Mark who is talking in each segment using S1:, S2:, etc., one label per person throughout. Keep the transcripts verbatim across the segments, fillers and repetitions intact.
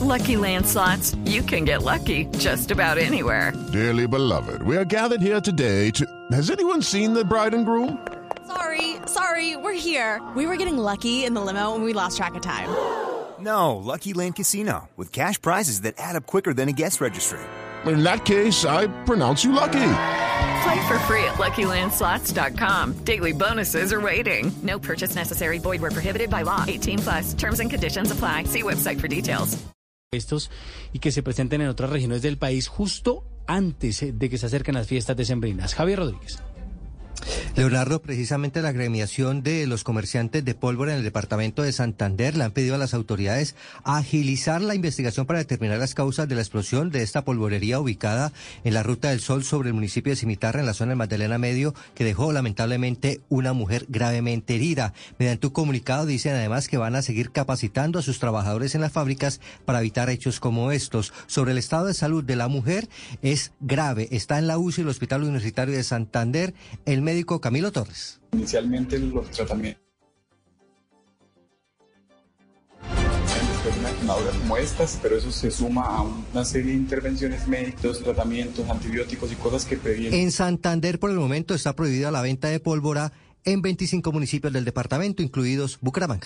S1: Lucky Land Slots, you can get lucky just about anywhere.
S2: Dearly beloved, we are gathered here today to... Has anyone seen the bride and groom?
S3: Sorry, sorry, we're here. We were getting lucky in the limo and we lost track of time.
S4: No, Lucky Land Casino, with cash prizes that add up quicker than a guest registry.
S2: In that case, I pronounce you lucky.
S1: Play for free at Lucky Land Slots dot com. Daily bonuses are waiting. No purchase necessary. Void where prohibited by law. eighteen plus. Terms and conditions apply. See website for details.
S5: Estos y que se presenten en otras regiones del país justo antes de que se acerquen las fiestas decembrinas. Javier Rodríguez.
S6: Leonardo, precisamente la agremiación de los comerciantes de pólvora en el departamento de Santander le han pedido a las autoridades agilizar la investigación para determinar las causas de la explosión de esta polvorería ubicada en la Ruta del Sol sobre el municipio de Cimitarra, en la zona del Magdalena Medio, que dejó lamentablemente una mujer gravemente herida. Mediante un comunicado dicen además que van a seguir capacitando a sus trabajadores en las fábricas para evitar hechos como estos. Sobre el estado de salud de la mujer, es grave. Está en la U C I del Hospital Universitario de Santander el médico Camilo Torres.
S7: Inicialmente los tratamientos después de una quemadura como estas, pero eso se suma a una serie de intervenciones médicas, tratamientos, antibióticos y cosas que previenen.
S6: En Santander por el momento está prohibida la venta de pólvora en veinticinco municipios del departamento, incluidos Bucaramanga.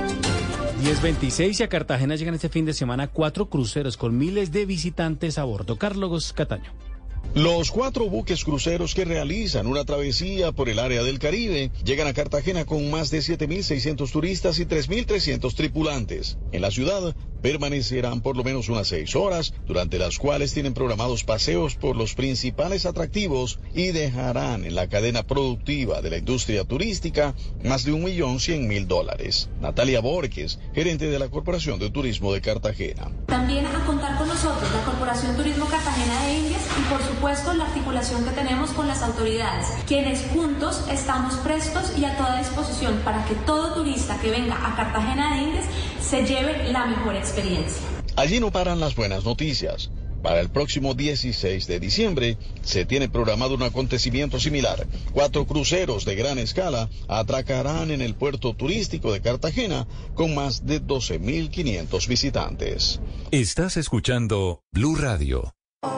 S5: diez veintiséis y a Cartagena llegan este fin de semana cuatro cruceros con miles de visitantes a bordo. Carlos Cataño.
S8: Los cuatro buques cruceros que realizan una travesía por el área del Caribe llegan a Cartagena con más de siete mil seiscientos turistas y tres mil trescientos tripulantes. En la ciudad permanecerán por lo menos unas seis horas, durante las cuales tienen programados paseos por los principales atractivos y dejarán en la cadena productiva de la industria turística más de un millón cien mil dólares. Natalia Borges, gerente de la Corporación de Turismo de Cartagena.
S9: También a contar con nosotros la Corporación Turismo Cartagena de Indias y por supuesto la articulación que tenemos con las autoridades, quienes juntos estamos prestos y a toda disposición para que todo turista que venga a Cartagena de Indias se lleve la mejor experiencia.
S8: Allí no paran las buenas noticias. Para el próximo dieciséis de diciembre se tiene programado un acontecimiento similar. Cuatro cruceros de gran escala atracarán en el puerto turístico de Cartagena con más de doce mil quinientos visitantes.
S10: Estás escuchando Blue Radio.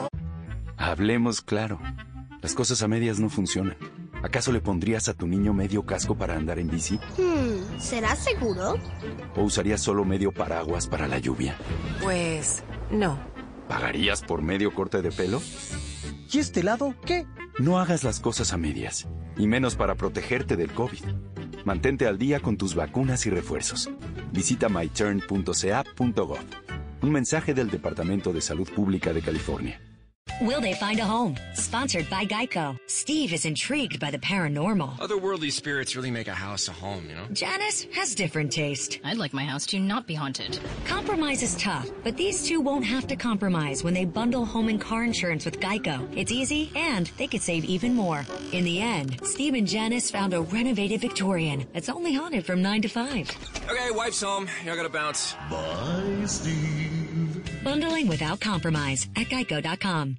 S11: Hablemos claro. Las cosas a medias no funcionan. ¿Acaso le pondrías a tu niño medio casco para andar en bici?
S12: Hmm, ¿será seguro?
S11: ¿O usarías solo medio paraguas para la lluvia?
S13: Pues no.
S11: ¿Pagarías por medio corte de pelo?
S14: ¿Y este lado qué?
S11: No hagas las cosas a medias, y menos para protegerte del COVID. Mantente al día con tus vacunas y refuerzos. Visita my turn punto c a punto gov. Un mensaje del Departamento de Salud Pública de California.
S15: Will they find a home? Sponsored by Geico. Steve is intrigued by the paranormal.
S16: Otherworldly spirits really make a house a home, you know?
S15: Janice has different taste.
S17: I'd like my house to not be haunted.
S15: Compromise is tough, but these two won't have to compromise when they bundle home and car insurance with Geico. It's easy, and they could save even more. In the end, Steve and Janice found a renovated Victorian that's only haunted from nine to five.
S16: Okay, wife's home. I gotta bounce.
S15: Bye, Steve. Bundling without compromise at geico dot com.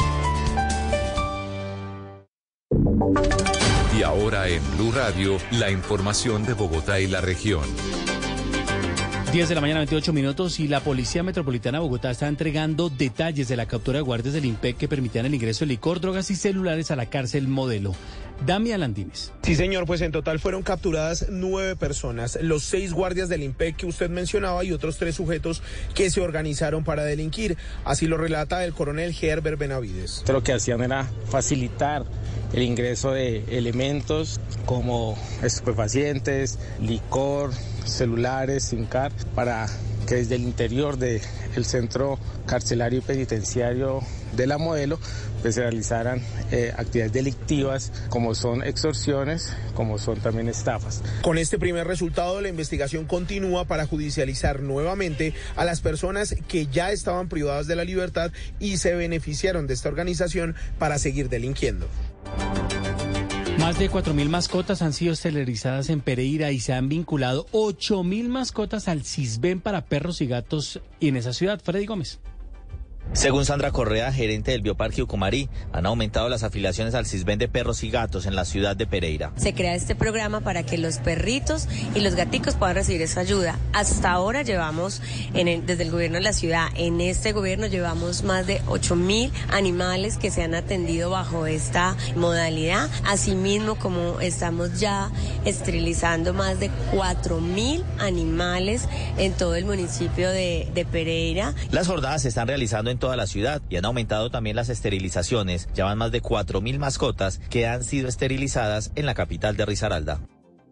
S10: Y ahora en Blue Radio, la información de Bogotá y la región.
S5: diez de la mañana, veintiocho minutos, y la Policía Metropolitana de Bogotá está entregando detalles de la captura de guardias del IMPEC que permitían el ingreso de licor, drogas y celulares a la cárcel Modelo. Damián Landines.
S18: Sí, señor, pues en total fueron capturadas nueve personas, los seis guardias del IMPEC que usted mencionaba y otros tres sujetos que se organizaron para delinquir. Así lo relata el coronel Herbert Benavides.
S19: Lo que hacían era facilitar el ingreso de elementos como estupefacientes, licor, celulares, SIM card, para que desde el interior del centro carcelario y penitenciario de la Modelo pues se realizaran eh, actividades delictivas como son extorsiones, como son también estafas.
S18: Con este primer resultado, la investigación continúa para judicializar nuevamente a las personas que ya estaban privadas de la libertad y se beneficiaron de esta organización para seguir delinquiendo.
S5: Más de cuatro mil mascotas han sido esterilizadas en Pereira y se han vinculado ocho mil mascotas al CISBEN para perros y gatos en esa ciudad. Freddy Gómez.
S20: Según Sandra Correa, gerente del Bioparque Ucumarí, han aumentado las afiliaciones al CISBEN de perros y gatos en la ciudad de Pereira.
S21: Se crea este programa para que los perritos y los gaticos puedan recibir esa ayuda. Hasta ahora llevamos, en el, desde el gobierno de la ciudad, en este gobierno llevamos más de ocho mil animales que se han atendido bajo esta modalidad. Asimismo, como estamos ya esterilizando más de cuatro mil animales en todo el municipio de, de Pereira.
S20: Las jornadas se están realizando en toda la ciudad y han aumentado también las esterilizaciones. Ya van más de cuatro mil mascotas que han sido esterilizadas en la capital de Risaralda.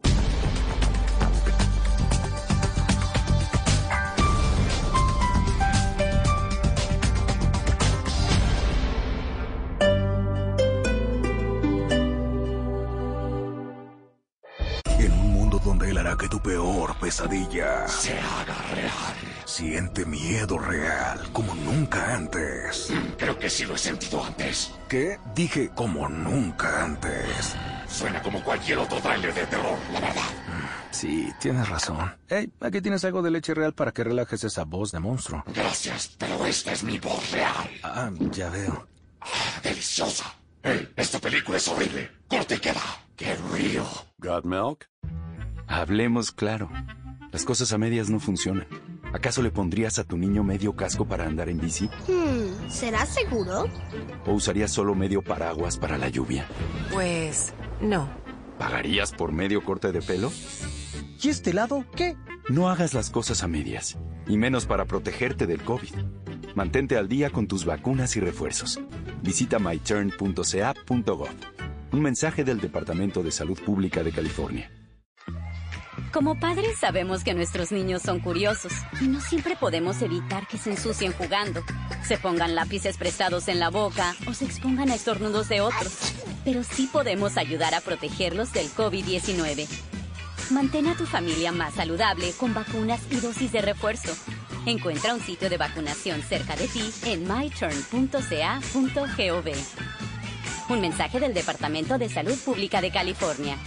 S22: En un mundo donde él hará que tu peor pesadilla
S23: se haga real.
S22: Siente miedo real, como nunca antes.
S23: Creo que sí lo he sentido antes.
S22: ¿Qué? Dije como nunca antes.
S23: Suena como cualquier otro tráiler de terror, la verdad.
S24: Sí, tienes razón. Hey, aquí tienes algo de leche real para que relajes esa voz de monstruo.
S23: Gracias, pero esta es mi voz real.
S24: Ah, ya veo.
S23: Ah, deliciosa. Hey, esta película es horrible. Corte y queda. Get real.
S24: ¿Got milk?
S11: Hablemos claro. Las cosas a medias no funcionan. ¿Acaso le pondrías a tu niño medio casco para andar en bici?
S12: Hmm, ¿será seguro?
S11: ¿O usarías solo medio paraguas para la lluvia?
S13: Pues no.
S11: ¿Pagarías por medio corte de pelo?
S14: ¿Y este lado qué?
S11: No hagas las cosas a medias, y menos para protegerte del COVID. Mantente al día con tus vacunas y refuerzos. Visita my turn punto c a punto gov. Un mensaje del Departamento de Salud Pública de California.
S25: Como padres sabemos que nuestros niños son curiosos y no siempre podemos evitar que se ensucien jugando, se pongan lápices prestados en la boca o se expongan a estornudos de otros. Pero sí podemos ayudar a protegerlos del COVID diecinueve. Mantén a tu familia más saludable con vacunas y dosis de refuerzo. Encuentra un sitio de vacunación cerca de ti en my turn punto c a punto gov. Un mensaje del Departamento de Salud Pública de California.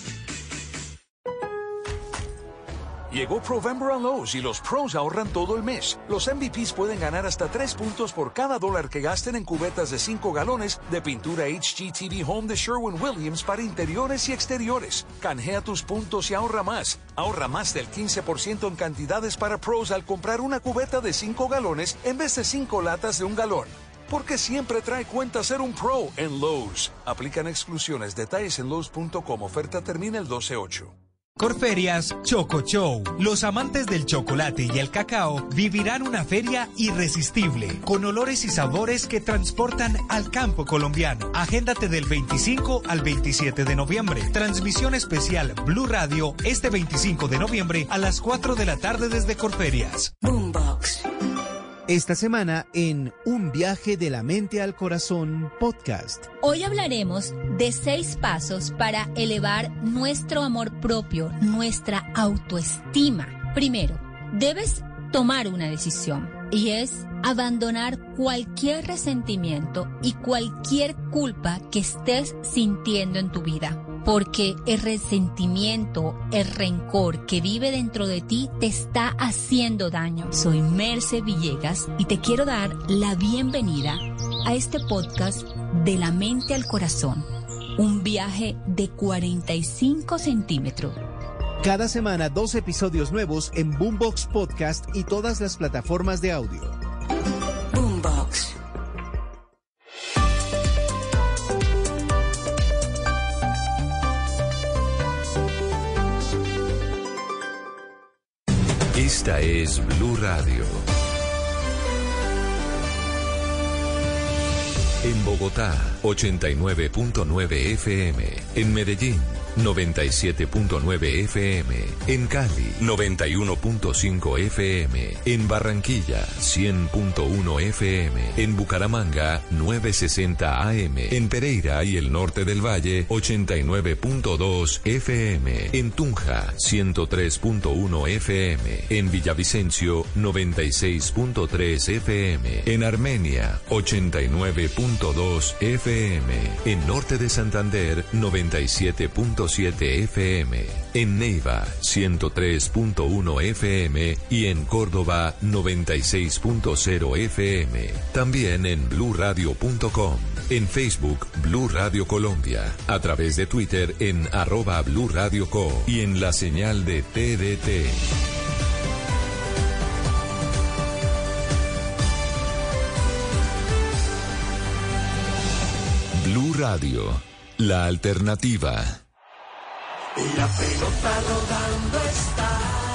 S26: Llegó Provember a Lowe's y los pros ahorran todo el mes. Los M V Ps pueden ganar hasta tres puntos por cada dólar que gasten en cubetas de cinco galones de pintura H G T V Home de Sherwin-Williams para interiores y exteriores. Canjea tus puntos y ahorra más. Ahorra más del quince por ciento en cantidades para pros al comprar una cubeta de cinco galones en vez de cinco latas de un galón. Porque siempre trae cuenta ser un pro en Lowe's. Aplican exclusiones. Detalles en Lowe's punto com. Oferta termina el doce ocho.
S27: Corferias Choco Show. Los amantes del chocolate y el cacao vivirán una feria irresistible, con olores y sabores que transportan al campo colombiano. Agéndate del veinticinco al veintisiete de noviembre. Transmisión especial Blue Radio este veinticinco de noviembre a las cuatro de la tarde desde Corferias.
S28: Boombox. Esta semana en Un viaje de la mente al corazón podcast.
S29: Hoy hablaremos de seis pasos para elevar nuestro amor propio, nuestra autoestima. Primero, debes tomar una decisión y es abandonar cualquier resentimiento y cualquier culpa que estés sintiendo en tu vida. Porque el resentimiento, el rencor que vive dentro de ti te está haciendo daño. Soy Merce Villegas y te quiero dar la bienvenida a este podcast de la mente al corazón. Un viaje de cuarenta y cinco centímetros.
S28: Cada semana dos episodios nuevos en Boombox Podcast y todas las plataformas de audio.
S29: Boombox.
S10: Esta es Blue Radio. En Bogotá, ochenta y nueve punto nueve F M. En Medellín, noventa y siete punto nueve F M. En Cali, noventa y uno punto cinco F M. En Barranquilla, cien punto uno F M. En Bucaramanga, novecientos sesenta A M. En Pereira y el norte del Valle, ochenta y nueve punto dos F M. En Tunja, ciento tres punto uno F M. En Villavicencio, noventa y seis punto tres F M. En Armenia, ochenta y nueve punto dos F M. En norte de Santander, noventa y siete punto punto siete F M, en Neiva ciento tres punto uno F M y en Córdoba noventa y seis punto cero F M. También en blue radio punto com, en Facebook Blue Radio Colombia, a través de Twitter en arroba Blue Radio Co y en la señal de T D T. Blue Radio, la alternativa.
S1: La pelota rodando está.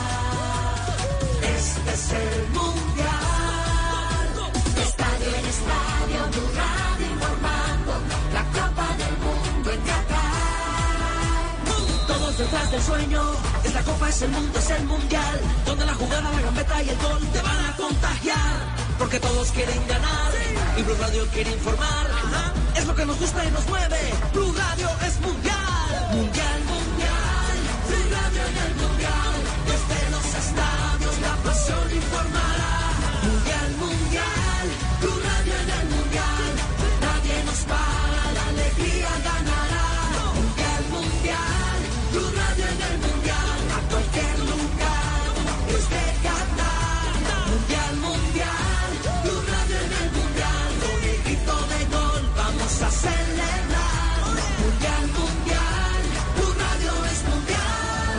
S1: Este es el mundial. Estadio en estadio, Blue Radio informando. La Copa del Mundo en Qatar. Todos detrás del sueño. Es la Copa, es el mundo, es el mundial. Donde la jugada, la gambeta y el gol te van a contagiar. Porque todos quieren ganar. Y Blue Radio quiere informar. Ajá. Es lo que nos gusta y nos mueve. Blue Radio es mundial. Mundial, mundial. Blue Radio en el mundial. Desde los estadios la pasión informará. Mundial, mundial. Blue Radio en el mundial. Nadie nos para, la alegría ganará. Mundial, mundial. Blue Radio en el mundial. A cualquier lugar. Desde Qatar. Mundial, mundial. Blue Radio en el mundial. Con el grito de gol vamos a celebrar. Mundial, mundial. Blue Radio es mundial.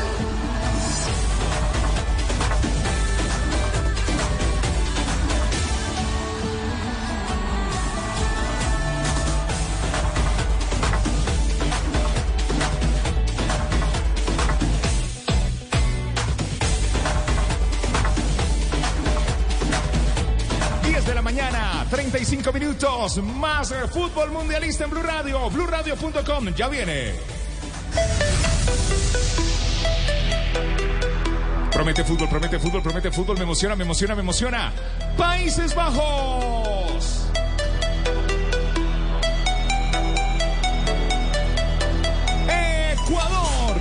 S2: diez de la mañana, treinta y cinco minutos, más eh, fútbol mundialista en Blue Radio, blue radio punto com, ya viene. Promete fútbol, promete fútbol, promete fútbol, me emociona, me emociona, me emociona. Países Bajos. Ecuador.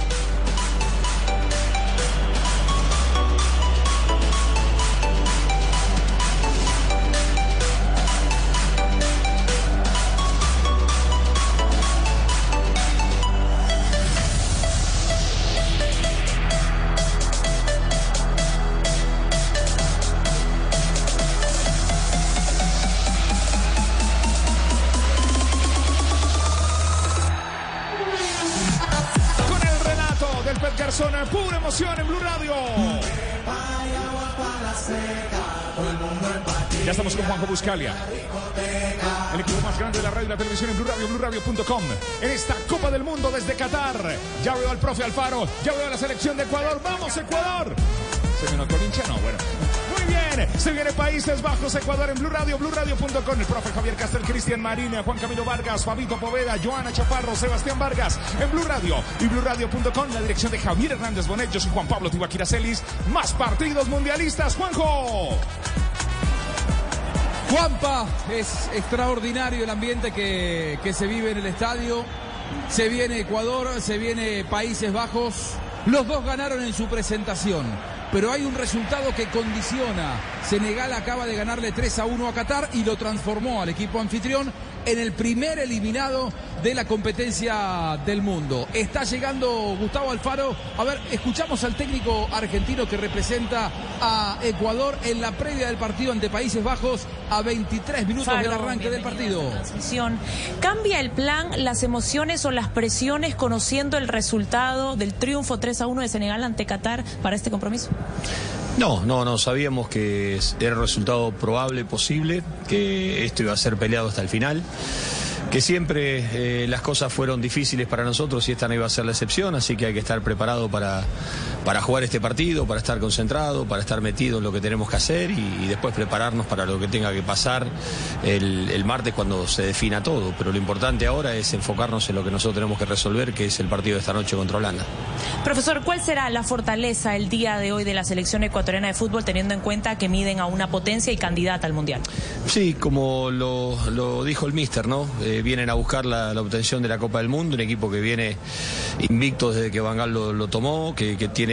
S2: Pura emoción en Blue Radio. Ya estamos con Juanjo Buscalia, el equipo más grande de la radio y la televisión en Blue Radio, blue radio punto com. En esta Copa del Mundo desde Qatar. Ya veo al profe Alfaro, ya veo a la selección de Ecuador. ¡Vamos, Ecuador! ¿Se me notó el hincha? No, bueno. Muy bien, se viene Países Bajos, Ecuador en Blue Radio, blue radio punto com. El profe Javier Castel, Cristian Marina, Juan Camilo Vargas, Fabito Poveda, Joana Chaparro, Sebastián Vargas en Blue Radio y blue radio punto com. La dirección de Javier Hernández Bonet. Yo soy Juan Pablo Tibaquira Celis. Más partidos mundialistas, Juanjo.
S3: Juanpa, es extraordinario el ambiente que, que se vive en el estadio. Se viene Ecuador, se viene Países Bajos. Los dos ganaron en su presentación, pero hay un resultado que condiciona. Senegal acaba de ganarle tres a uno a Qatar y lo transformó al equipo anfitrión en el primer eliminado de la competencia del mundo. Está llegando Gustavo Alfaro. A ver, escuchamos al técnico argentino que representa a Ecuador en la previa del partido ante Países Bajos a veintitrés minutos Faro, del arranque del partido.
S4: ¿Cambia el plan, las emociones o las presiones conociendo el resultado del triunfo tres a uno de Senegal ante Qatar para este compromiso?
S6: No, no, no, sabíamos que era un resultado probable, posible, que esto iba a ser peleado hasta el final, que siempre eh, las cosas fueron difíciles para nosotros y esta no iba a ser la excepción, así que hay que estar preparado para, para jugar este partido, para estar concentrado, para estar metido en lo que tenemos que hacer y, y después prepararnos para lo que tenga que pasar el, el martes cuando se defina todo, pero lo importante ahora es enfocarnos en lo que nosotros tenemos que resolver, que es el partido de esta noche contra Holanda.
S4: Profesor, ¿cuál será la fortaleza el día de hoy de la selección ecuatoriana de fútbol teniendo en cuenta que miden a una potencia y candidata al Mundial?
S6: Sí, como lo, lo dijo el míster, ¿no? Eh, vienen a buscar la, la obtención de la Copa del Mundo, un equipo que viene invicto desde que Van Gaal lo, lo tomó, que, que tiene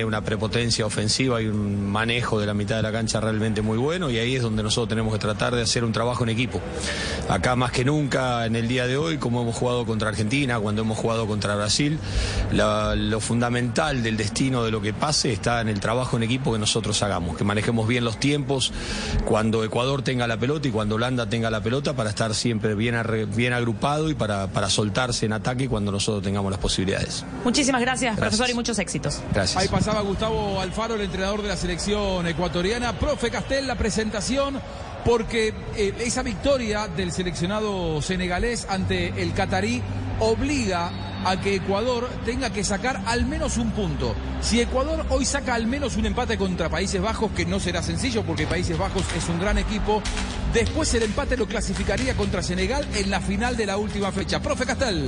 S6: tiene una prepotencia ofensiva y un manejo de la mitad de la cancha realmente muy bueno, y ahí es donde nosotros tenemos que tratar de hacer un trabajo en equipo. Acá más que nunca en el día de hoy, como hemos jugado contra Argentina, cuando hemos jugado contra Brasil, la, lo fundamental del destino de lo que pase está en el trabajo en equipo que nosotros hagamos, que manejemos bien los tiempos cuando Ecuador tenga la pelota y cuando Holanda tenga la pelota, para estar siempre bien, arre, bien agrupado y para, para soltarse en ataque cuando nosotros tengamos las posibilidades.
S4: Muchísimas gracias,
S6: gracias,
S4: profesor, y muchos éxitos.
S6: Gracias.
S3: Ahí pasaba Gustavo Alfaro, el entrenador de la selección ecuatoriana. Profe Castel, la presentación, porque eh, esa victoria del seleccionado senegalés ante el catarí obliga a que Ecuador tenga que sacar al menos un punto. Si Ecuador hoy saca al menos un empate contra Países Bajos, que no será sencillo porque Países Bajos es un gran equipo, después el empate lo clasificaría contra Senegal en la final de la última fecha. Profe Castel.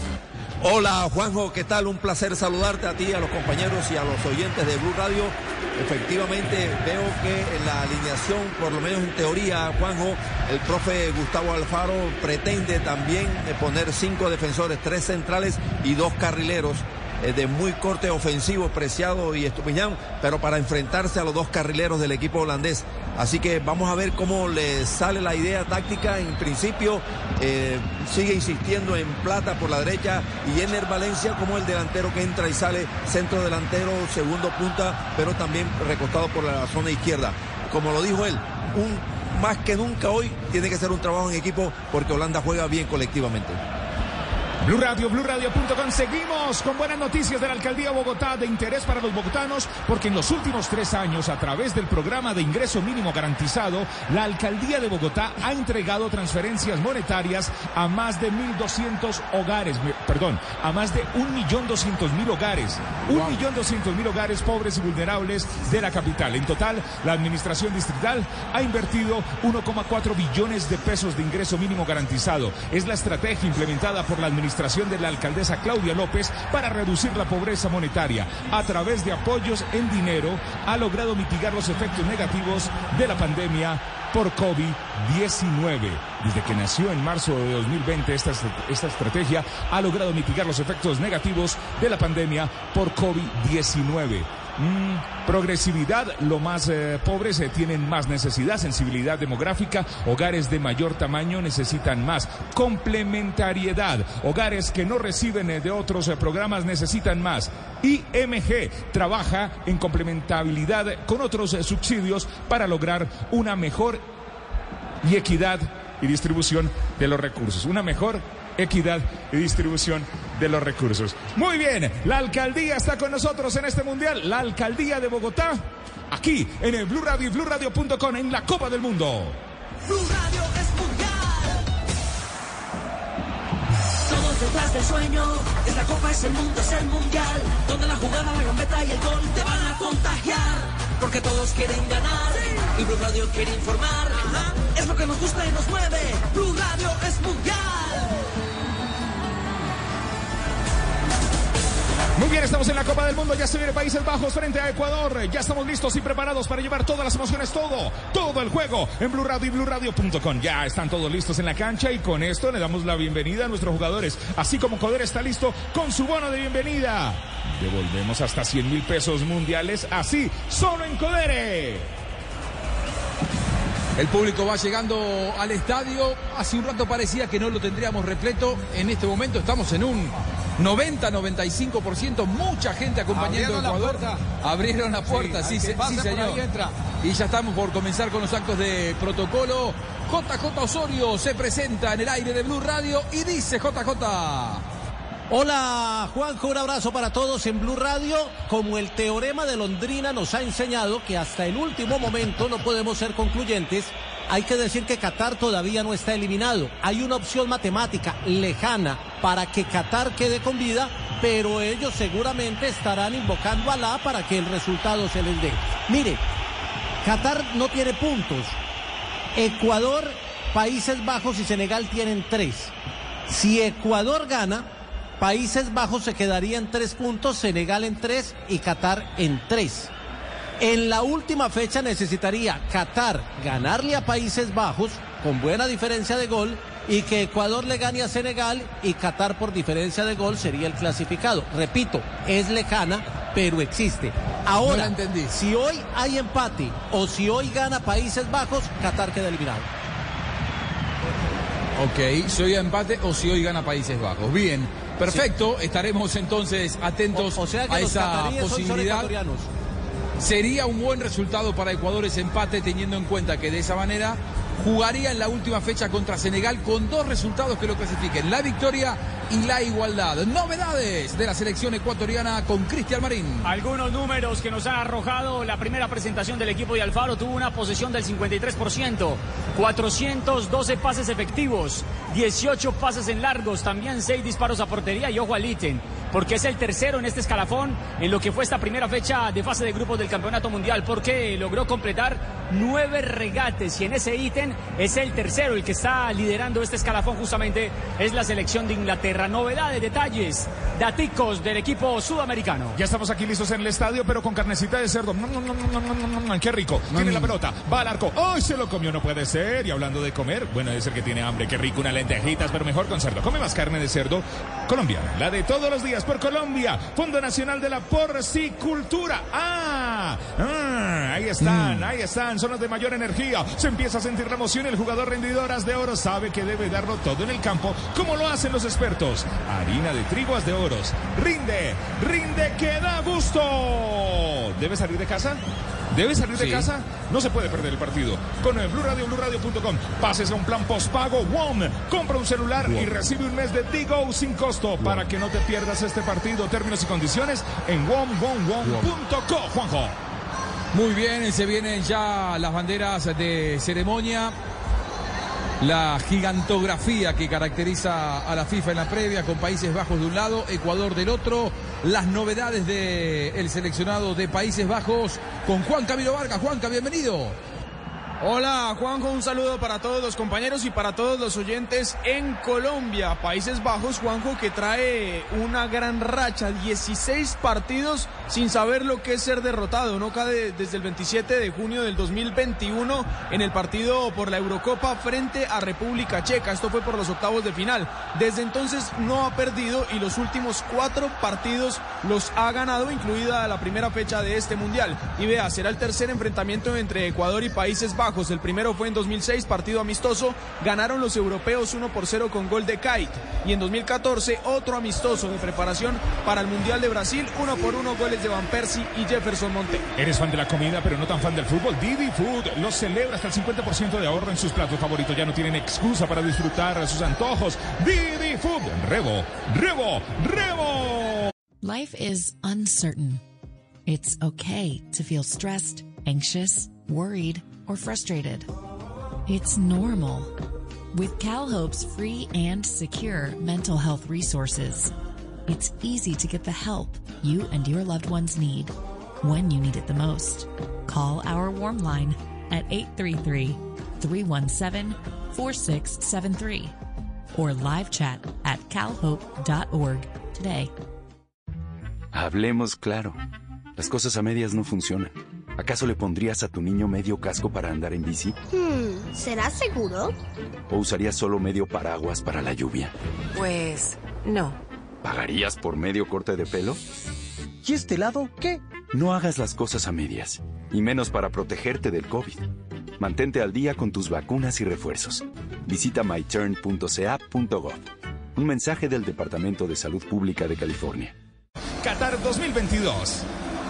S5: Hola Juanjo, ¿qué tal? Un placer saludarte a ti, a los compañeros y a los oyentes de Blue Radio. Efectivamente veo que en la alineación, por lo menos en teoría, Juanjo, el profe Gustavo Alfaro pretende también poner cinco defensores, tres centrales y dos carrileros eh, de muy corte ofensivo, Preciado y Estupiñán, pero para enfrentarse a los dos carrileros del equipo holandés. Así que vamos a ver cómo le sale la idea táctica. En principio eh, sigue insistiendo en Plata por la derecha y Ener Valencia como el delantero que entra y sale, centro delantero, segundo punta, pero también recostado por la zona izquierda. Como lo dijo él, un, más que nunca hoy tiene que ser un trabajo en equipo porque Holanda juega bien colectivamente.
S2: Blue Radio, Blue Radio punto com. Seguimos con buenas noticias de la Alcaldía de Bogotá, de interés para los bogotanos, porque en los últimos tres años, a través del programa de ingreso mínimo garantizado, la Alcaldía de Bogotá ha entregado transferencias monetarias a más de mil doscientos hogares, perdón, a más de un millón doscientos mil hogares, un millón doscientos mil hogares pobres y vulnerables de la capital. En total, la administración distrital ha invertido uno coma cuatro billones de pesos de ingreso mínimo garantizado. Es la estrategia implementada por la administración administración de la alcaldesa Claudia López para reducir la pobreza monetaria. A través de apoyos en dinero ha logrado mitigar los efectos negativos de la pandemia por COVID diecinueve. Desde que nació en marzo de dos mil veinte, esta, esta estrategia ha logrado mitigar los efectos negativos de la pandemia por COVID diecinueve. Mm, progresividad, los más eh, pobres eh, tienen más necesidad, sensibilidad demográfica, hogares de mayor tamaño necesitan más, complementariedad, hogares que no reciben eh, de otros eh, programas necesitan más. I M G trabaja en complementabilidad con otros eh, subsidios para lograr una mejor y equidad y distribución de los recursos, una mejor equidad y distribución de los recursos. Muy bien, la alcaldía está con nosotros en este mundial, la alcaldía de Bogotá, aquí en el Blue Radio y Blue Radio punto com, en la Copa del Mundo.
S1: Blue Radio es mundial. Todos detrás del sueño, esta copa es el mundo, es el mundial, donde la jugada, la gambeta y el gol te van a contagiar, porque todos quieren ganar, sí, y Blue Radio quiere informar. Ajá. Es lo que nos gusta y nos mueve. Blue Radio es mundial.
S2: Muy bien, estamos en la Copa del Mundo, ya se viene Países Bajos frente a Ecuador, ya estamos listos y preparados para llevar todas las emociones, todo, todo el juego en Blue Radio y Blue Radio punto com. Ya están todos listos en la cancha y con esto le damos la bienvenida a nuestros jugadores, así como Codere está listo con su bono de bienvenida. Devolvemos hasta cien mil pesos mundiales, así, solo en Codere.
S3: El público va llegando al estadio. Hace un rato parecía que no lo tendríamos repleto. En este momento estamos en un noventa, noventa y cinco por ciento. Mucha gente acompañando a Ecuador. La Abrieron la puerta, sí, sí, sí señor. Y ya estamos por comenzar con los actos de protocolo. J J Osorio se presenta en el aire de Blue Radio y dice J J.
S7: Hola Juanjo, un abrazo para todos en Blue Radio. Como el teorema de Londrina nos ha enseñado que hasta el último momento no podemos ser concluyentes, hay que decir que Qatar todavía no está eliminado. Hay una opción matemática lejana para que Qatar quede con vida, pero ellos seguramente estarán invocando a Alá para que el resultado se les dé. Mire, Qatar no tiene puntos. Ecuador, Países Bajos y Senegal tienen tres. Si Ecuador gana, Países Bajos se quedaría en tres puntos, Senegal en tres y Qatar en tres. En la última fecha necesitaría Qatar ganarle a Países Bajos con buena diferencia de gol y que Ecuador le gane a Senegal y Qatar por diferencia de gol sería el clasificado. Repito, es lejana, pero existe. Ahora, no si hoy hay empate o si hoy gana Países Bajos, Qatar queda eliminado.
S3: Ok, si hoy hay empate o si hoy gana Países Bajos. Bien, perfecto. Sí. Estaremos entonces atentos
S7: o, o sea que
S3: a
S7: los
S3: esa posibilidad.
S7: Son
S3: Sería un buen resultado para Ecuador ese empate, teniendo en cuenta que de esa manera jugaría en la última fecha contra Senegal con dos resultados que lo clasifiquen, la victoria y la igualdad. Novedades de la selección ecuatoriana con Cristian Marín.
S8: Algunos números que nos han arrojado la primera presentación del equipo de Alfaro. Tuvo una posesión del cincuenta y tres por ciento, cuatrocientos doce pases efectivos, dieciocho pases en largos, también seis disparos a portería. Y ojo al ítem, porque es el tercero en este escalafón en lo que fue esta primera fecha de fase de grupos del Campeonato Mundial, porque logró completar nueve regates y en ese ítem es el tercero. El que está liderando este escalafón justamente es la selección de Inglaterra. Novedades, detalles, daticos del equipo sudamericano.
S2: Ya estamos aquí listos en el estadio, pero con carnecita de cerdo. No, no, no, no, no, no, no, qué rico. No, tiene no. la pelota, va al arco. ¡Ay, se lo comió! No puede ser. Y hablando de comer, bueno, debe ser que tiene hambre. Qué rico, unas lentejitas, pero mejor con cerdo. Come más carne de cerdo colombiana, la de todos los días por Colombia. Fondo Nacional de la Porcicultura. ¡Ah! ah ahí están, mm. ahí están. Son los de mayor energía. Se empieza a sentir la emoción. El jugador rendidoras de oro sabe que debe darlo todo en el campo, como lo hacen los expertos. Harina de trigo As de Oros. Rinde, rinde que da gusto. ¿Debe salir de casa? ¿Debe salir sí. de casa? No se puede perder el partido. Con el Blue Radio, blue radio punto com. Pases a un plan postpago W O M. Compra un celular wow. y recibe un mes de Tigo sin costo wow. para que no te pierdas este partido. Términos y condiciones en W O M punto co. Juanjo.
S3: Muy bien, se vienen ya las banderas de ceremonia. La gigantografía que caracteriza a la FIFA en la previa, con Países Bajos de un lado, Ecuador del otro. Las novedades del seleccionado de Países Bajos con Juan Camilo Vargas. Juanca, bienvenido.
S9: Hola Juanjo, un saludo para todos los compañeros y para todos los oyentes en Colombia. Países Bajos, Juanjo, que trae una gran racha, dieciséis partidos sin saber lo que es ser derrotado. No cae desde el veintisiete de junio del dos mil veintiuno en el partido por la Eurocopa frente a República Checa. Esto fue por los octavos de final. Desde entonces no ha perdido y los últimos cuatro partidos los ha ganado, incluida la primera fecha de este Mundial. Y vea, será el tercer enfrentamiento entre Ecuador y Países Bajos. El primero fue en dos mil seis, partido amistoso. Ganaron los europeos uno por cero con gol de Kite. Y en dos mil catorce, otro amistoso de preparación para el Mundial de Brasil. Uno por uno, goles de Van Persie y Jefferson Montero.
S2: Eres fan de la comida, pero no tan fan del fútbol. Didi Food los celebra hasta el cincuenta por ciento de ahorro en sus platos favoritos. Ya no tienen excusa para disfrutar sus antojos. Didi Food. Revo, Revo, Revo.
S15: Life is uncertain. It's okay to feel stressed, anxious, worried, or frustrated. It's normal. With CalHope's free and secure mental health resources, it's easy to get the help you and your loved ones need when you need it the most. Call our warm line at eight three three, three one seven, four six seven three or live chat at cal hope dot org today.
S11: Hablemos claro. Las cosas a medias no funcionan. ¿Acaso le pondrías a tu niño medio casco para andar en bici?
S12: Hmm, ¿será seguro?
S11: ¿O usarías solo medio paraguas para la lluvia?
S13: Pues, no.
S11: ¿Pagarías por medio corte de pelo?
S14: ¿Y este lado qué?
S11: No hagas las cosas a medias, y menos para protegerte del COVID. Mantente al día con tus vacunas y refuerzos. Visita my turn punto c a punto gov. Un mensaje del Departamento de Salud Pública de California.
S2: Qatar dos mil veintidós.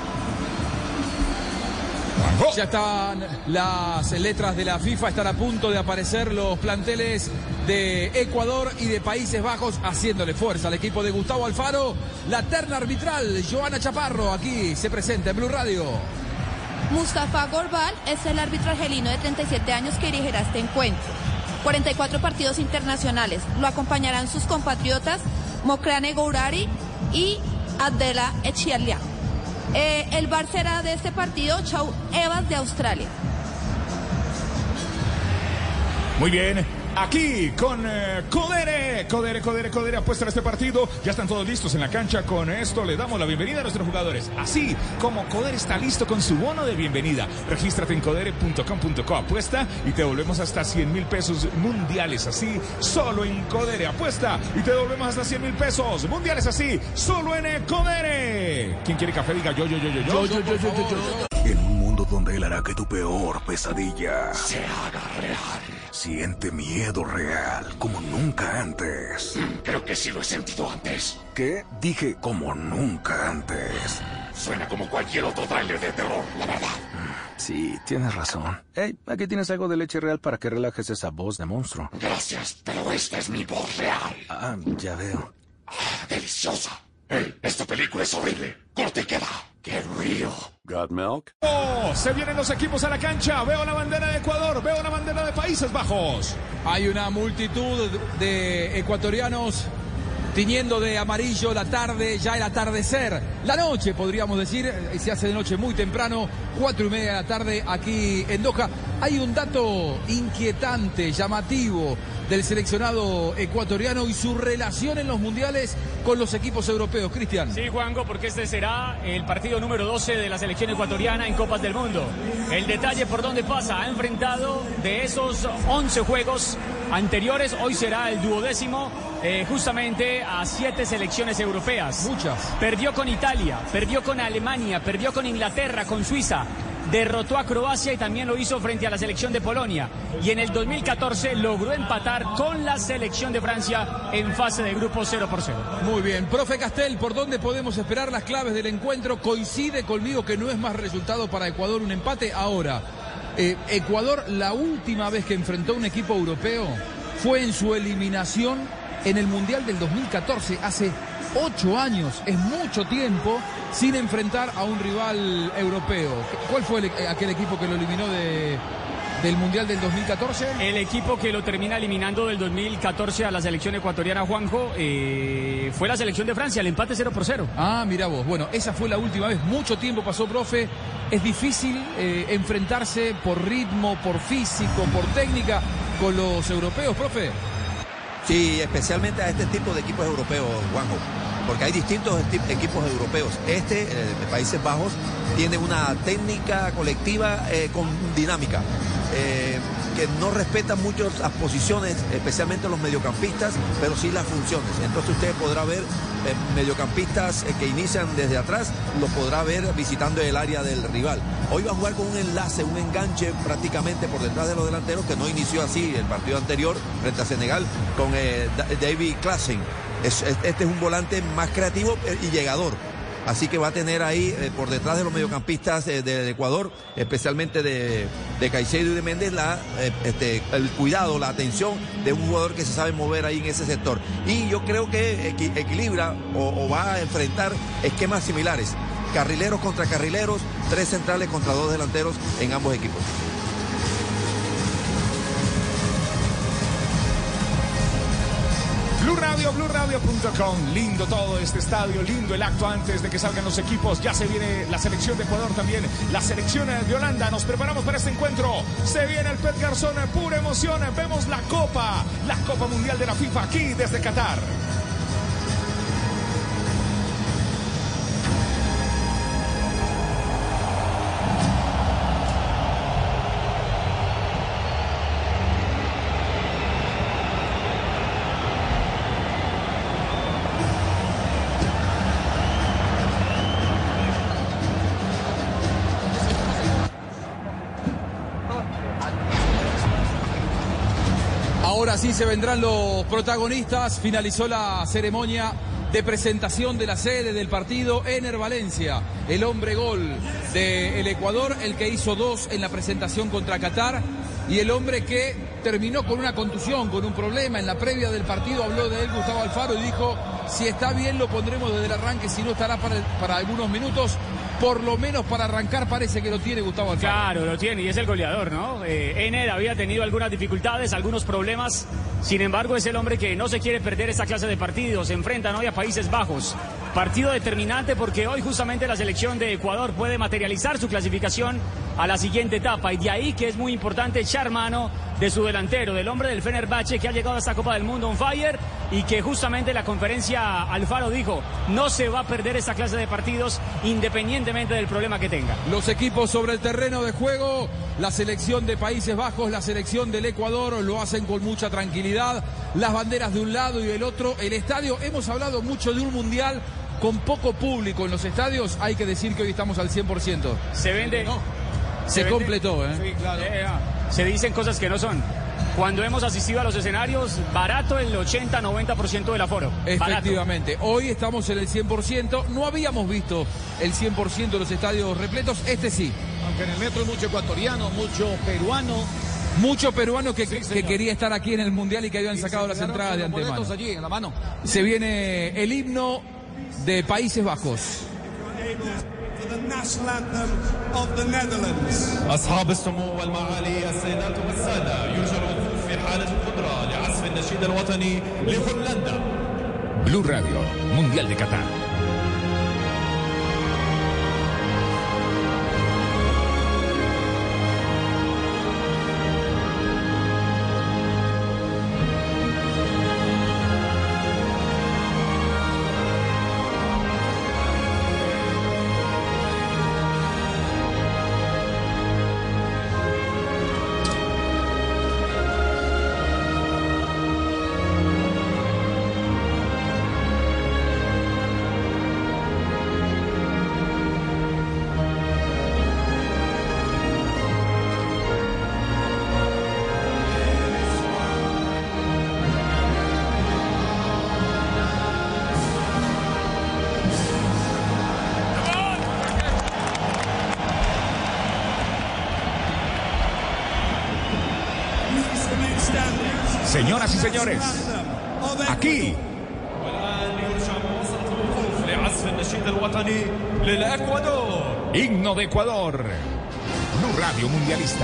S3: Ya están las letras de la FIFA, están a punto de aparecer los planteles de Ecuador y de Países Bajos haciéndole fuerza al equipo de Gustavo Alfaro. La terna arbitral, Joana Chaparro, aquí se presenta en Blue Radio.
S16: Mustafa Gorbal es el árbitro argelino de treinta y siete años que dirigirá este encuentro. cuarenta y cuatro partidos internacionales. Lo acompañarán sus compatriotas Mokrane Gourari y Adela Echialia. Eh, el V A R será de este partido Chau Evans de Australia.
S2: Muy bien, aquí con eh, Codere, Codere, Codere, Codere, apuesta en este partido. Ya están todos listos en la cancha. Con esto le damos la bienvenida a nuestros jugadores. Así como Codere está listo con su bono de bienvenida. Regístrate en codere punto com punto co, apuesta y te devolvemos hasta cien mil pesos mundiales. Así, solo en Codere, apuesta y te devolvemos hasta cien mil pesos mundiales. Así, solo en Codere. ¿Quién quiere café? Diga yo, yo, yo, yo, yo, yo, yo, yo, yo, yo.
S17: En un mundo donde él hará que tu peor pesadilla se haga real. Siente miedo real como nunca antes.
S18: Creo que sí lo he sentido antes.
S17: ¿Qué? Dije como nunca antes.
S18: Suena como cualquier otro tráiler de terror, la verdad.
S17: Sí, tienes razón. Hey, aquí tienes algo de leche real para que relajes esa voz de monstruo.
S18: Gracias, pero esta es mi voz real.
S17: Ah, ya veo.
S18: Ah, deliciosa. Hey, esta película es horrible. Corte y queda. ¡Qué real!
S17: ¿Got milk?
S2: Oh, se vienen los equipos a la cancha. Veo la bandera de Ecuador, veo la bandera de Países Bajos.
S3: Hay una multitud de ecuatorianos tiñendo de amarillo la tarde, ya el atardecer, la noche podríamos decir, se hace de noche muy temprano, cuatro y media de la tarde aquí en Doha. Hay un dato inquietante, llamativo del seleccionado ecuatoriano y su relación en los mundiales con los equipos europeos. Cristian.
S8: Sí, Juanjo, porque este será el partido número doce de la selección ecuatoriana en Copas del Mundo. El detalle por dónde pasa, ha enfrentado de esos once juegos anteriores, hoy será el duodécimo, eh, justamente a siete selecciones europeas.
S3: Muchas.
S8: Perdió con Italia, perdió con Alemania, perdió con Inglaterra, con Suiza. Derrotó a Croacia y también lo hizo frente a la selección de Polonia. Y en el dos mil catorce logró empatar con la selección de Francia en fase de grupo cero por cero.
S3: Muy bien. Profe Castel, ¿por dónde podemos esperar las claves del encuentro? Coincide conmigo que no es más resultado para Ecuador un empate. Ahora, eh, Ecuador la última vez que enfrentó a un equipo europeo fue en su eliminación en el Mundial del dos mil catorce, hace ocho años, es mucho tiempo sin enfrentar a un rival europeo. ¿Cuál fue el, aquel equipo que lo eliminó de, del Mundial del dos mil catorce?
S8: El equipo que lo termina eliminando del dos mil catorce a la selección ecuatoriana, Juanjo, eh, fue la selección de Francia, el empate cero por cero.
S3: Ah, mira vos, bueno, esa fue la última vez, mucho tiempo pasó, profe. Es difícil eh, enfrentarse por ritmo, por físico, por técnica con los europeos, profe.
S5: Sí, especialmente a este tipo de equipos europeos, Juanjo, porque hay distintos equipos europeos. Este, eh, de Países Bajos, tiene una técnica colectiva eh, con dinámica, eh, que no respeta mucho las posiciones, especialmente los mediocampistas, pero sí las funciones. Entonces usted podrá ver eh, mediocampistas eh, que inician desde atrás, lo podrá ver visitando el área del rival. Hoy va a jugar con un enlace, un enganche prácticamente por detrás de los delanteros, que no inició así el partido anterior frente a Senegal con eh, David Klaassen. Es, es, este es un volante más creativo y llegador. Así que va a tener ahí eh, por detrás de los mediocampistas eh, del Ecuador, especialmente de, de Caicedo y de Méndez, la, eh, este, el cuidado, la atención de un jugador que se sabe mover ahí en ese sector. Y yo creo que equi equilibra o, o va a enfrentar esquemas similares. Carrileros contra carrileros, tres centrales contra dos delanteros en ambos equipos.
S2: Blue Radio, blue radio punto com. Lindo todo este estadio, lindo el acto antes de que salgan los equipos. Ya se viene la selección de Ecuador también, la selección de Holanda. Nos preparamos para este encuentro. Se viene el Pet Garzón, pura emoción. Vemos la Copa, la Copa Mundial de la FIFA aquí desde Qatar.
S3: Ahora sí se vendrán los protagonistas. Finalizó la ceremonia de presentación de la sede del partido. Ener Valencia, el hombre gol del Ecuador, el que hizo dos en la presentación contra Qatar y el hombre que terminó con una contusión, con un problema. En la previa del partido habló de él Gustavo Alfaro y dijo: si está bien lo pondremos desde el arranque, si no estará para, para algunos minutos. Por lo menos para arrancar parece que lo tiene Gustavo Alfaro.
S8: Claro, lo tiene y es el goleador, ¿no? Eh, Ener había tenido algunas dificultades, algunos problemas. Sin embargo, es el hombre que no se quiere perder esa clase de partidos. Se enfrentan hoy a Países Bajos. Partido determinante porque hoy justamente la selección de Ecuador puede materializar su clasificación a la siguiente etapa. Y de ahí que es muy importante echar mano de su delantero, del hombre del Fenerbahce que ha llegado a esta Copa del Mundo on fire y que justamente en la conferencia Alfaro dijo, no se va a perder esta clase de partidos independientemente del problema que tenga.
S3: Los equipos sobre el terreno de juego, la selección de Países Bajos, la selección del Ecuador lo hacen con mucha tranquilidad, las banderas de un lado y del otro, el estadio, hemos hablado mucho de un mundial con poco público en los estadios, hay que decir que hoy estamos al cien por ciento.
S8: Se vende...
S3: No. Se,
S8: se vende,
S3: completó, ¿eh?
S8: Sí, claro. Eh, se dicen cosas que no son. Cuando hemos asistido a los escenarios, barato el ochenta noventa por ciento del aforo.
S3: Efectivamente.
S8: Barato.
S3: Hoy estamos en el cien por ciento. No habíamos visto el cien por ciento de los estadios repletos. Este sí.
S19: Aunque en el metro hay mucho ecuatoriano, mucho peruano.
S3: Mucho peruano que,
S19: sí,
S3: que quería estar aquí en el Mundial y que habían
S19: y
S3: sacado las entradas de antemano.
S19: Allí, en la mano.
S3: Se viene el himno de Países Bajos.
S20: The national anthem of the Netherlands.
S21: أصحاب السمو والمعالي السيدات والسادة يرجى الوقوف في حالة القدرة لعزف النشيد الوطني لهولندا.
S2: Blue Radio, Mundial de Qatar. Señoras y señores, aquí himno de Ecuador, Blue Radio Mundialista.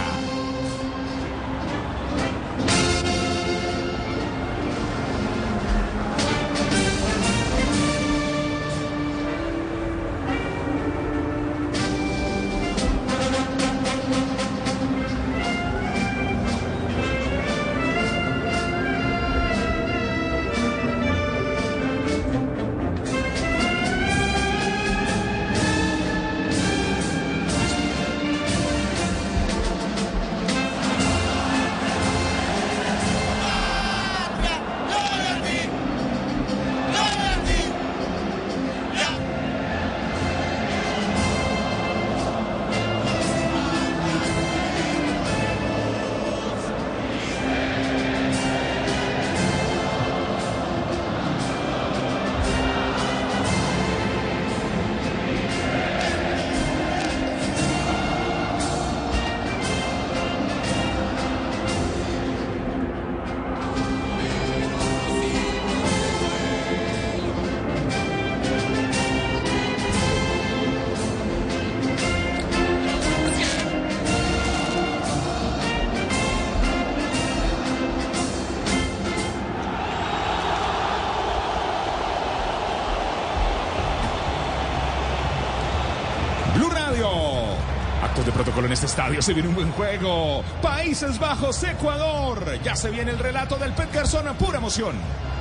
S2: De protocolo en este estadio, se viene un buen juego. Países Bajos, Ecuador. Ya se viene el relato del Pep Garzón, pura emoción.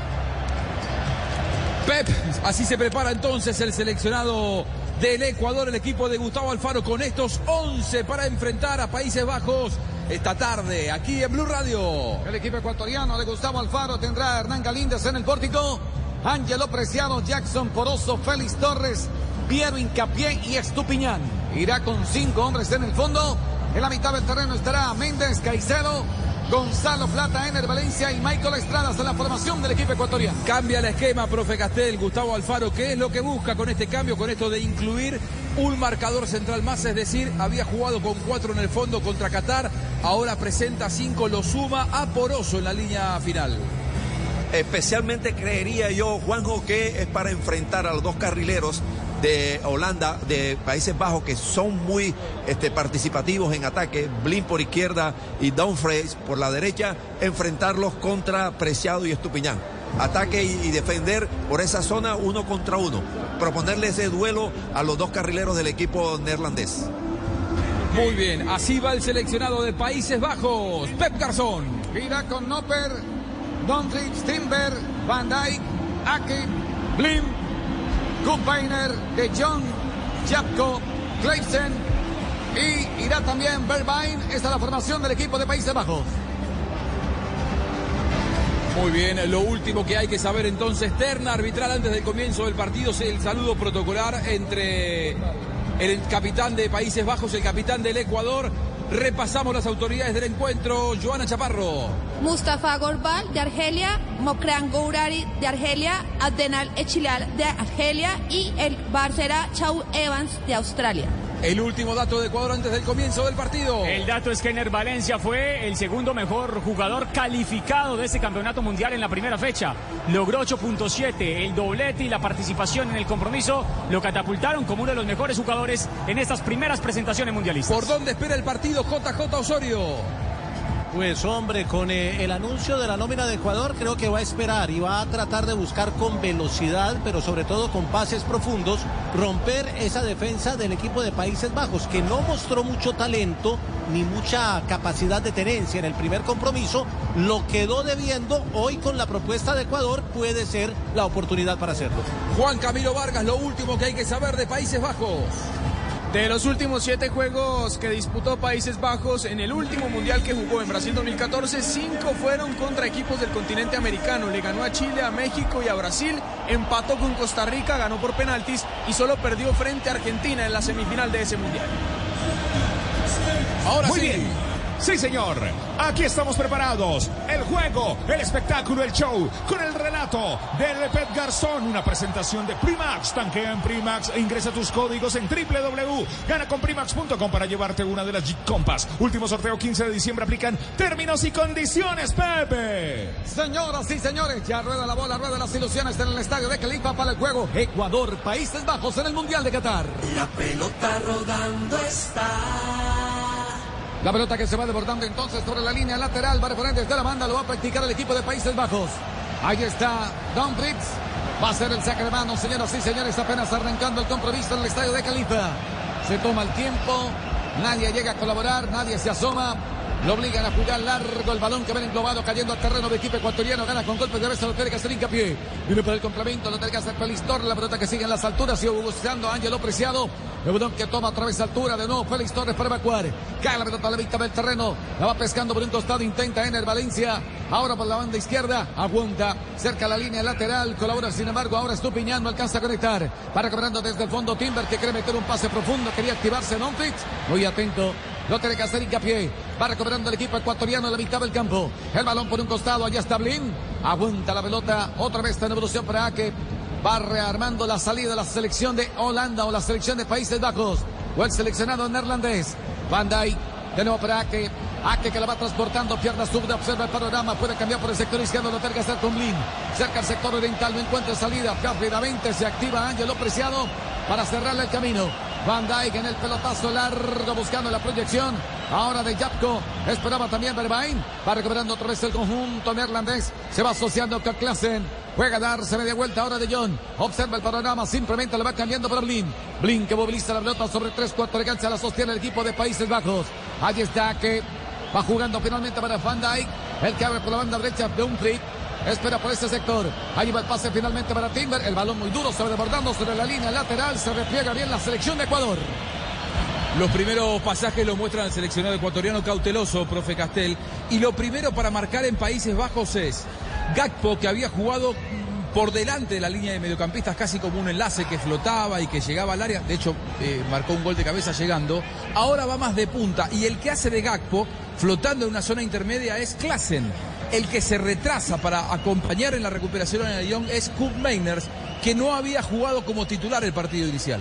S3: Pep, así se prepara entonces el seleccionado del Ecuador, el equipo de Gustavo Alfaro, con estos once para enfrentar a Países Bajos esta tarde aquí en Blue Radio.
S19: El equipo ecuatoriano de Gustavo Alfaro tendrá a Hernán Galíndez en el pórtico, Ángelo Preciado, Jackson Poroso, Félix Torres, Piero Hincapié y Estupiñán. Irá con cinco hombres en el fondo. En la mitad del terreno estará Méndez, Caicedo, Gonzalo Plata, Ener Valencia y Michael Estradas en la formación del equipo ecuatoriano.
S3: Cambia el esquema, profe Castel, Gustavo Alfaro. ¿Qué es lo que busca con este cambio, con esto de incluir un marcador central más? Es decir, había jugado con cuatro en el fondo contra Qatar, ahora presenta cinco, lo suma a Poroso en la línea final.
S5: Especialmente creería yo, Juanjo, que es para enfrentar a los dos carrileros de Holanda, de Países Bajos, que son muy este, participativos en ataque, Blind por izquierda y Dumfries por la derecha, enfrentarlos contra Preciado y Estupiñán. Ataque y, y defender por esa zona uno contra uno, proponerle ese duelo a los dos carrileros del equipo neerlandés.
S3: Muy bien, así va el seleccionado de Países Bajos, Pep Garzón.
S19: Irá con Nopper, Dontrich, Timber, Van Dijk, Ake, Blim, Koopmeiners, De Jong, Japko, Kleivsen y irá también Bergwijn. Esta es la formación del equipo de Países Bajos.
S3: Muy bien, lo último que hay que saber entonces, terna arbitral antes del comienzo del partido, es el saludo protocolar entre el capitán de Países Bajos, el capitán del Ecuador. Repasamos las autoridades del encuentro. Joana Chaparro.
S16: Mustafa Gorbal de Argelia, Mokran Gourari de Argelia, Addenal Echilal de Argelia y el Barcera Chau Evans de Australia.
S3: El último dato de Ecuador antes del comienzo del partido.
S8: El dato es que Ener Valencia fue el segundo mejor jugador calificado de este campeonato mundial en la primera fecha. Logró ocho punto siete, el doblete y la participación en el compromiso lo catapultaron como uno de los mejores jugadores en estas primeras presentaciones mundialistas.
S3: ¿Por dónde espera el partido J J Osorio?
S7: Pues hombre, con eh, el anuncio de la nómina de Ecuador creo que va a esperar y va a tratar de buscar con velocidad, pero sobre todo con pases profundos, romper esa defensa del equipo de Países Bajos, que no mostró mucho talento ni mucha capacidad de tenencia en el primer compromiso. Lo quedó debiendo. Hoy con la propuesta de Ecuador puede ser la oportunidad para hacerlo.
S3: Juan Camilo Vargas, lo último que hay que saber de Países Bajos.
S9: De los últimos siete juegos que disputó Países Bajos en el último mundial que jugó en Brasil dos mil catorce, cinco fueron contra equipos del continente americano. Le ganó a Chile, a México y a Brasil, empató con Costa Rica, ganó por penaltis y solo perdió frente a Argentina en la semifinal de ese mundial.
S2: Ahora Muy sí. bien. Sí, señor. Aquí estamos preparados. El juego, el espectáculo, el show, con el relato del Pep Garzón. Una presentación de Primax. Tanquea en Primax e ingresa tus códigos en doble u doble u doble u punto gana con primax punto com para llevarte una de las Jeep Compass. Último sorteo quince de diciembre. Aplican términos y condiciones, Pepe.
S19: Señoras y señores, ya rueda la bola, rueda las ilusiones en el estadio de Khalifa para el juego Ecuador, Países Bajos en el Mundial de Qatar.
S1: La pelota rodando está.
S19: La pelota que se va desbordando entonces sobre la línea lateral. Va a reponer desde la banda. Lo va a practicar el equipo de Países Bajos. Ahí está Dontrich. Va a ser el saque de mano, señoras y señores. Apenas arrancando el compromiso en el estadio de Khalifa. Se toma el tiempo. Nadie llega a colaborar. Nadie se asoma. Lo obligan a jugar largo el balón que ven englobado cayendo al terreno de equipo ecuatoriano. Gana con golpes de cabeza. Lo tiene que hacer hincapié. Viene por el complemento. Lo tiene que hacer Félix Torres. La pelota que sigue en las alturas. Sigue buscando a Ángelo Preciado. El balón que toma otra vez altura. De nuevo Félix Torres para evacuar. Cae la pelota a la víctima del terreno. La va pescando por un costado. Intenta Ener Valencia. Ahora por la banda izquierda. Aguanta. Cerca la línea lateral. Colabora sin embargo. Ahora Estupiñán no alcanza a conectar. Para cobrando desde el fondo Timber que quiere meter un pase profundo. Quería activarse Dontrich. Muy atento. Lo tiene que hacer hincapié. Va recuperando el equipo ecuatoriano en la mitad del campo. El balón por un costado. Allá está Blin. Aguanta la pelota. Otra vez en evolución para Ake. Va rearmando la salida de la selección de Holanda o la selección de Países Bajos. O el seleccionado neerlandés. Van Dijk. De nuevo para Ake. Ake que la va transportando. Pierna zurda. Observa el panorama. Puede cambiar por el sector izquierdo. Lo tiene que hacer con Blin. Cerca al sector oriental. No encuentra salida. Rápidamente se activa Ángelo Preciado para cerrarle el camino. Van Dijk en el pelotazo largo buscando la proyección. Ahora de Japko. Esperaba también Bergwijn. Va recuperando otra vez el conjunto neerlandés. Se va asociando con Klaassen. Juega a darse media vuelta ahora de Jong. Observa el panorama. Simplemente le va cambiando para Blin. Blin que moviliza la pelota sobre tres cuatro elegancia. La sostiene el equipo de Países Bajos. Allí está que va jugando finalmente para Van Dijk. El que abre por la banda derecha de un flip. Espera por ese sector. Ahí va el pase finalmente para Timber. El balón muy duro, se va desbordando sobre la línea lateral. Se repliega bien la selección de Ecuador.
S3: Los primeros pasajes lo muestran al seleccionado ecuatoriano cauteloso, profe Castel. Y lo primero para marcar en Países Bajos es Gakpo, que había jugado por delante de la línea de mediocampistas, casi como un enlace que flotaba y que llegaba al área. De hecho, eh, marcó un gol de cabeza llegando. Ahora va más de punta. Y el que hace de Gakpo, flotando en una zona intermedia, es Klaassen. El que se retrasa para acompañar en la recuperación en el Lyon es Koopmeiners, que no había jugado como titular el partido inicial.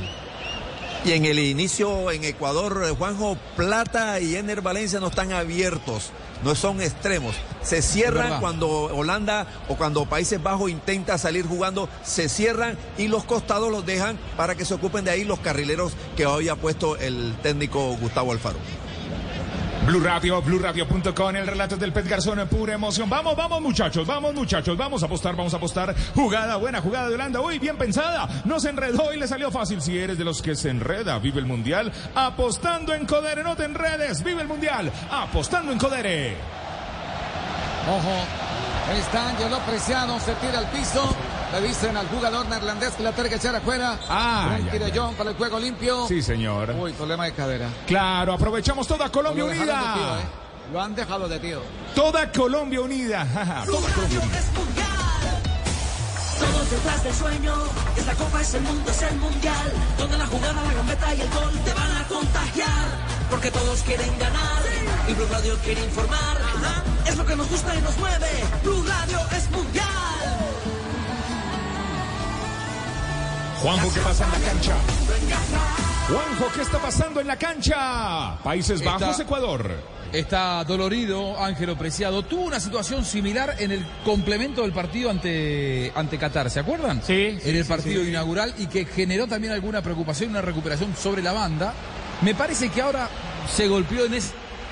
S5: Y en el inicio en Ecuador, Juanjo, Plata y Ener Valencia no están abiertos, no son extremos. Se cierran cuando Holanda o cuando Países Bajos intenta salir jugando, se cierran y los costados los dejan para que se ocupen de ahí los carrileros que había puesto el técnico Gustavo Alfaro.
S2: Blue Radio, blue radio punto com, el relato del Pet Garzón, pura emoción. Vamos, vamos muchachos, vamos muchachos, vamos a apostar, vamos a apostar. Jugada, buena jugada de Holanda, uy, bien pensada. No se enredó y le salió fácil. Si eres de los que se enreda, vive el Mundial. Apostando en Codere, no te enredes, vive el Mundial. Apostando en Codere.
S19: Ojo, está Ángelo Preciado, se tira al piso. Le dicen al jugador neerlandés que la tiene que echar afuera.
S2: Ah,
S19: un tirallón para el juego limpio.
S2: Sí, señor.
S19: Uy, problema de cadera.
S2: Claro, aprovechamos toda Colombia
S19: Lo
S2: unida.
S19: de tío, ¿eh? Lo han dejado de tío.
S2: Toda Colombia unida. Toda Colombia unida.
S1: Todos detrás del sueño, esta copa es el mundo, es el mundial, donde la jugada, la gambeta y el gol te van a contagiar, porque todos quieren ganar, y Blue Radio quiere informar, es lo que nos gusta y nos mueve, Blue Radio es mundial.
S2: Juanjo, ¿qué pasa en la cancha? Juanjo, ¿qué está pasando en la cancha? Países Bajos,
S3: está,
S2: Ecuador.
S3: Está dolorido Ángelo Preciado. Tuvo una situación similar en el complemento del partido ante, ante Qatar, ¿se acuerdan?
S8: Sí.
S3: En el
S8: sí,
S3: partido
S8: sí.
S3: inaugural y que generó también alguna preocupación, una recuperación sobre la banda. Me parece que ahora se golpeó en ese...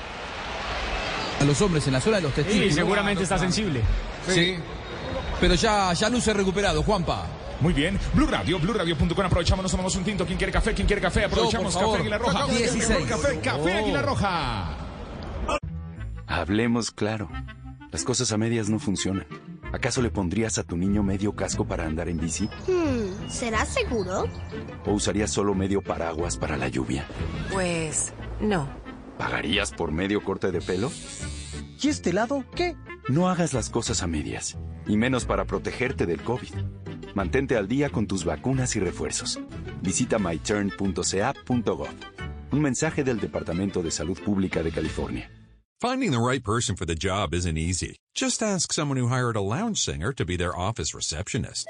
S3: a los hombres en la zona de los testículos.
S8: Sí, seguramente está sensible.
S3: Sí. sí. Pero ya, ya luce recuperado, Juanpa.
S2: Muy bien, Blue Radio, blue radio punto com, aprovechamos, nos tomamos un tinto. ¿Quién quiere café? ¿Quién quiere café? Aprovechamos. Yo, café Águila Roja.
S3: dieciséis.
S2: Café, café
S11: oh.
S2: Águila Roja.
S11: Hablemos claro. Las cosas a medias no funcionan. ¿Acaso le pondrías a tu niño medio casco para andar en bici?
S12: Hmm, ¿será seguro?
S11: ¿O usarías solo medio paraguas para la lluvia?
S13: Pues no.
S11: ¿Pagarías por medio corte de pelo?
S14: ¿Y este helado qué?
S11: No hagas las cosas a medias, y menos para protegerte del COVID. Mantente al día con tus vacunas y refuerzos. Visita my turn punto c a punto gov. Un mensaje del Departamento de Salud Pública de California.
S10: Finding the right person for the job isn't easy. Just ask someone who hired a lounge singer to be their office receptionist.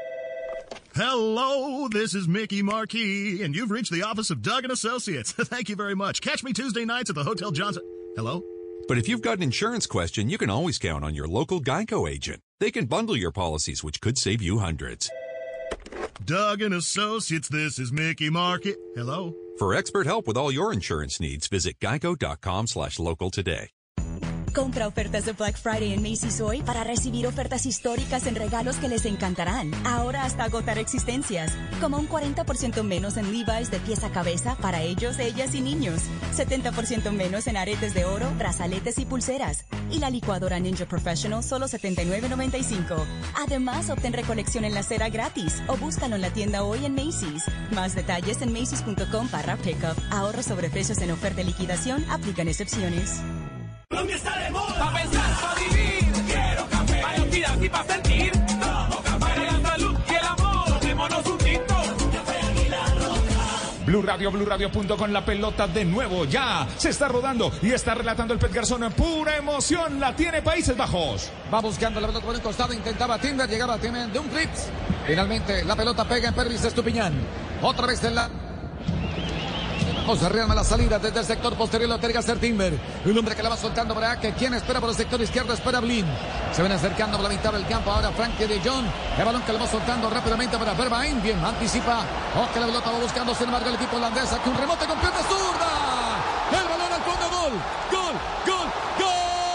S22: Hello, this is Mickey Marquis, and you've reached the office of Doug and Associates. Thank you very much. Catch me Tuesday nights at the Hotel Johnson. Hello?
S10: But if you've got an insurance question, you can always count on your local Geico agent. They can bundle your policies, which could save you hundreds.
S22: Doug and Associates, this is Mickey Marquis. Hello?
S10: For expert help with all your insurance needs, visit geico.com slash local today.
S23: Compra ofertas de Black Friday en Macy's hoy para recibir ofertas históricas en regalos que les encantarán. Ahora hasta agotar existencias. Como un cuarenta por ciento menos en Levi's de pies a cabeza para ellos, ellas y niños. setenta por ciento menos en aretes de oro, brazaletes y pulseras. Y la licuadora Ninja Professional solo setenta y nueve noventa y cinco. Además, obtén recolección en la acera gratis o búscalo en la tienda hoy en Macy's. Más detalles en macy's punto com barra pickup. Ahorros sobre precios en oferta y liquidación. Aplican excepciones.
S1: Colombia está de moda. Pa' pensar, pa' vivir. Quiero café. Para olvidar y pa' sentir. Tomo café. Para la salud y el amor. Tomémonos un tinto. Café Águila Roja.
S2: Blue Radio, blue radio punto com, la pelota de nuevo ya se está rodando y está relatando el Pet Garzón. Pura emoción, la tiene Países Bajos.
S19: Va buscando la pelota por el costado, intentaba Timber, llegaba Timber de un trips. Finalmente la pelota pega en Pervis Estupiñán. Otra vez en la... Vamos a rearma la salida desde el sector posterior, lo tiene que hacer Timber. Un hombre que la va soltando para que quien espera por el sector izquierdo, espera Blin. Se ven acercando por la mitad del campo ahora Frankie de Jong. El balón que lo va soltando rápidamente para Verbain. Bien, anticipa. O que la pelota va buscando, sin embargo, el equipo holandés. Aquí un remote con pierna zurda. El balón al fondo, gol. Gol, gol, gol.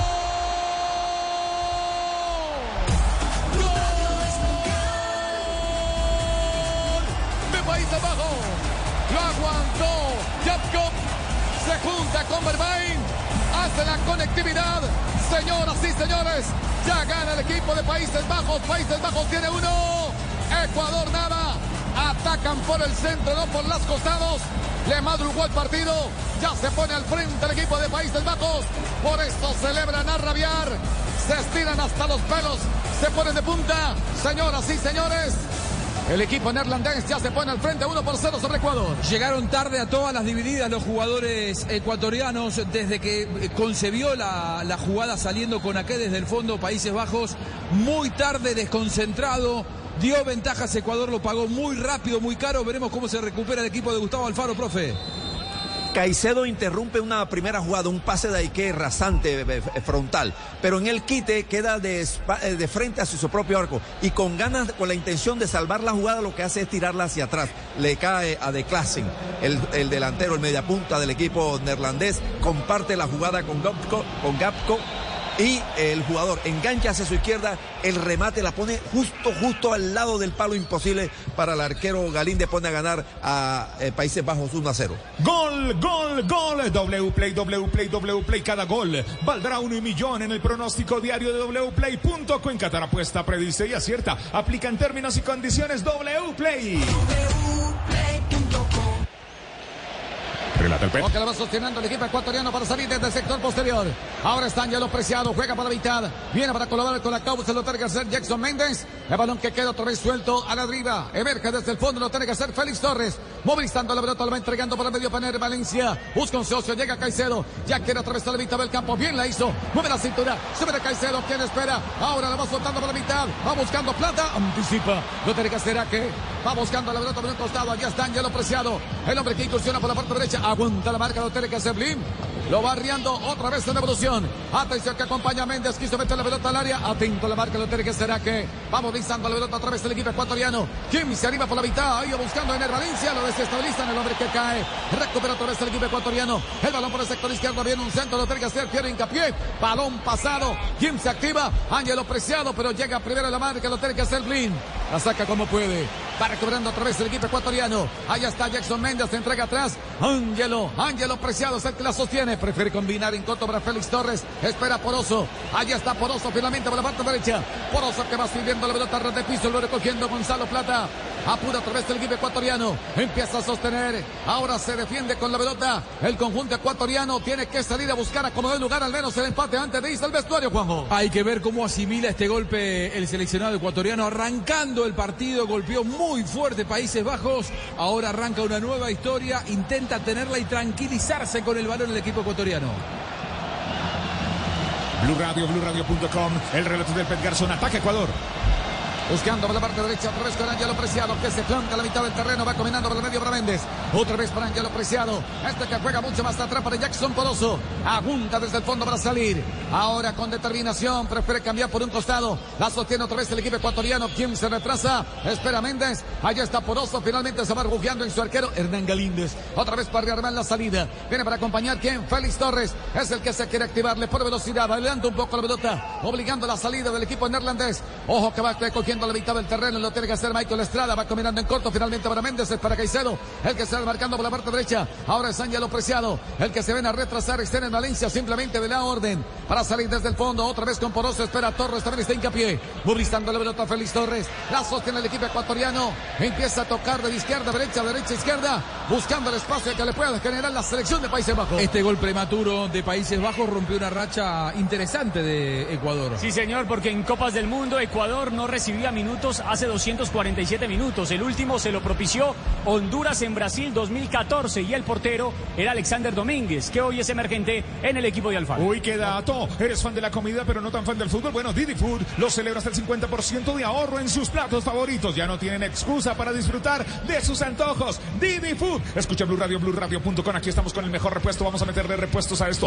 S19: Gol de Países Bajos. Lo aguantó. Jacob se junta con Verbain, hace la conectividad. Señoras y señores, ya gana el equipo de Países Bajos. Países Bajos tiene uno, Ecuador nada. Atacan por el centro, no por los costados. Le madrugó el partido. Ya se pone al frente el equipo de Países Bajos. Por eso celebran a rabiar. Se estiran hasta los pelos. Se ponen de punta. Señoras y señores, el equipo neerlandés ya se pone al frente uno por cero sobre Ecuador.
S3: Llegaron tarde a todas las divididas los jugadores ecuatorianos desde que concebió la, la jugada saliendo con Aké desde el fondo. Países Bajos muy tarde, desconcentrado. Dio ventajas Ecuador, lo pagó muy rápido, muy caro. Veremos cómo se recupera el equipo de Gustavo Alfaro, profe.
S5: Caicedo interrumpe una primera jugada, un pase de Aike rasante, frontal, pero en el quite queda de, de frente hacia su propio arco y con ganas, con la intención de salvar la jugada, lo que hace es tirarla hacia atrás. Le cae a De Klaassen, el, el delantero, el mediapunta del equipo neerlandés, comparte la jugada con Gapco, con Gapco y el jugador engancha hacia su izquierda, el remate la pone justo, justo al lado del palo, imposible para el arquero Galíndez, pone a ganar a eh, Países Bajos uno a cero.
S2: Gol, gol, gol, W Play, W Play, W Play, cada gol valdrá uno y millón en el pronóstico diario de W Play punto com. En Qatar apuesta, predice y acierta, aplica en términos y condiciones W Play.
S19: W Play punto com.
S2: Relata el Pep.
S19: Porque lo va sosteniendo el equipo ecuatoriano para salir desde el sector posterior. Ahora está Ángelo Preciado, juega para la mitad. Viene para colaborar con la causa, lo tiene que hacer Jackson Méndez. El balón que queda otra vez suelto a la deriva. Emerge desde el fondo, lo tiene que hacer Félix Torres. Movilizando la pelota, lo va entregando por el medio panel Valencia. Busca un socio, llega Caicedo. Ya quiere atravesar la mitad del campo. Bien la hizo. Mueve la cintura. Sube de Caicedo. ¿Quién espera? Ahora la va soltando por la mitad. Va buscando plata. Anticipa. Lo tiene que hacer a que va buscando la pelota por un costado. Allá está Ángelo Preciado. El hombre que incursiona por la parte derecha. Aguanta la marca. Lo tiene que hacer Blim. Lo va arriando otra vez en evolución. Atención que acompaña a Méndez. Quiso meter la pelota al área. Atento a la marca. Lo tiene que ser a que va movilizando la pelota a través del equipo ecuatoriano. Kim se arriba por la mitad. Ahí buscando en el Valencia. Lo desestabilizan. El hombre que cae. Recupera otra vez el equipo ecuatoriano. El balón por el sector izquierdo. Viene un centro. Lo tiene que hacer Piero Hincapié. Balón pasado. Kim se activa. Ángelo Preciado. Pero llega primero a la marca. Lo tiene que hacer Blin. La saca como puede. Va recuperando otra vez el equipo ecuatoriano. Allá está Jackson Méndez. Se entrega atrás. Ángelo. Ángelo Preciado es el que la sostiene. Prefiere combinar en corto para Félix Torres. Espera Poroso. Allá está Poroso finalmente por la parte derecha. Poroso que va subiendo la pelota ras de piso. Lo recogiendo Gonzalo Plata. Apura otra vez el equipo ecuatoriano. Empieza a sostener. Ahora se defiende con la pelota. El conjunto ecuatoriano tiene que salir a buscar acomodar el lugar. Al menos el empate antes de irse al vestuario, Juanjo.
S3: Hay que ver cómo asimila este golpe el seleccionado ecuatoriano. Arrancando el partido. Golpeó muy fuerte Países Bajos. Ahora arranca una nueva historia. Intenta tenerla y tranquilizarse con el balón el equipo ecuatoriano.
S2: Blue Radio, Blue Radio punto com. El relato del Pep Garzón. Ataque Ecuador.
S19: Buscando por la parte derecha, otra vez con Ángelo Preciado, que se planta a la mitad del terreno, va combinando por el medio para Méndez. Otra vez para Ángelo Preciado, este que juega mucho más atrás para Jackson Poroso. Agunta desde el fondo para salir. Ahora con determinación, prefiere cambiar por un costado. La sostiene otra vez el equipo ecuatoriano. ¿Quién se retrasa? Espera Méndez. Allá está Poroso, finalmente se va refugiando en su arquero Hernán Galíndez. Otra vez para rearmar la salida. Viene para acompañar ¿quién? Félix Torres. Es el que se quiere activarle por velocidad. Adelanta un poco la pelota, obligando la salida del equipo neerlandés. Ojo que va recogiendo la mitad del terreno, lo tiene que hacer Michael Estrada, va combinando en corto finalmente para Méndez, es para Caicedo, el que se va marcando por la parte derecha. Ahora es Ángelo Preciado, el que se ven a retrasar, está en Valencia, simplemente de la orden para salir desde el fondo, otra vez con Poroso, espera Torres, también está Hincapié, movilizando la pelota a Félix Torres, la sostiene el equipo ecuatoriano, empieza a tocar de izquierda a derecha, derecha a izquierda, buscando el espacio que le pueda generar la selección de Países Bajos.
S3: Este gol prematuro de Países Bajos rompió una racha interesante de Ecuador.
S8: Sí, señor, porque en Copas del Mundo Ecuador no recibía minutos hace doscientos cuarenta y siete minutos. El último se lo propició Honduras en Brasil dos mil catorce y el portero era Alexander Domínguez, que hoy es emergente en el equipo de Alfaro.
S2: Uy, qué dato. Eres fan de la comida, pero no tan fan del fútbol. Bueno, Didi Food lo celebra hasta el cincuenta por ciento de ahorro en sus platos favoritos. Ya no tienen excusa para disfrutar de sus antojos. Didi Food. Escucha Blue Radio, Blue Radio punto com. Aquí estamos con el mejor repuesto. Vamos a meterle repuestos a esto.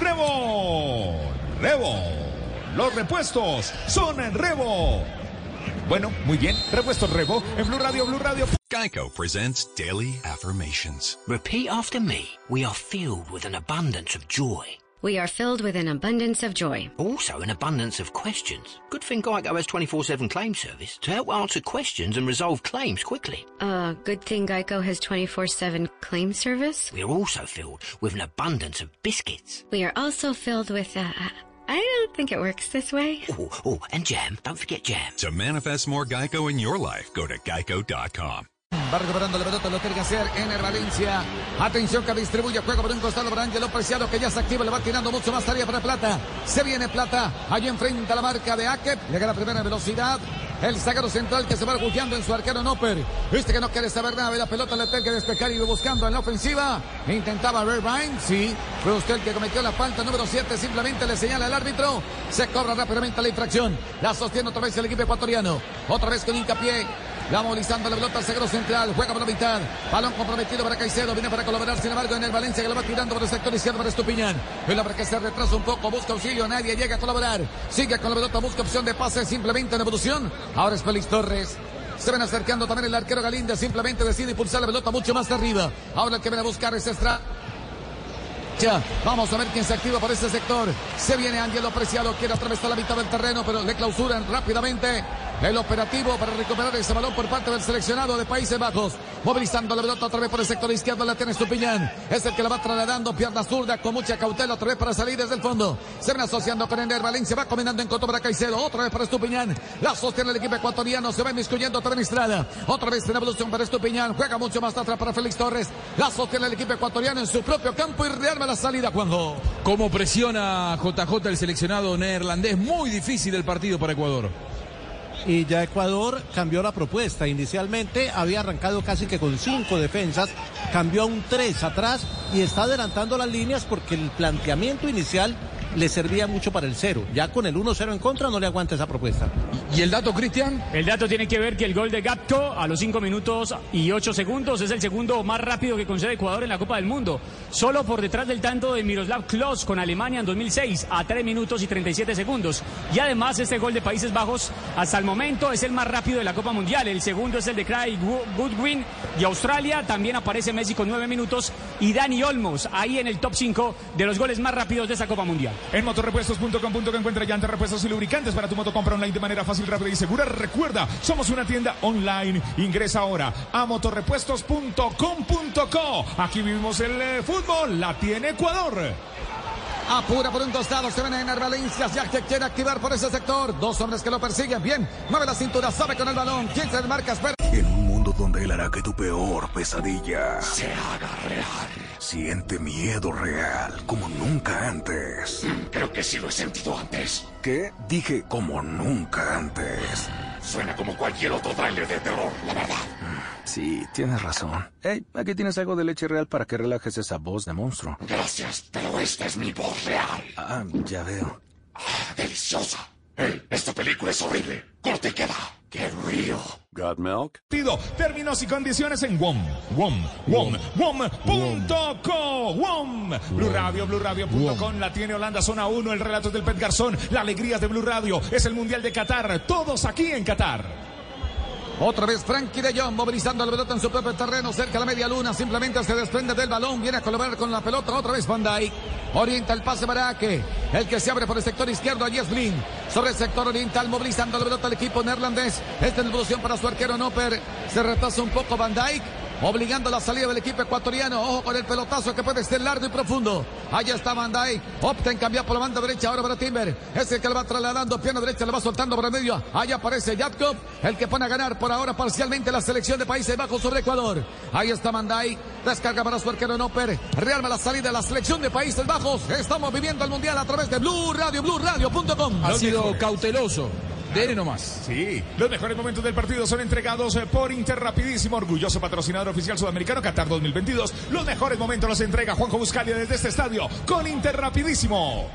S2: Rebo. Rebo. Los repuestos son en Rebo. Bueno, muy bien. Repuestos Rebo en Blue Radio, Blue Radio.
S10: Geico presents Daily Affirmations.
S4: Repeat after me. We are filled with an abundance of joy.
S6: We are filled with an abundance of joy.
S4: Also an abundance of questions. Good thing Geico has twenty-four seven claim service to help answer questions and resolve claims quickly.
S6: Uh, good thing Geico has twenty-four seven claim service.
S4: We are also filled with an abundance of biscuits.
S6: We are also filled with, uh, I don't think it works this way.
S4: Oh, oh, and jam. Don't forget jam.
S10: To manifest more Geico in your life, go to geico dot com.
S19: Va recuperando la pelota, lo tiene que hacer en el Valencia. Atención que distribuye juego por un costado para Ángelo Preciado, que ya se activa, le va tirando mucho más tarea para Plata. Se viene Plata, allí enfrenta la marca de Akep, llega la primera velocidad. El zaguero central que se va refugiando en su arquero Nopper. Este que no quiere saber nada de la pelota, le tiene que despejar y buscando en la ofensiva. Intentaba Verbain, sí. Fue usted el que cometió la falta número siete. Simplemente le señala el árbitro. Se cobra rápidamente la infracción. La sostiene otra vez el equipo ecuatoriano. Otra vez con Hincapié. La movilizando la pelota al zaguero central. Juega por la mitad. Balón comprometido para Caicedo. Viene para colaborar, sin embargo, en el Valencia, que lo va tirando por el sector izquierdo para Estupiñán. El hombre que se retrasa un poco, busca auxilio. Nadie llega a colaborar. Sigue con la pelota, busca opción de pase, simplemente en evolución. Ahora es Félix Torres. Se ven acercando también el arquero Galíndez. Simplemente decide impulsar la pelota mucho más arriba. Ahora el que viene a buscar es Estrada. Ya, vamos a ver quién se activa por ese sector. Se viene Ángelo Preciado, quiere atravesar la mitad del terreno, pero le clausuran rápidamente el operativo para recuperar ese balón por parte del seleccionado de Países Bajos. Movilizando la pelota otra vez por el sector izquierdo, la tiene Estupiñán. Es el que la va trasladando, pierna zurda, con mucha cautela, otra vez para salir desde el fondo. Se ven asociando con Ender Valencia, va combinando en contra para Caicedo, otra vez para Estupiñán. La sostiene el equipo ecuatoriano, se va inmiscuyendo también Estrada. Otra vez en evolución para Estupiñán, juega mucho más atrás para Félix Torres. La sostiene el equipo ecuatoriano en su propio campo y rearma la salida, Juanjo.
S3: Cómo presiona J J el seleccionado neerlandés, muy difícil el partido para Ecuador.
S7: Y ya Ecuador cambió la propuesta. Inicialmente había arrancado casi que con cinco defensas, cambió a un tres atrás y está adelantando las líneas porque el planteamiento inicial le servía mucho para el cero. Ya con el uno cero en contra no le aguanta esa propuesta.
S3: ¿Y el dato, Cristian?
S8: El dato tiene que ver que el gol de Gakpo a los cinco minutos y ocho segundos es el segundo más rápido que concede Ecuador en la Copa del Mundo. Solo por detrás del tanto de Miroslav Klose con Alemania en dos mil seis a tres minutos y treinta y siete segundos. Y además este gol de Países Bajos hasta el momento es el más rápido de la Copa Mundial. El segundo es el de Craig Goodwin de Australia. También aparece Messi con nueve minutos y Dani Olmos ahí en el top cinco de los goles más rápidos de esta Copa Mundial.
S2: En motorrepuestos punto com punto co encuentra llantas, repuestos y lubricantes para tu moto. Compra online de manera fácil, rápida y segura. Recuerda, somos una tienda online. Ingresa ahora a motorrepuestos punto com punto co. Aquí vivimos el eh, fútbol. La tiene Ecuador.
S19: Apura por un costado, se ven en el Valencia, ya que quiere activar por ese sector. Dos hombres que lo persiguen, bien, mueve la cintura, sabe con el balón. ¿Quién se marca? Espera.
S15: En un mundo donde él hará que tu peor pesadilla se haga real. Siente miedo real, como nunca antes.
S17: Mm, creo que sí lo he sentido antes.
S15: ¿Qué? Dije como nunca antes.
S17: Suena como cualquier otro tráiler de terror, la verdad.
S18: Sí, tienes razón. Hey, aquí tienes algo de leche real para que relajes esa voz de monstruo.
S17: Gracias, pero esta es mi voz real.
S18: Ah, ya veo.
S17: Ah, deliciosa. Hey, esta película es horrible. Corte y queda. ¡Qué río!
S18: ¿Got milk?
S2: Pido términos y condiciones en W O M, W O M, W O M, W O M punto co, W O M. Blue Radio, Blue Radio punto com, la tiene Holanda, zona uno, el relato es del Pet Garzón, la alegría de Blue Radio, es el Mundial de Qatar, todos aquí en Qatar.
S19: Otra vez Frankie de Jong movilizando la pelota en su propio terreno, cerca de la media luna, simplemente se desprende del balón, viene a colaborar con la pelota, otra vez Van Dijk, orienta el pase para Ake, el que se abre por el sector izquierdo, allí es Blind, sobre el sector oriental, movilizando la pelota al equipo neerlandés, esta es la evolución para su arquero Noper, se retrasa un poco Van Dijk, obligando la salida del equipo ecuatoriano. Ojo con el pelotazo que puede ser largo y profundo. Allá está Van Dijk. Opta en cambiar por la banda derecha ahora para Timber. Es el que le va trasladando. Pierna derecha le va soltando por el medio. Allá aparece Jatkov, el que pone a ganar por ahora parcialmente la selección de Países Bajos sobre Ecuador. Ahí está Van Dijk. Descarga para su arquero Noper. Realma la salida de la selección de Países Bajos. Estamos viviendo el Mundial a través de Blue Radio, Blue Radio punto com.
S3: Ha sido cauteloso. Dele nomás.
S2: Sí, los mejores momentos del partido son entregados por Interrapidísimo, orgulloso patrocinador oficial sudamericano Qatar dos mil veintidós. Los mejores momentos los entrega Juanjo Buscalia desde este estadio con Interrapidísimo.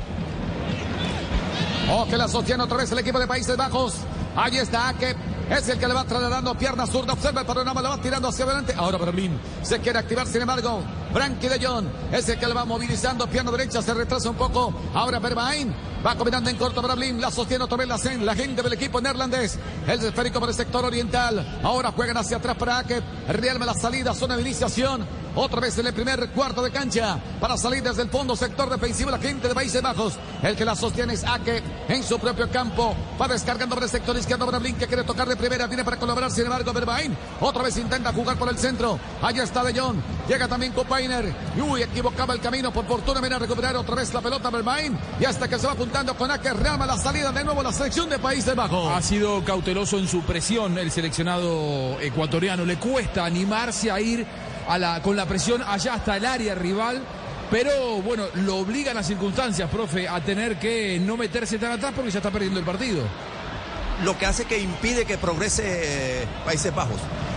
S19: Oh, que la sostiene otra vez el equipo de Países Bajos. Allí está Ake. Es el que le va trasladando pierna zurda. Observa el panorama, la va tirando hacia adelante. Ahora Berlín se quiere activar, sin embargo. Frankie de Jong es el que le va movilizando. Pierna derecha se retrasa un poco. Ahora Berbain va combinando en corto para Berlín. La sostiene otra vez la, la gente del equipo neerlandés. El esférico por el sector oriental. Ahora juegan hacia atrás para Ake. Realme la salida, zona de iniciación. Otra vez en el primer cuarto de cancha para salir desde el fondo sector defensivo la gente de Países Bajos. El que la sostiene es Ake en su propio campo. Va descargando por el sector izquierdo para Blin, que quiere tocar de primera. Viene para colaborar, sin embargo, Berbain. Otra vez intenta jugar por el centro. Allá está De Jong. Llega también Kopainer. Uy, equivocaba el camino. Por fortuna viene a recuperar otra vez la pelota Berbain. Y hasta que se va apuntando con Ake. Reama la salida de nuevo la selección de Países Bajos.
S3: Ha sido cauteloso en su presión el seleccionado ecuatoriano. Le cuesta animarse a ir A la, con la presión allá hasta el área rival, pero bueno, lo obligan las circunstancias, profe, a tener que no meterse tan atrás porque ya está perdiendo el partido.
S5: Lo que hace que impide que progrese eh, Países Bajos.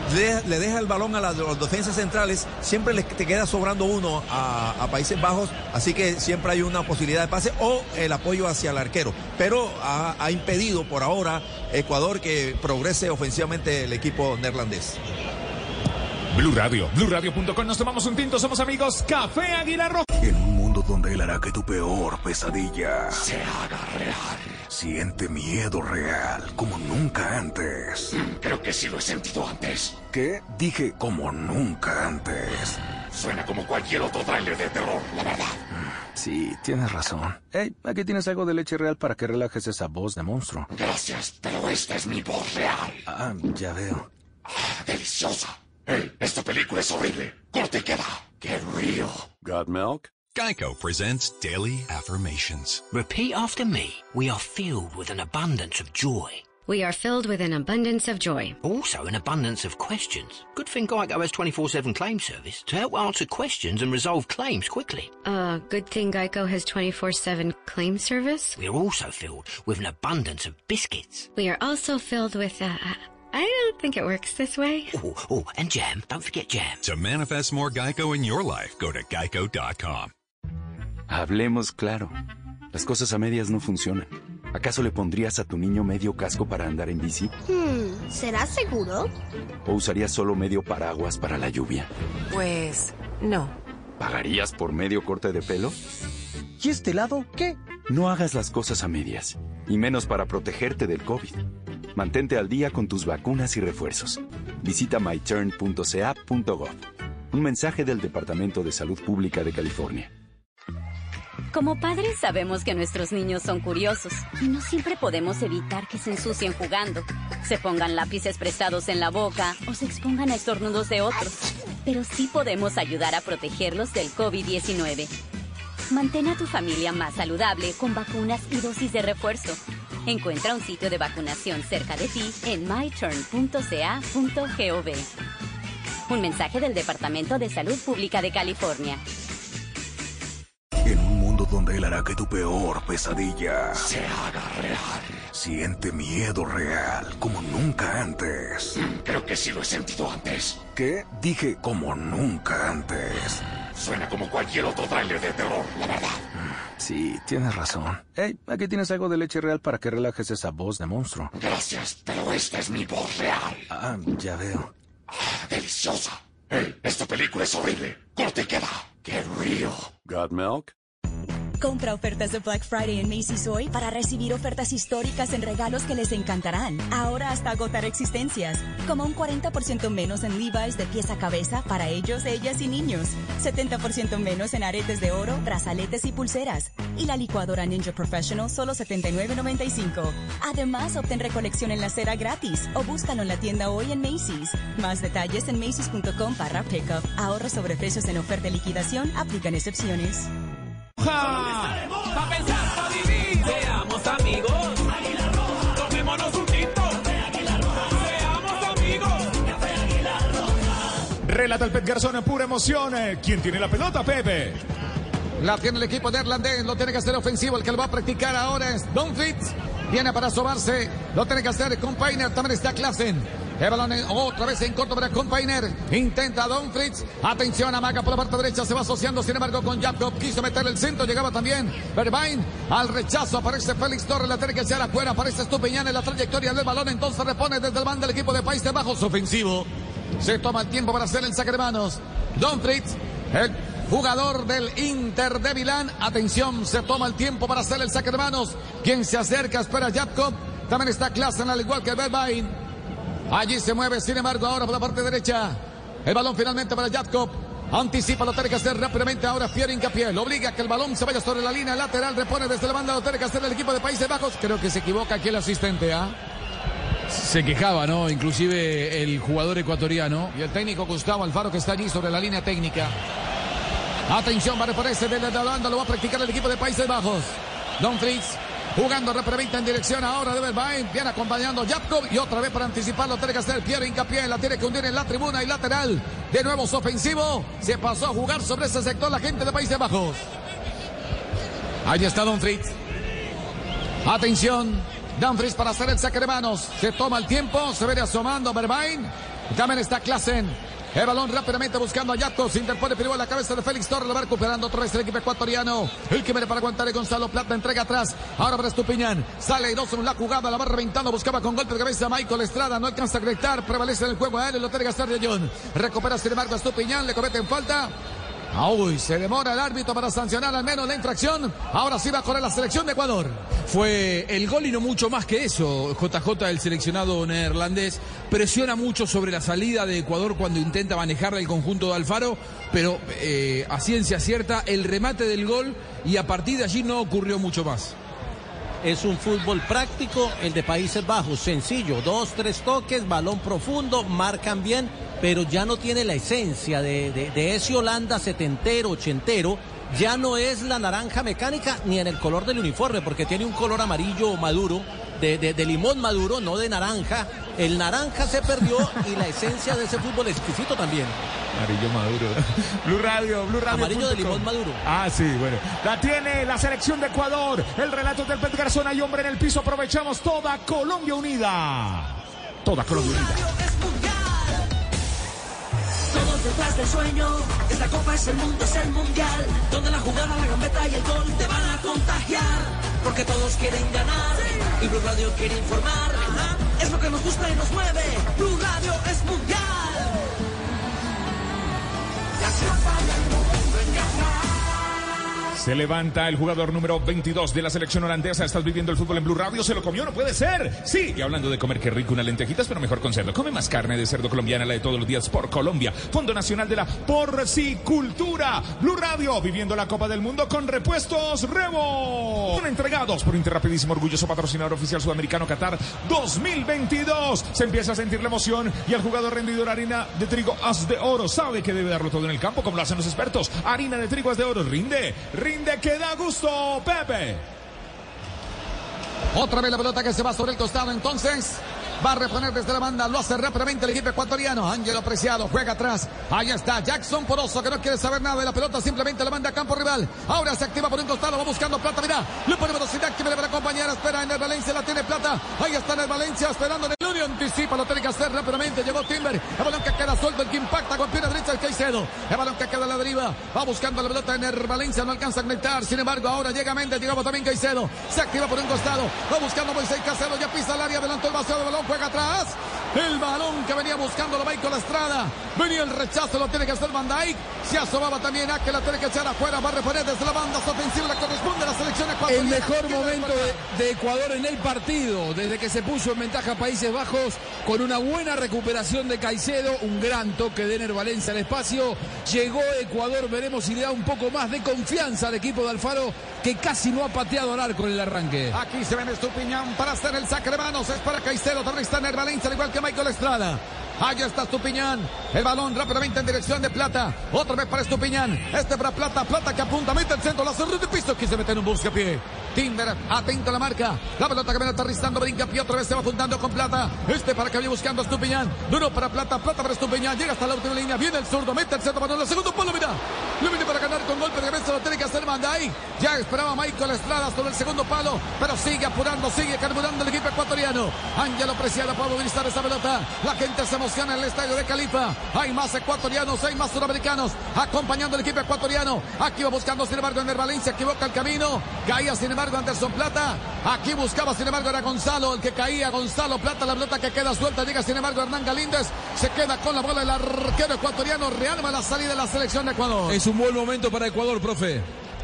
S5: le, le deja el balón a las, las defensas centrales, siempre le, te queda sobrando uno a, a Países Bajos, así que siempre hay una posibilidad de pase o el apoyo hacia el arquero. Pero ha, ha impedido por ahora Ecuador que progrese ofensivamente el equipo neerlandés.
S2: Blue Radio, blue radio punto com, nos tomamos un tinto, somos amigos, Café Águila Roja.
S15: En un mundo donde él hará que tu peor pesadilla
S17: se haga real.
S15: Siente miedo real como nunca antes.
S17: Mm, creo que sí lo he sentido antes.
S15: ¿Qué? Dije como nunca antes.
S17: Suena como cualquier otro tráiler de terror, la verdad.
S18: Sí, tienes razón. Hey, aquí tienes algo de leche real para que relajes esa voz de monstruo.
S17: Gracias, pero esta es mi voz real.
S18: Ah, ya veo.
S17: Ah, deliciosa. Hey, esta película es horrible. Corte y queda. Get real.
S10: Got milk?
S16: Geico presents Daily Affirmations.
S4: Repeat after me. We are filled with an abundance of joy.
S6: We are filled with an abundance of joy.
S4: Also an abundance of questions. Good thing Geico has twenty-four seven claim service to help answer questions and resolve claims quickly.
S6: Uh, good thing Geico has twenty-four seven claim service.
S4: We are also filled with an abundance of biscuits.
S6: We are also filled with, uh, I don't think it works this way.
S4: Oh, oh, and jam. Don't forget jam.
S16: To manifest more Geico in your life, go to geico dot com.
S11: Hablemos claro. Las cosas a medias no funcionan. ¿Acaso le pondrías a tu niño medio casco para andar en bici?
S12: Hmm, ¿será seguro?
S11: ¿O usarías solo medio paraguas para la lluvia?
S13: Pues no.
S11: ¿Pagarías por medio corte de pelo?
S14: ¿Y este lado qué?
S11: No hagas las cosas a medias, y menos para protegerte del COVID. Mantente al día con tus vacunas y refuerzos. Visita my turn punto c a punto gov. Un mensaje del Departamento de Salud Pública de California.
S20: Como padres sabemos que nuestros niños son curiosos y no siempre podemos evitar que se ensucien jugando, se pongan lápices prestados en la boca o se expongan a estornudos de otros. Pero sí podemos ayudar a protegerlos del COVID diecinueve. Mantén a tu familia más saludable con vacunas y dosis de refuerzo. Encuentra un sitio de vacunación cerca de ti en my turn punto c a punto gov. Un mensaje del Departamento de Salud Pública de California.
S15: En un mundo donde él hará que tu peor pesadilla
S17: se haga real.
S15: Siente miedo real como nunca antes.
S17: Mm, creo que sí lo he sentido antes.
S15: ¿Qué? Dije como nunca antes.
S17: Suena como cualquier otro tráiler de terror, la verdad.
S18: Sí, tienes razón. Hey, aquí tienes algo de leche real para que relajes esa voz de monstruo.
S17: Gracias, pero esta es mi voz real.
S18: Ah, ya veo.
S17: Ah, deliciosa. Hey, esta película es horrible. Corte y queda. Get real.
S10: Got milk?
S23: Compra ofertas de Black Friday en Macy's hoy para recibir ofertas históricas en regalos que les encantarán. Ahora hasta agotar existencias. Como un cuarenta por ciento menos en Levi's de pies a cabeza para ellos, ellas y niños. setenta por ciento menos en aretes de oro, brazaletes y pulseras. Y la licuadora Ninja Professional solo setenta y nueve noventa y cinco. Además, obtén recolección en la acera gratis o búscalo en la tienda hoy en Macy's. Más detalles en macy's punto com barra pickup. Ahorros sobre precios en oferta y liquidación. Aplican excepciones.
S1: ¡Ja! Pa' pensar, pa' vivir, seamos amigos. Águila Roja, tomémonos un tinto. Café Águila Roja, seamos amigos. Café Águila Roja.
S2: Relata el Pep Garzón en pura emoción. ¿Quién tiene la pelota, Pepe?
S19: La tiene el equipo neerlandés, lo tiene que hacer ofensivo. El que lo va a practicar ahora es Dumfries. Viene para asomarse, lo tiene que hacer Compainer, también está Klaassen. El balón otra vez en corto para Compainer. Intenta Dumfries. Atención, amaga por la parte derecha. Se va asociando, sin embargo, con Jacob. Quiso meter el centro. Llegaba también Bergwijn. Al rechazo aparece Félix Torres. La tiene que echar afuera. Aparece Estupiñán en la trayectoria del balón. Entonces repone desde el bando del equipo de Países Bajos. Ofensivo. Se toma el tiempo para hacer el saque de manos. Dumfries. El jugador del Inter de Milán. Atención, se toma el tiempo para hacer el saque de manos. Quien se acerca, espera Jacob. También está Klaassen, al igual que Bergwijn. Allí se mueve, sin embargo, ahora por la parte derecha. El balón finalmente para Jacob. Anticipa, lo tiene que hacer rápidamente ahora Pierre Hincapié. Lo obliga a que el balón se vaya sobre la línea lateral. Repone desde la banda, lo tiene que hacer el equipo de Países Bajos. Creo que se equivoca aquí el asistente, ¿ah? ¿eh?
S3: Se quejaba, ¿no? Inclusive el jugador ecuatoriano.
S19: Y el técnico Gustavo Alfaro, que está allí sobre la línea técnica. Atención, va a reponerse desde la banda. Lo va a practicar el equipo de Países Bajos. Dumfries. Jugando rápidamente en dirección ahora de Bergwijn. Viene acompañando Jacob. Y otra vez para anticiparlo tiene que hacer Pierre Hincapié. La tiene que hundir en la tribuna y lateral. De nuevo es ofensivo. Se pasó a jugar sobre ese sector la gente de Países Bajos. Ahí está Dumfries. Atención. Dumfries para hacer el saque de manos. Se toma el tiempo. Se viene asomando Bergwijn. También está Klassen. El balón rápidamente buscando a Yato. Se interpone primero en la cabeza de Félix Torres. Lo va recuperando otra vez el equipo ecuatoriano. El que viene para aguantar es Gonzalo Plata. Entrega atrás. Ahora para Estupiñán. Sale dos en la jugada. La va reventando. Buscaba con golpe de cabeza Michael Estrada. No alcanza a gritar. Prevalece en el juego aéreo. Lo tiene que gastar de John. Recupera sin embargo a Estupiñán. Le cometen falta. Uy, se demora el árbitro para sancionar al menos la infracción. Ahora sí va a correr la selección de Ecuador.
S3: Fue el gol y no mucho más que eso. J J, el seleccionado neerlandés, presiona mucho sobre la salida de Ecuador cuando intenta manejar el conjunto de Alfaro, pero eh, a ciencia cierta el remate del gol y a partir de allí no ocurrió mucho más.
S7: Es un fútbol práctico, el de Países Bajos, sencillo, dos, tres toques, balón profundo, marcan bien, pero ya no tiene la esencia de, de, de ese Holanda setentero, ochentero, ya no es la naranja mecánica ni en el color del uniforme, porque tiene un color amarillo maduro, de, de, de limón maduro, no de naranja. El naranja se perdió y la esencia de ese fútbol exquisito también.
S2: Amarillo maduro. Blue Radio, Blue Radio.
S7: Amarillo de limón maduro.
S2: Ah, sí, bueno. La tiene la selección de Ecuador. El relato del Pet Garzón. Hay hombre en el piso. Aprovechamos toda Colombia unida. Toda Colombia unida.
S1: Todos detrás del sueño, es la copa, es el mundo, es el mundial, donde la jugada, la gambeta y el gol te van a contagiar, porque todos quieren ganar, y Blue Radio quiere informar, es lo que nos gusta y nos mueve, Blue Radio es mundial. La copa del mundo en casa.
S2: Se levanta el jugador número veintidós de la selección holandesa. Estás viviendo el fútbol en Blue Radio. ¿Se lo comió? No puede ser. Sí, y hablando de comer, qué rico unas lentejitas, pero mejor con cerdo. Come más carne de cerdo colombiana, la de todos los días por Colombia. Fondo Nacional de la Porcicultura. Blue Radio, viviendo la Copa del Mundo con repuestos Rebo. Son entregados por Interrapidísimo, orgulloso patrocinador oficial sudamericano Qatar dos mil veintidós. Se empieza a sentir la emoción y el jugador rendidor harina de trigo As de Oro sabe que debe darlo todo en el campo, como lo hacen los expertos. Harina de trigo As de Oro rinde, rinde. De que da gusto, Pepe.
S19: Otra vez la pelota que se va sobre el costado, entonces va a reponer desde la banda, lo hace rápidamente el equipo ecuatoriano. Ángelo Preciado juega atrás, ahí está Jackson Poroso, que no quiere saber nada de la pelota, simplemente la manda a campo rival. Ahora se activa por un costado, va buscando Plata, mira, le pone velocidad, que me le va a acompañar, espera en el Valencia, la tiene Plata, ahí está en el Valencia, esperando en el Unión, anticipa, lo tiene que hacer rápidamente, llegó Timber, el balón que queda suelto, el que impacta con pierna derecha, el Caicedo, el balón que queda a la deriva, va buscando la pelota en el Valencia, no alcanza a conectar, sin embargo, ahora llega Méndez, llegamos también Caicedo, se activa por un costado, va buscando Moisés Caicedo, ya pisa el área, adelantó el vacío de balón, juega atrás. El balón que venía buscando lo Michael Estrada. Venía el rechazo, lo tiene que hacer Van Dijk. Se asomaba también a que la tiene que echar afuera. Va a reponer desde la banda ofensiva. Le corresponde a la selección ecuatoriana.
S3: El mejor momento de, de Ecuador en el partido. Desde que se puso en ventaja Países Bajos. Con una buena recuperación de Caicedo. Un gran toque de Ener Valencia al espacio. Llegó Ecuador. Veremos si le da un poco más de confianza al equipo de Alfaro, que casi no ha pateado al arco en el arranque.
S19: Aquí se ven Estupiñán para hacer el saque de manos. Es para Caicedo. También está Ener Valencia, al igual que Michael Estrada. Ahí está Estupiñán. El balón rápidamente en dirección de Plata. Otra vez para Estupiñán. Este para Plata. Plata que apunta, mete el centro. La cerró de piso. Quise meter un buscapié. Timber, atento a la marca. La pelota que viene aterrizando, brinca pie. Otra vez se va juntando con Plata. Este para que viene buscando a Estupiñán. Duro para Plata. Plata para Estupiñán. Llega hasta la última línea. Viene el zurdo. Mete el centro. Balón. La segundo palo. Mira. Lo viene para ganar con golpe de cabeza. Lo tiene que hacer Van Dijk. Ya esperaba Michael Estrada sobre el segundo palo. Pero sigue apurando. Sigue carburando el equipo ecuatoriano. Ángelo Preciado para movilizar esa pelota. La gente se emociona en el estadio de Califa. Hay más ecuatorianos, hay más sudamericanos acompañando al equipo ecuatoriano. Aquí va buscando sin embargo Ener Valencia, equivoca el camino. Caía sin embargo Anderson Plata. Aquí buscaba sin embargo era Gonzalo, el que caía, Gonzalo Plata. La pelota que queda suelta, llega sin embargo Hernán Galíndez. Se queda con la bola el arquero ecuatoriano. Rearma la salida de la selección de Ecuador.
S3: Es un buen momento para Ecuador, profe.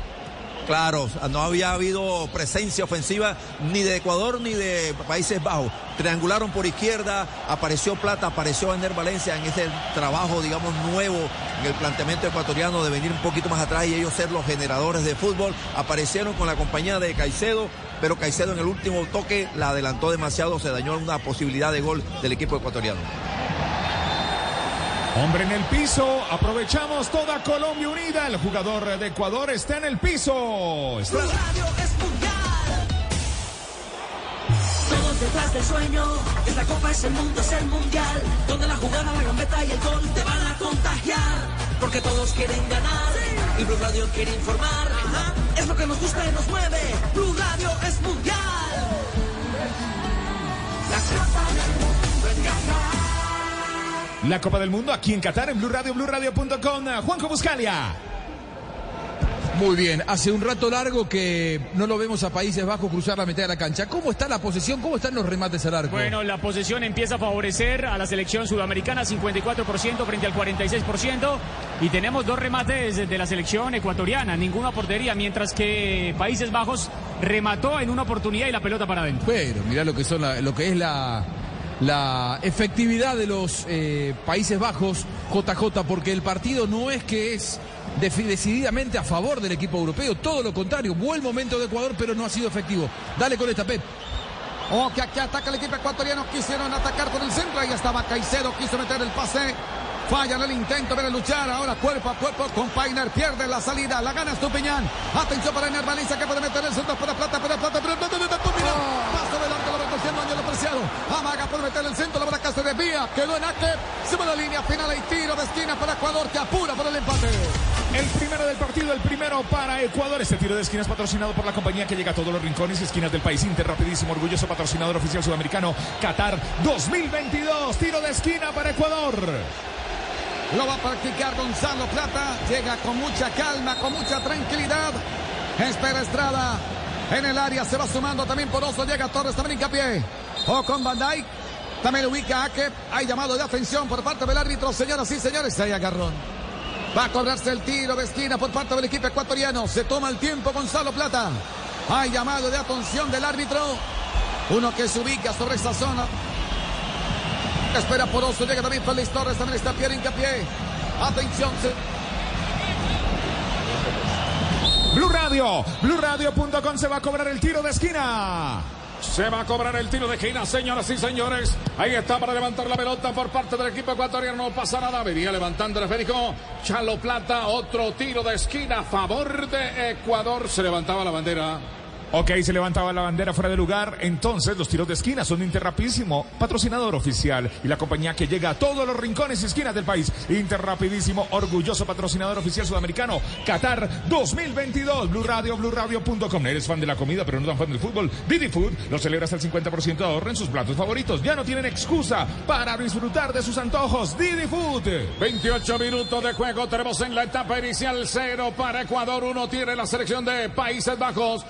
S5: Claro, no había habido presencia ofensiva ni de Ecuador ni de Países Bajos. Triangularon por izquierda, apareció Plata, apareció Ener Valencia en ese trabajo, digamos, nuevo en el planteamiento ecuatoriano de venir un poquito más atrás y ellos ser los generadores de fútbol. Aparecieron con la compañía de Caicedo, pero Caicedo en el último toque la adelantó demasiado, se dañó una posibilidad de gol del equipo ecuatoriano.
S2: Hombre en el piso, aprovechamos toda Colombia unida. El jugador de Ecuador está en el piso.
S1: Blue Radio es mundial. Todos detrás del sueño, es la copa, es el mundo, es el mundial, donde la jugada, la gambeta y el gol te van a contagiar, porque todos quieren ganar y Blue Radio quiere informar. Es lo que nos gusta y nos mueve. Blue Radio es mundial. La copa del mundo en casa.
S2: la Copa del Mundo aquí en Qatar, en Blue Radio, blue radio punto com. Juanjo Buscalia.
S3: Muy bien, hace un rato largo que no lo vemos a Países Bajos cruzar la mitad de la cancha. ¿Cómo está la posesión? ¿Cómo están los remates al arco?
S8: Bueno, la posesión empieza a favorecer a la selección sudamericana, cincuenta y cuatro por ciento frente al cuarenta y seis por ciento. Y tenemos dos remates de la selección ecuatoriana, ninguna portería, mientras que Países Bajos remató en una oportunidad y la pelota para adentro.
S3: Pero mirá lo que, son la, lo que es la... la efectividad de los eh, Países Bajos, J J, porque el partido no es que es decididamente a favor del equipo europeo, todo lo contrario, buen momento de Ecuador, pero no ha sido efectivo. Dale con esta, Pep.
S19: Oh, que aquí ataca el equipo ecuatoriano, quisieron atacar por el centro, ahí estaba Caicedo, quiso meter el pase, falla en el intento, viene a luchar, ahora cuerpo a cuerpo con Painer, pierde la salida, la gana Estupiñán, atención para Ener Valencia que puede meter el centro para Plata, para Plata, para Plata, para Plata, paso delante, lo recogiendo Ángelo Preciado, amaga por meter el centro, la bola que se desvía, quedó en Aque, se va la línea final y tiro de esquina para Ecuador que apura por el empate.
S2: El primero del partido, el primero para Ecuador. Este tiro de esquina es patrocinado por la compañía que llega a todos los rincones y esquinas del país. Inter, rapidísimo, orgulloso patrocinador oficial sudamericano Qatar dos mil veintidós. Tiro de esquina para Ecuador.
S19: Lo va a practicar Gonzalo Plata. Llega con mucha calma, con mucha tranquilidad. Espera Estrada. En el área se va sumando también Poroso. Llega Torres, también hincapié. O con Van Dijk. También ubica a Ake. Hay llamado de atención por parte del árbitro. Señoras y señores, ahí agarrón. Va a cobrarse el tiro de esquina por parte del equipo ecuatoriano. Se toma el tiempo Gonzalo Plata. Hay llamado de atención del árbitro. Uno que se ubica sobre esa zona. Espera Poroso. Llega también Félix Torres. También está Pierre Hincapié. Atención.
S2: Blue Radio. blue radio punto com se va a cobrar el tiro de esquina.
S9: Se va a cobrar el tiro de esquina, señoras y señores. Ahí está para levantar la pelota por parte del equipo ecuatoriano. No pasa nada. Venía levantando el esférico. Chalo Plata, otro tiro de esquina a favor de Ecuador. Se levantaba la bandera.
S2: Ok, se levantaba la bandera fuera de lugar. Entonces, los tiros de esquina son de Interrapidísimo, patrocinador oficial. Y la compañía que llega a todos los rincones y esquinas del país. Interrapidísimo, orgulloso patrocinador oficial sudamericano. Qatar dos mil veintidós. Blue Radio, blue radio punto com. Eres fan de la comida, pero no tan fan del fútbol. Didi Food lo celebra hasta el cincuenta por ciento de ahorro en sus platos favoritos. Ya no tienen excusa para disfrutar de sus antojos. Didi Food.
S9: veintiocho minutos de juego. Tenemos en la etapa inicial cero para Ecuador. Uno tiene la selección de Países Bajos.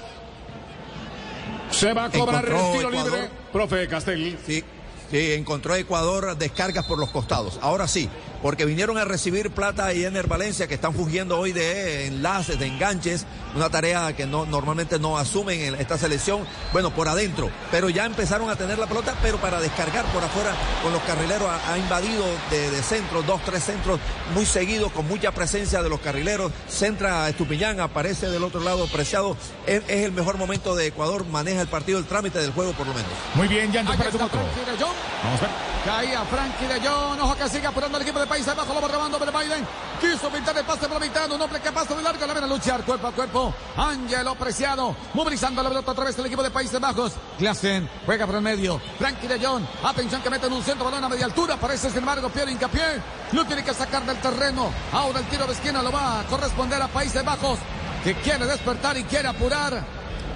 S9: Se va a cobrar
S5: Encontró
S9: el tiro
S5: Ecuador.
S9: libre. Profe Castel.
S5: Sí, sí, encontró Ecuador descargas por los costados. Ahora sí, porque vinieron a recibir Plata y Ener Valencia, que están fugiendo hoy de enlaces, de enganches. Una tarea que no normalmente no asumen en esta selección. Bueno, por adentro. Pero ya empezaron a tener la pelota, pero para descargar por afuera con los carrileros. Ha, ha invadido de, de centros, dos, tres centros muy seguidos, con mucha presencia de los carrileros. Centra a Estupiñán, aparece del otro lado Preciado. Es, es el mejor momento de Ecuador. Maneja el partido, el trámite del juego por lo menos.
S2: Muy bien, ya para tu moto.
S19: Vamos a ver. Caía Frankie de Jong. Ojo que sigue apurando el equipo de Países Bajos. Lo va robando pero Biden. Quiso pintar el pase por la mitad. Un hombre que pasa de largo. La ven a luchar cuerpo a cuerpo. Ángelo Preciado. Movilizando la pelota a través del equipo de Países Bajos. Clasen juega por el medio. Frankie de Jong. Atención que mete en un centro. Balón a media altura. Parece sin embargo Pierre Hincapié. Lo tiene que sacar del terreno. Ahora el tiro de esquina lo va a corresponder a Países Bajos, que quiere despertar y quiere apurar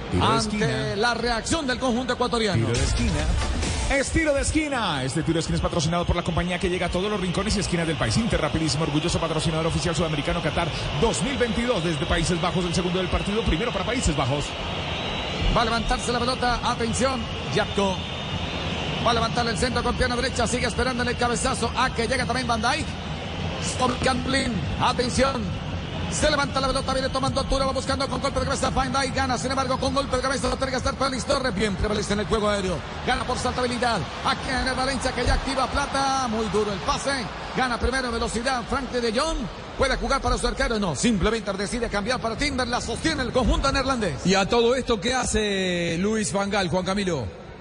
S19: ante la reacción del conjunto ecuatoriano.
S2: Tiro de esquina. Es tiro de esquina. Este tiro de esquina es patrocinado por la compañía que llega a todos los rincones y esquinas del país. Inter, rapidísimo, orgulloso patrocinador oficial sudamericano Qatar dos mil veintidós. Desde Países Bajos, el segundo del partido. Primero para Países Bajos.
S19: Va a levantarse la pelota. Atención. Yapko. Va a levantar el centro con pierna derecha. Sigue esperando en el cabezazo. A que llega también Van Dijk. Stop Camplin. Atención. Se levanta la pelota, viene tomando altura, va buscando con golpe de cabeza. Van Dijk gana, sin embargo, con golpe de cabeza va a tener que estar Félix Torres. Bien prevalece en el juego aéreo. Gana por saltabilidad. Aquí en el Valencia que ya activa Plata. Muy duro el pase. Gana primero en velocidad Frankie de Jong. ¿Puede jugar para su arquero? No, simplemente decide cambiar para Timber. La sostiene el conjunto neerlandés.
S3: Y a todo esto, ¿qué hace Luis Van Gaal, Juan Camilo?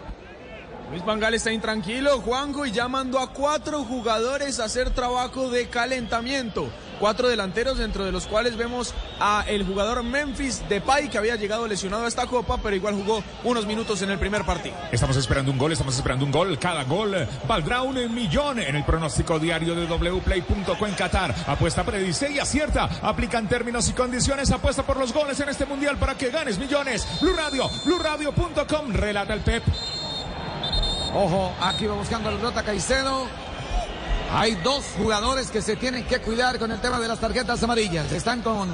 S21: Luis Van Gaal está intranquilo, Juanjo, y ya mandó a cuatro jugadores a hacer trabajo de calentamiento. Cuatro delanteros, dentro de los cuales vemos a el jugador Memphis Depay, que había llegado lesionado a esta copa, pero igual jugó unos minutos en el primer partido.
S2: Estamos esperando un gol, estamos esperando un gol. Cada gol valdrá un millón en el pronóstico diario de w play punto com en Qatar. Apuesta, predice y acierta. Aplican términos y condiciones. Apuesta por los goles en este mundial para que ganes millones. Blue Radio, blue radio punto com. Relata el Pep.
S19: Ojo, aquí va buscando la pelota Caicedo. Hay dos jugadores que se tienen que cuidar con el tema de las tarjetas amarillas. Están con,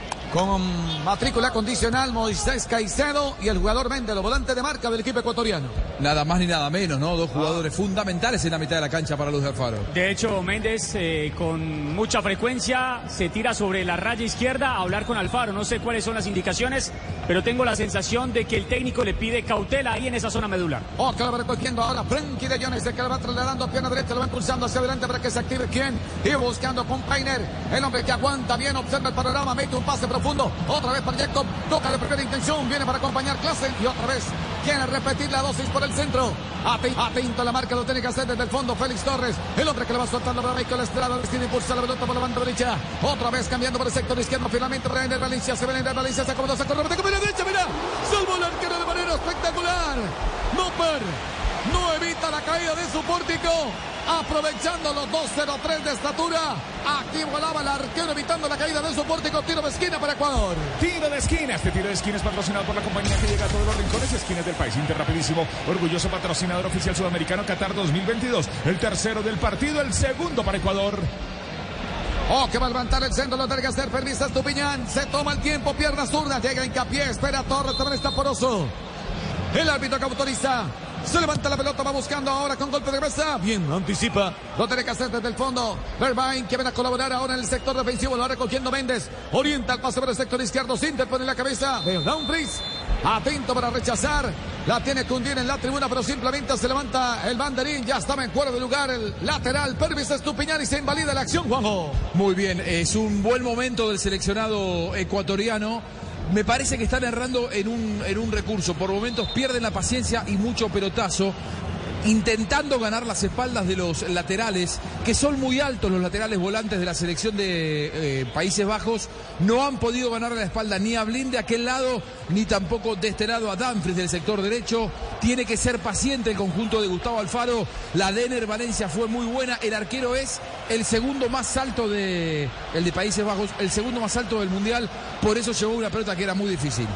S19: con matrícula condicional Moisés Caicedo y el jugador Méndez, volante de marca del equipo ecuatoriano.
S3: Nada más ni nada menos, ¿no? Dos jugadores ah. fundamentales en la mitad de la cancha para Luz de Alfaro.
S8: De hecho, Méndez eh, con mucha frecuencia se tira sobre la raya izquierda a hablar con Alfaro. No sé cuáles son las indicaciones, pero tengo la sensación de que el técnico le pide cautela ahí en esa zona medular.
S19: Oh, que lo va recogiendo ahora Frenkie de Jong, que le va trasladando a pierna derecha, lo va impulsando hacia adelante para que se active. ¿Quién? Y buscando con Painer, el hombre que aguanta bien, observa el panorama, mete un pase profundo, otra vez para Jacob, toca de primera intención, viene para acompañar Klaassen y otra vez quiere repetir la dosis por el centro. Atento a la marca, lo tiene que hacer desde el fondo Félix Torres, el hombre que le va soltando para Michael Estrada, decide impulsar la pelota por la banda derecha, otra vez cambiando por el sector izquierdo, finalmente para Ender Valencia, se ve Ender Valencia, se acomoda, se corre, mete con la derecha, mira, salvó el arquero de manera espectacular. Nopper no evita la caída de su pórtico, aprovechando los dos cero tres de estatura. Aquí volaba el arquero evitando la caída de su pórtico. Tiro de esquina para Ecuador.
S2: Tiro de esquina. Este tiro de esquina es patrocinado por la compañía que llega a todos los rincones y esquinas del país. Inter Rapidísimo, orgulloso patrocinador oficial sudamericano Qatar dos mil veintidós. El tercero del partido, el segundo para Ecuador.
S19: Oh, que va a levantar el centro, lo tiene que hacer Pervis Estupiñán. Se toma el tiempo, pierna zurda, llega Hincapié, espera Torres, también está Poroso. El árbitro que autoriza. Se levanta la pelota, va buscando ahora con golpe de cabeza. Bien, anticipa. Lo tiene que hacer desde el fondo. Verbain que viene a colaborar ahora en el sector defensivo. Lo va recogiendo Méndez. Orienta el pase por el sector izquierdo. Sinter pone la cabeza. Veo Dumfries. Atento para rechazar. La tiene Cundier en la tribuna, pero simplemente se levanta el banderín. Ya estaba en fuera de lugar el lateral. Pervis Estupiñán y se invalida la acción, Juanjo.
S3: Muy bien, es un buen momento del seleccionado ecuatoriano. Me parece que están errando en un, en un recurso. Por momentos pierden la paciencia y mucho pelotazo, intentando ganar las espaldas de los laterales, que son muy altos los laterales volantes de la selección de eh, Países Bajos. No han podido ganar la espalda ni a Blind de aquel lado, ni tampoco de este lado a Dumfries del sector derecho. Tiene que ser paciente el conjunto de Gustavo Alfaro. La de Ender Valencia fue muy buena. El arquero es el segundo más alto de el de Países Bajos, el segundo más alto del Mundial. Por eso llevó una pelota que era muy difícil.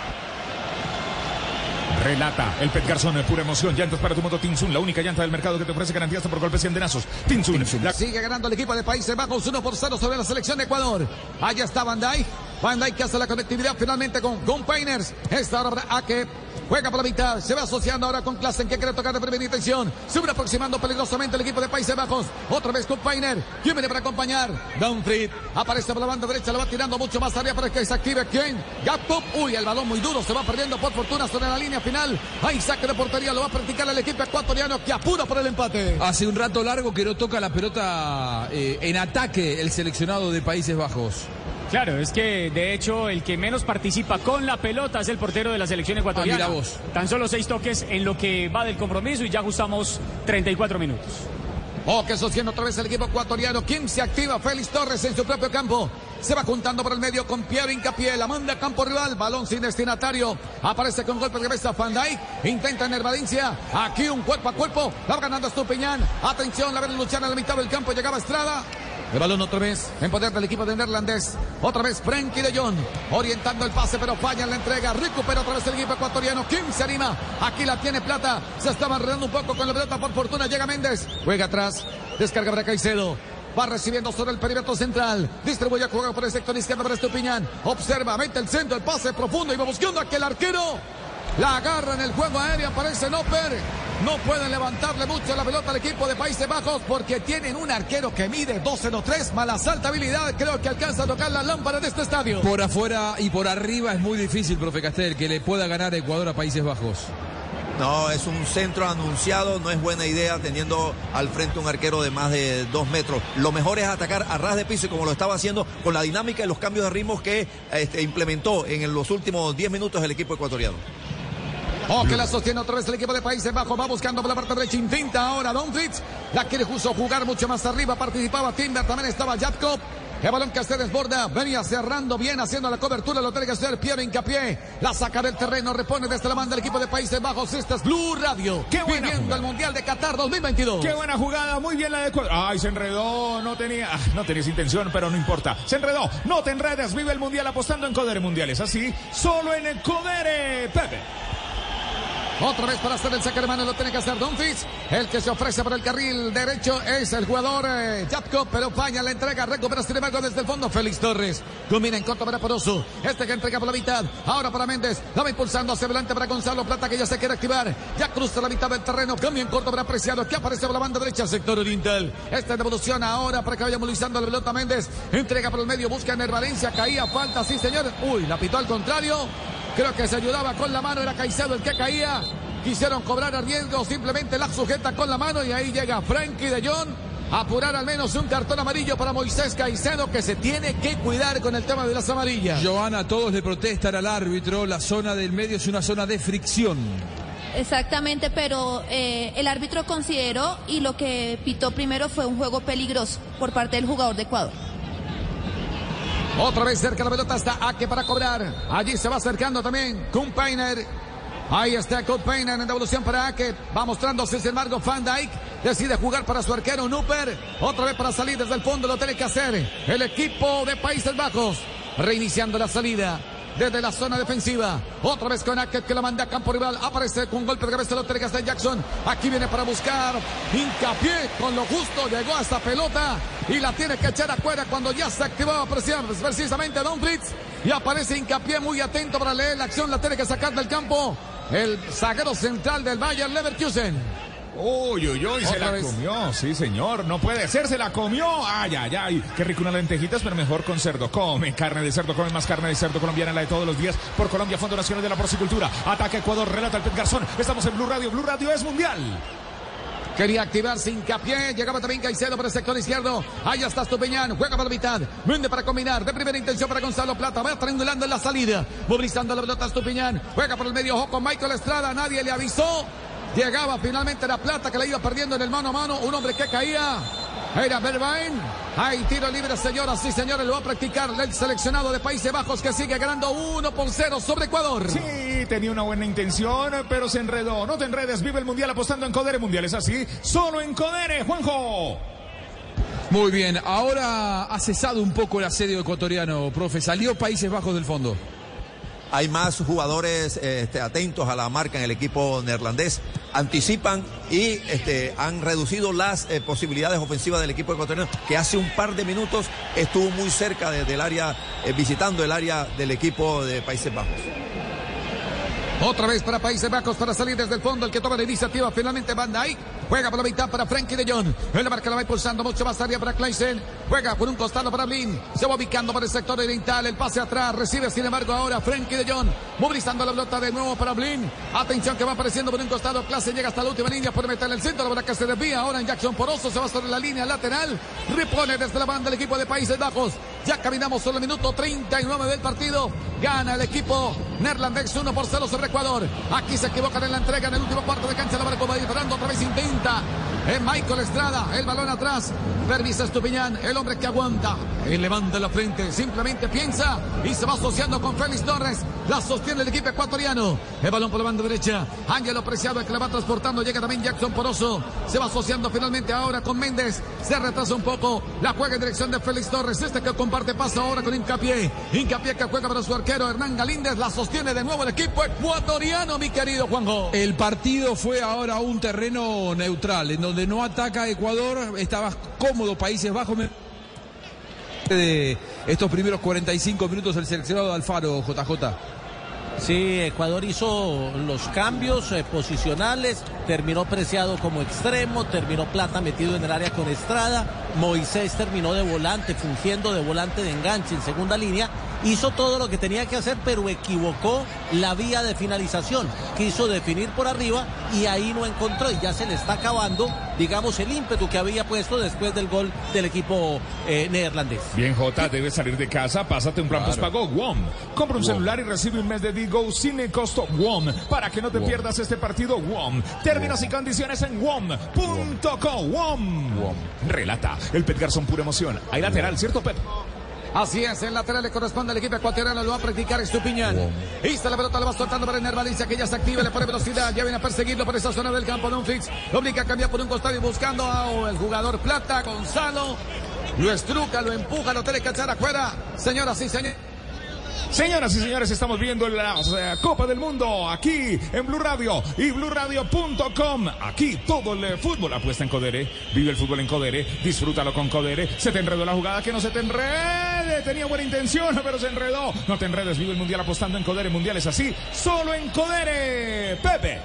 S2: Relata el Pet Garzón, pura emoción. Llantas para tu moto Tinsun, la única llanta del mercado que te ofrece garantías por golpes y andenazos. Tinsun.
S19: La... Sigue ganando el equipo de Países Bajos uno por cero sobre la selección de Ecuador. Allá está Van Dijk. Van Dijk que hace la conectividad finalmente con Gun Painers. Esta ahora a que juega por la mitad. Se va asociando ahora con Klaassen que quiere tocar de primera intención. Se va aproximando peligrosamente el equipo de Países Bajos. Otra vez con Painer. ¿Quién viene para acompañar? Dumfries. Aparece por la banda derecha. La va tirando mucho más arriba para que se active. ¿Quién? Gakpo. Uy, el balón muy duro. Se va perdiendo por fortuna sobre la línea final. Hay saque de portería. Lo va a practicar el equipo ecuatoriano que apura por el empate.
S3: Hace un rato largo que no toca la pelota eh, en ataque el seleccionado de Países Bajos.
S8: Claro, es que de hecho el que menos participa con la pelota es el portero de la selección ecuatoriana.
S3: Ah, mira vos.
S8: Tan solo seis toques en lo que va del compromiso y ya ajustamos treinta y cuatro minutos.
S19: Oh, que sostiene otra vez el equipo ecuatoriano. ¿Quién se activa? Félix Torres en su propio campo. Se va juntando por el medio con Piero Hincapié. La manda a campo rival. Balón sin destinatario. Aparece con golpe de cabeza Van Dijk. Intenta en el Valencia. Aquí un cuerpo a cuerpo. La va ganando Estupiñán. Atención, la ven luchar en la mitad del campo. Llegaba Estrada. El balón otra vez en poder del equipo de neerlandés. Otra vez Frenkie de Jong orientando el pase, pero falla en la entrega. Recupera otra vez el equipo ecuatoriano. ¿Quién se anima? Aquí la tiene Plata. Se estaba enredando un poco con la pelota. Por fortuna llega Méndez. Juega atrás. Descarga para Caicedo. Va recibiendo sobre el perímetro central. Distribuye a jugar por el sector izquierdo para Estupiñán. Observa, mete el centro, el pase profundo. Y va buscando a aquel arquero. La agarra en el juego aéreo, aparece Nopper. No pueden levantarle mucho la pelota al equipo de Países Bajos porque tienen un arquero que mide dos cero tres, mala saltabilidad. Creo que alcanza a tocar la lámpara de este estadio.
S3: Por afuera y por arriba es muy difícil, profe Castel, que le pueda ganar Ecuador a Países Bajos.
S5: No, es un centro anunciado, no es buena idea teniendo al frente un arquero de más de dos metros. Lo mejor es atacar a ras de piso y como lo estaba haciendo con la dinámica y los cambios de ritmos que este, implementó en los últimos diez minutos el equipo ecuatoriano.
S19: Oh, que la sostiene otra vez el equipo de Países Bajos. Va buscando por la parte derecha. Intenta ahora Dumfries. La quiere justo jugar mucho más arriba. Participaba Timber. También estaba Jacob. El balón que se desborda. Venía cerrando bien, haciendo la cobertura. Lo tiene que hacer Piero Hincapié. La saca del terreno. Repone desde la banda el equipo de Países Bajos. Esta es Blue Radio.
S2: Qué buena
S19: viviendo
S2: jugada.
S19: El Mundial de Qatar dos mil veintidós.
S2: Qué buena jugada. Muy bien la de Ecuador. Ay, se enredó. No tenía, no tenías intención, pero no importa. Se enredó. No te enredes. Vive el Mundial apostando en Codere Mundiales. Así, solo en el Codere. Pepe.
S19: Otra vez para hacer el saque de mano lo tiene que hacer Dumfries. El que se ofrece por el carril derecho es el jugador eh, Japko, pero falla la entrega. Recupera sin embargo desde el fondo Félix Torres. Domina en corto para Poroso. Este que entrega por la mitad. Ahora para Méndez. La va impulsando hacia adelante para Gonzalo Plata, que ya se quiere activar. Ya cruza la mitad del terreno. Cambia en corto para Preciado, que aparece por la banda derecha, sector oriental. Esta devolución ahora para que vaya movilizando la pelota Méndez. Entrega por el medio, busca en el Valencia. Caía, falta, sí señor. Uy, la pitó al contrario. Creo que se ayudaba con la mano, era Caicedo el que caía. Quisieron cobrar a riesgo, simplemente la sujeta con la mano y ahí llega Frenkie de Jong a apurar al menos un cartón amarillo para Moisés Caicedo, que se tiene que cuidar con el tema de las amarillas.
S3: Johanna, todos le protestan al árbitro, la zona del medio es una zona de fricción.
S4: Exactamente, pero eh, el árbitro consideró y lo que pitó primero fue un juego peligroso por parte del jugador de Ecuador.
S19: Otra vez cerca la pelota está Ake para cobrar. Allí se va acercando también Kumpainer. Ahí está Kumpainer en devolución para Ake. Va mostrándose sin embargo Van Dijk. Decide jugar para su arquero Nuper. Otra vez para salir desde el fondo lo tiene que hacer el equipo de Países Bajos. Reiniciando la salida desde la zona defensiva. Otra vez con Ake que la manda a campo rival. Aparece con un golpe de cabeza lo tiene que hacer Jackson. Aquí viene para buscar hincapié con lo justo. Llegó a esta pelota y la tiene que echar afuera cuando ya se activaba precisamente Dumfries. Y aparece hincapié muy atento para leer la acción. La tiene que sacar del campo el zaguero central del Bayer Leverkusen.
S2: Uy, uy, uy, se la vez. comió, sí señor, no puede ser, se la comió. Ay, ay, ay, qué rico unas lentejitas, pero mejor con cerdo. Come carne de cerdo, come más carne de cerdo colombiana, la de todos los días. Por Colombia, Fondo Nacional de la Porcicultura. Ataca Ecuador, relata el Pet Garzón. Estamos en Blue Radio, Blue Radio es mundial.
S19: Quería activarse hincapié, llegaba también Caicedo por el sector izquierdo. Ahí está Estupiñán, juega para la mitad. Vende para combinar, de primera intención para Gonzalo Plata. Va triangulando en la salida, movilizando la pelota Estupiñán. Juega por el medio, ojo con Michael Estrada, nadie le avisó. Llegaba finalmente la Plata, que la iba perdiendo en el mano a mano. Un hombre que caía. Era Berbain. Hay tiro libre, señoras y señores. Lo va a practicar el seleccionado de Países Bajos, que sigue ganando uno por cero sobre Ecuador.
S2: Sí, tenía una buena intención, pero se enredó. No te enredes, vive el Mundial apostando en Codere Mundial. Es así, solo en Codere, Juanjo.
S3: Muy bien, ahora ha cesado un poco el asedio ecuatoriano, profe. Salió Países Bajos del fondo.
S5: Hay más jugadores este, atentos a la marca en el equipo neerlandés. Anticipan y este, han reducido las eh, posibilidades ofensivas del equipo ecuatoriano, que hace un par de minutos estuvo muy cerca de, del área, eh, visitando el área del equipo de Países Bajos.
S19: Otra vez para Países Bajos para salir desde el fondo. El que toma la iniciativa finalmente Van Dijk. Juega por la mitad para Frenkie de Jong. En la marca la va impulsando mucho más área para Kleisen. Juega por un costado para Blin. Se va ubicando por el sector oriental. El pase atrás. Recibe sin embargo ahora Frenkie de Jong. Movilizando la pelota de nuevo para Blin. Atención que va apareciendo por un costado. Clase llega hasta la última línea. Puede meterle el centro. La verdad que se desvía. Ahora en Jackson Poroso. Se va sobre la línea lateral. Repone desde la banda el equipo de Países Bajos. Ya caminamos sobre el minuto treinta y nueve del partido. Gana el equipo neerlandés uno por cero sobre Ecuador. Aquí se equivocan en la entrega en el último cuarto de cancha. La marca va disparando. Otra vez intenta. Es Michael Estrada. El balón atrás. Pervis Estupiñán. El hombre que aguanta. Él levanta la frente. Simplemente piensa. Y se va asociando con Félix Torres. La sostiene el equipo ecuatoriano. El balón por la banda derecha. Ángelo Preciado, el que la va transportando. Llega también Jackson Poroso. Se va asociando finalmente ahora con Méndez. Se retrasa un poco. La juega en dirección de Félix Torres. Este que comparte paso ahora con Hincapié. Hincapié que juega para su arquero Hernán Galíndez. La sostiene de nuevo el equipo ecuatoriano, mi querido Juanjo.
S3: El partido fue ahora a un terreno neutral, en donde no ataca Ecuador. Estaba cómodo Países Bajos. De estos primeros cuarenta y cinco minutos el seleccionado de Alfaro, J J.
S7: Sí, Ecuador hizo los cambios eh, posicionales, terminó Preciado como extremo, terminó Plata metido en el área con Estrada, Moisés terminó de volante, fungiendo de volante de enganche en segunda línea, hizo todo lo que tenía que hacer, pero equivocó la vía de finalización, quiso definir por arriba y ahí no encontró y ya se le está acabando, digamos, el ímpetu que había puesto después del gol del equipo eh, neerlandés.
S2: Bien, Jota, debes salir de casa, pásate un plan
S3: Claro.
S2: postpago W O M. Compra un
S3: W O M.
S2: celular y recibe un mes de Digo sin el costo W O M. Para que no te
S3: W O M.
S2: pierdas este partido W O M. Términos y condiciones en W O M punto co. W O M.
S3: W O M.
S2: Relata el Pet Garzón, pura emoción. Hay lateral, ¿cierto, Pep?
S19: Así es, el lateral le corresponde al equipo ecuatoriano, lo va a practicar Estupiñán. Y está la pelota, la va soltando para Ener Valencia, que ya se activa, le pone velocidad, ya viene a perseguirlo por esa zona del campo. Dumfries lo obliga a cambiar por un costado y buscando a el jugador Plata, Gonzalo. Lo estruca, lo empuja, lo tiene que echar afuera. Señoras y señores.
S2: Señoras y señores, estamos viendo la eh, Copa del Mundo aquí en Blue Radio y blue radio punto com. Aquí todo el fútbol. Apuesta en Codere, vive el fútbol en Codere, disfrútalo con Codere. Se te enredó la jugada, que no se te enrede. Tenía buena intención, pero se enredó. No te enredes, vive el mundial apostando en Codere. Mundial es así, solo en Codere. Pepe.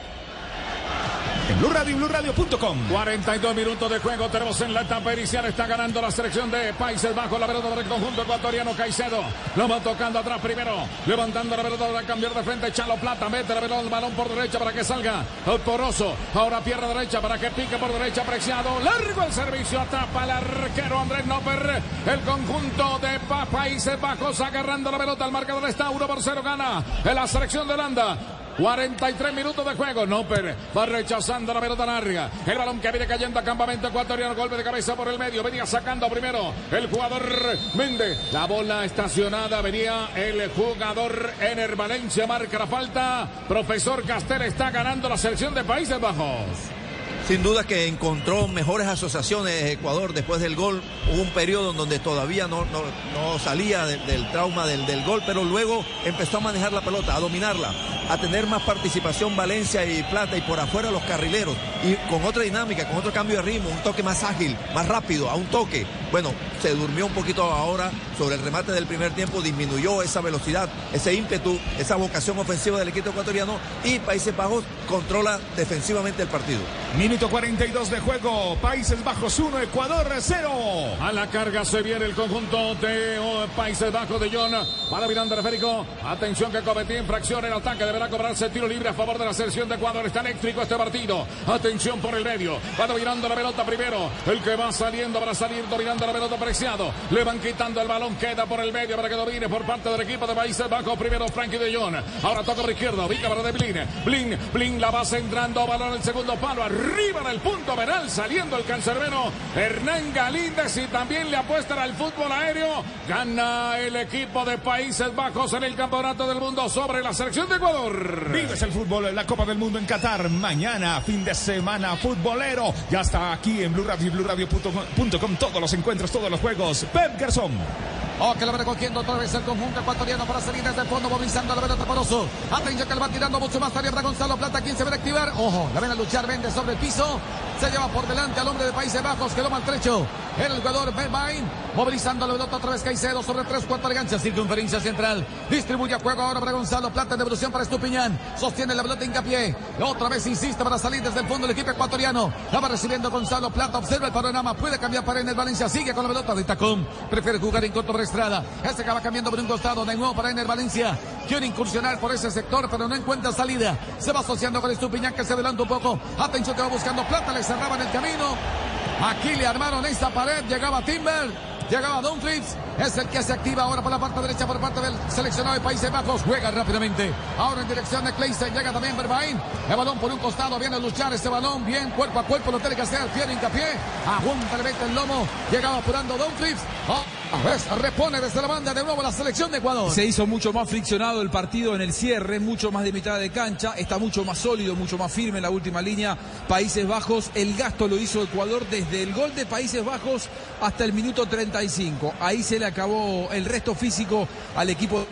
S2: En Blue Radio y blue radio punto com.
S9: cuarenta y dos minutos de juego tenemos en la etapa inicial. Está ganando la selección de Países Bajos. La pelota para el conjunto ecuatoriano. Caicedo lo va tocando atrás primero. Levantando la pelota para cambiar de frente. Chalo Plata mete la pelota, el balón por derecha para que salga Poroso. Ahora pierna derecha para que pique por derecha. Preciado. Largo el servicio. Atrapa el arquero Andrés Noper. El conjunto de Países Bajos agarrando la pelota. El marcador está uno por cero. Gana en la selección de Holanda. cuarenta y tres minutos de juego. Noper va rechazando la pelota larga. El balón que viene cayendo a campamento ecuatoriano. Golpe de cabeza por el medio. Venía sacando primero el jugador Méndez. La bola estacionada. Venía el jugador Ener Valencia. Marca la falta. Profesor Castel está ganando la selección de Países Bajos.
S5: Sin duda que encontró mejores asociaciones Ecuador después del gol. Hubo un periodo en donde todavía no, no, no salía de, del trauma del, del gol, pero luego empezó a manejar la pelota, a dominarla, a tener más participación Valencia y Plata y por afuera los carrileros. Y con otra dinámica, con otro cambio de ritmo, un toque más ágil, más rápido, a un toque. Bueno, se durmió un poquito ahora sobre el remate del primer tiempo, disminuyó esa velocidad, ese ímpetu, esa vocación ofensiva del equipo ecuatoriano y Países Bajos controla defensivamente el partido.
S2: Minuto cuarenta y dos de juego, Países Bajos uno, Ecuador cero.
S9: A la carga se viene el conjunto de oh, Países Bajos de John. Para Miranda Reférico. Atención que cometió infracción en ataque. Deberá cobrarse tiro libre a favor de la selección de Ecuador. Está eléctrico este partido. Atención por el medio. Va dominando la pelota primero. El que va saliendo para salir dominando la pelota Preciado. Le van quitando el balón. Queda por el medio para que domine por parte del equipo de Países Bajos. Primero Frankie de Jong. Ahora toca por izquierdo. Vica para de Blin. Blin. Blin la va centrando. Balón en el segundo palo. Arriba en el punto penal. Saliendo el cancerbero Hernán Galíndez. Y también le apuestan al fútbol aéreo. Gana el equipo de Países Bajos en el campeonato del mundo sobre la selección de Ecuador.
S2: Vives el fútbol, la Copa del Mundo en Qatar. Mañana, fin de semana futbolero. Ya está aquí en Blue Radio y blue radio punto com. Todos los encuentros, todos los juegos. Pep Garzón.
S19: Oh, que lo va recogiendo otra vez el conjunto ecuatoriano para salir desde el fondo, movilizando la pelota Poroso. Atención que le va tirando mucho más arriba para Gonzalo Plata, quien se va a activar. Ojo, la ven a luchar, vende sobre el piso. Se lleva por delante al hombre de Países Bajos, quedó maltrecho. El jugador Berbain, movilizando la pelota otra vez Caicedo sobre tres cuartos de gancha, circunferencia central. Distribuye juego ahora para Gonzalo Plata, devolución para Estupiñán. Sostiene la pelota Hincapié. Otra vez insiste para salir desde el fondo el equipo ecuatoriano. La va recibiendo Gonzalo Plata, observa el panorama, puede cambiar para Ener Valencia, sigue con la pelota de Tacón. Prefiere jugar en corto para Estrada. Este acaba cambiando por un costado, de nuevo para Ener Valencia. Quiere incursionar por ese sector, pero no encuentra salida. Se va asociando con Estupiñán, que se adelanta un poco. Atención que va buscando Plata, le cerraban el camino. Aquí le armaron esta pared, llegaba Timber, llegaba Dumfries, es el que se activa ahora por la parte derecha por parte del seleccionado de Países Bajos, juega rápidamente, ahora en dirección de Kleisen, llega también Berbain, el balón por un costado, viene a luchar este balón, bien cuerpo a cuerpo, lo tiene que hacer, Pierre Hincapié, aguanta, le mete el lomo, llegaba apurando Dumfries, oh, a ver, repone desde la banda de nuevo la selección de Ecuador.
S3: Se hizo mucho más friccionado el partido en el cierre, mucho más de mitad de cancha, está mucho más sólido, mucho más firme en la última línea, Países Bajos, el gasto lo hizo Ecuador desde el gol de Países Bajos hasta el minuto treinta y cinco, ahí se le acabó el resto físico al equipo.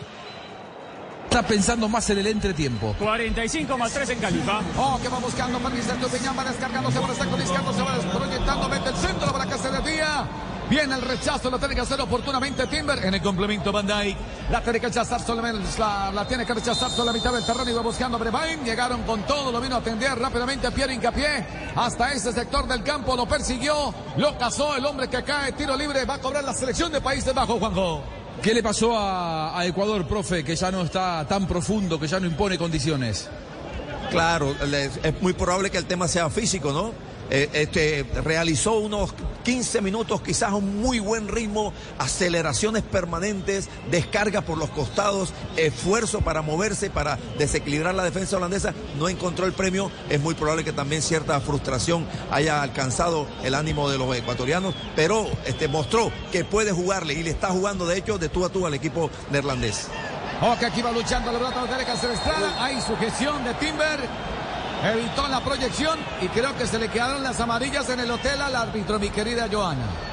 S3: Está pensando más en el entretiempo.
S8: cuarenta y cinco más tres en Califa.
S19: Oh, que va buscando Patricio Estupiñán, va descargándose, va descargándose, se va proyectando, mete el centro para que se desvía. Viene el rechazo, lo tiene que hacer oportunamente Timber en el complemento Van Dijk. La tiene que rechazar solamente, la, la tiene que rechazar sobre la mitad del terreno y va buscando a Brebain. Llegaron con todo, lo vino a atender rápidamente a Pierre Hincapié. Hasta ese sector del campo lo persiguió, lo cazó el hombre que cae, tiro libre, va a cobrar la selección de Países Bajos, Juanjo.
S3: ¿Qué le pasó a, a Ecuador, profe, que ya no está tan profundo, que ya no impone condiciones?
S5: Claro, es muy probable que el tema sea físico, ¿no? Eh, este, realizó unos quince minutos, quizás un muy buen ritmo, aceleraciones permanentes, descarga por los costados, esfuerzo para moverse, para desequilibrar la defensa holandesa, no encontró el premio, es muy probable que también cierta frustración haya alcanzado el ánimo de los ecuatorianos, pero este, mostró que puede jugarle y le está jugando de hecho de tú a tú al equipo neerlandés.
S19: Ok, aquí va luchando la pelota, tiene que hacer Estrada, hay sujeción de Timber. Evitó la proyección y creo que se le quedaron las amarillas en el hotel al árbitro, mi querida Joana.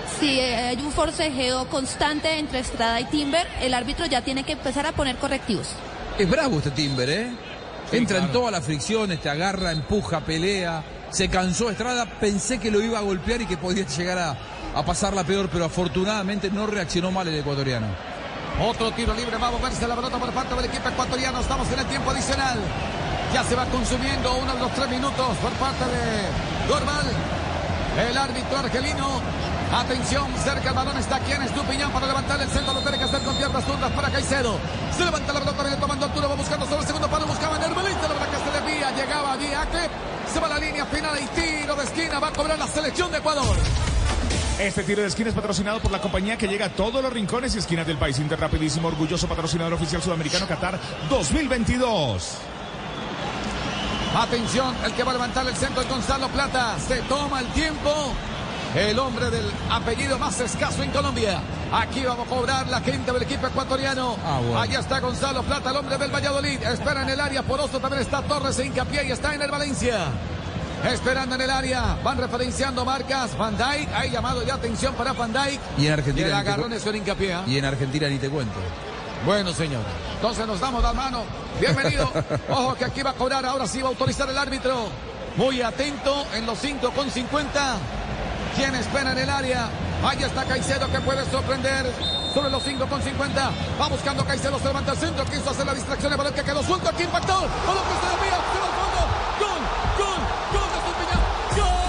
S4: Si hay un forcejeo constante entre Estrada y Timber, el árbitro ya tiene que empezar a poner correctivos.
S3: Es bravo este Timber, ¿eh?
S2: Sí,
S3: Entra
S2: claro.
S3: en todas las fricciones, te agarra, empuja, pelea. Se cansó Estrada, pensé que lo iba a golpear y que podía llegar a, a pasarla peor, pero afortunadamente no reaccionó mal el ecuatoriano.
S19: Otro tiro libre, va a moverse la pelota por parte del equipo ecuatoriano. Estamos en el tiempo adicional. Ya se va consumiendo uno de los tres minutos por parte de Gorbal. El árbitro argelino. Atención, cerca el balón está aquí en Estupiñán para levantar el centro. Lo tiene que hacer con piernas zurdas para Caicedo. Se levanta la pelota, viene tomando altura, va buscando sobre el segundo palo. Buscaba Nervalista, la verdad que se desvía. Llegaba allí Acle. Se va a la línea final y tiro de esquina. Va a cobrar la selección de Ecuador.
S2: Este tiro de esquina es patrocinado por la compañía que llega a todos los rincones y esquinas del país. Inter Rapidísimo, orgulloso patrocinador oficial sudamericano Qatar dos mil veintidós.
S19: Atención, el que va a levantar el centro es Gonzalo Plata. Se toma el tiempo. El hombre del apellido más escaso en Colombia. Aquí vamos a cobrar la gente del equipo ecuatoriano.
S3: Ah, bueno.
S19: Allá está Gonzalo Plata, el hombre del Valladolid. Espera en el área, Poroso también está Torres e Hincapié y está en el Valencia. Esperando en el área, van referenciando marcas. Van Dijk, hay llamado de atención para Van Dijk.
S3: Y en Argentina.
S19: Y el
S3: ni te
S19: agarrón
S3: cu-
S19: es con Hincapié. ¿eh?
S3: Y en Argentina ni te cuento.
S19: Bueno, señor. Entonces nos damos la mano. Bienvenido. Ojo que aquí va a cobrar. Ahora sí va a autorizar el árbitro. Muy atento en los cinco con cincuenta. ¿Quién espera en el área? Ahí está Caicedo que puede sorprender sobre los cinco con cincuenta. Va buscando Caicedo, se levanta el centro. Quiso hacer la distracción. El balón que quedó suelto. Aquí impactó. Balón que se desvía. Se va al fondo. Gol, gol, gol de Estupiñán. Gol.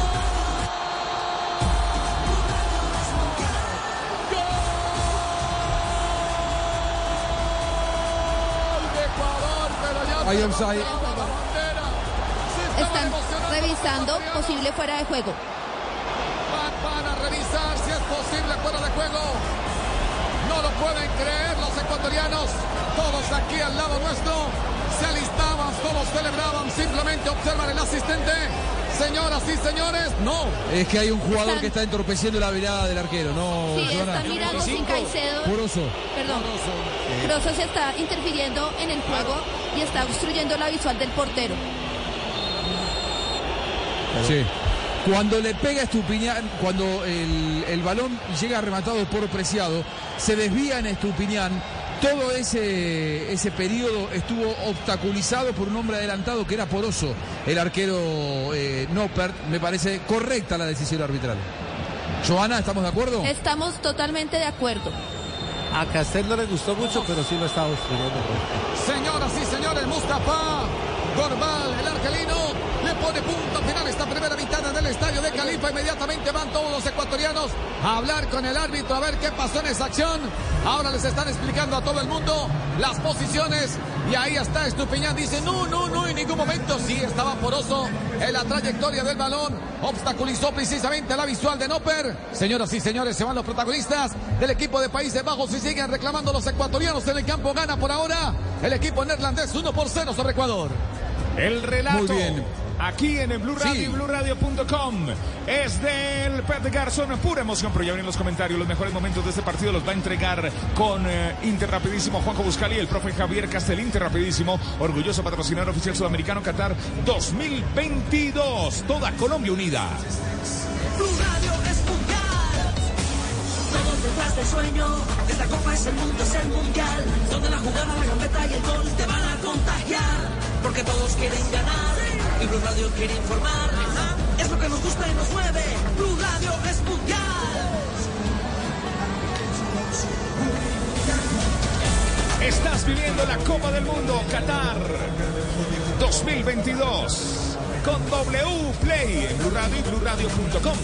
S3: Hay offside.
S4: Están revisando posible fuera de juego.
S19: Van, van a revisar si es posible fuera de juego. No lo pueden creer los ecuatorianos. Todos aquí al lado nuestro se alistaban, todos celebraban. Simplemente observan el asistente. Señoras y señores, no.
S3: Es que hay un jugador
S4: Están-
S3: que está entorpeciendo la virada del arquero, ¿no?
S4: Sí,
S3: Joana?
S4: están mirando sin Caicedo.
S3: Poroso.
S4: Perdón. Poroso se está interfiriendo en el juego y está obstruyendo la visual del portero.
S3: Sí. Cuando le pega a Estupiñán, cuando el, el balón llega rematado por Preciado, se desvía en Estupiñán. Todo ese, ese periodo estuvo obstaculizado por un hombre adelantado que era Poroso, el arquero eh, Noppert. Me parece correcta la decisión arbitral. Joana, ¿estamos de acuerdo?
S4: Estamos totalmente de acuerdo.
S7: A Castel no le gustó mucho, pero sí lo estaba obstruyendo.
S19: Señoras y señores, Mustafa Gorbal, el argelino, le pone punto final esta primera mitad del estadio de Califa. Inmediatamente van todos los ecuatorianos a hablar con el árbitro a ver qué pasó en esa acción. Ahora les están explicando a todo el mundo las posiciones y ahí está Estupiñán. Dice no, no, no, en ningún momento. Sí, estaba Poroso en la trayectoria del balón. Obstaculizó precisamente la visual de Nopper. Señoras y señores, se van los protagonistas del equipo de Países Bajos y siguen reclamando los ecuatorianos en el campo. Gana por ahora el equipo neerlandés uno por cero sobre Ecuador.
S2: El relato.
S3: Muy bien.
S2: Aquí en el Blue Radio
S3: Sí.
S2: y Blue Radio punto com es del Pet Garzón, pura emoción, pero ya ven en los comentarios los mejores momentos de este partido los va a entregar con eh, Inter Rapidísimo Juanjo Buscali y el profe Javier Castel. Inter Rapidísimo, orgulloso patrocinador oficial sudamericano Qatar dos mil veintidós, toda Colombia unida.
S1: Blue Radio es mundial. Todos detrás del sueño. Esta copa es el mundo, es el mundial. Donde la jugada, la gambeta y el gol te van a contagiar. Porque todos quieren ganar. Y Blue Radio quiere informar. Es lo que nos gusta y nos mueve. Blue Radio es mundial.
S2: Estás viviendo la Copa del Mundo Qatar dos mil veintidós con W Play en Blue Radio y Blue Radio punto com.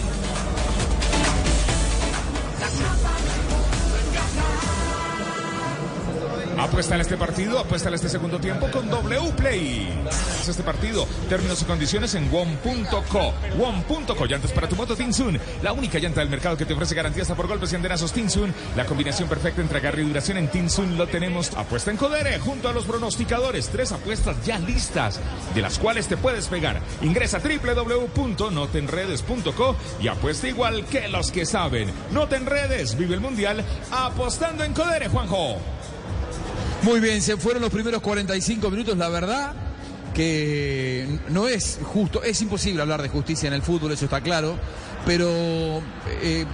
S2: Apuesta en este partido, apuesta en este segundo tiempo con W Play. Este partido, términos y condiciones en wom punto co. wom punto co, llantas para tu moto Tinsun, la única llanta del mercado que te ofrece garantía hasta por golpes y andenazos Tinsun. La combinación perfecta entre agarre y duración en Tinsun lo tenemos. Apuesta en Codere junto a los pronosticadores. Tres apuestas ya listas, de las cuales te puedes pegar. Ingresa a doble u doble u doble u punto no te enredes punto co y apuesta igual que los que saben. No te enredes, vive el mundial apostando en Codere, Juanjo.
S3: Muy bien, se fueron los primeros cuarenta y cinco minutos, la verdad que no es justo, es imposible hablar de justicia en el fútbol, eso está claro, pero eh,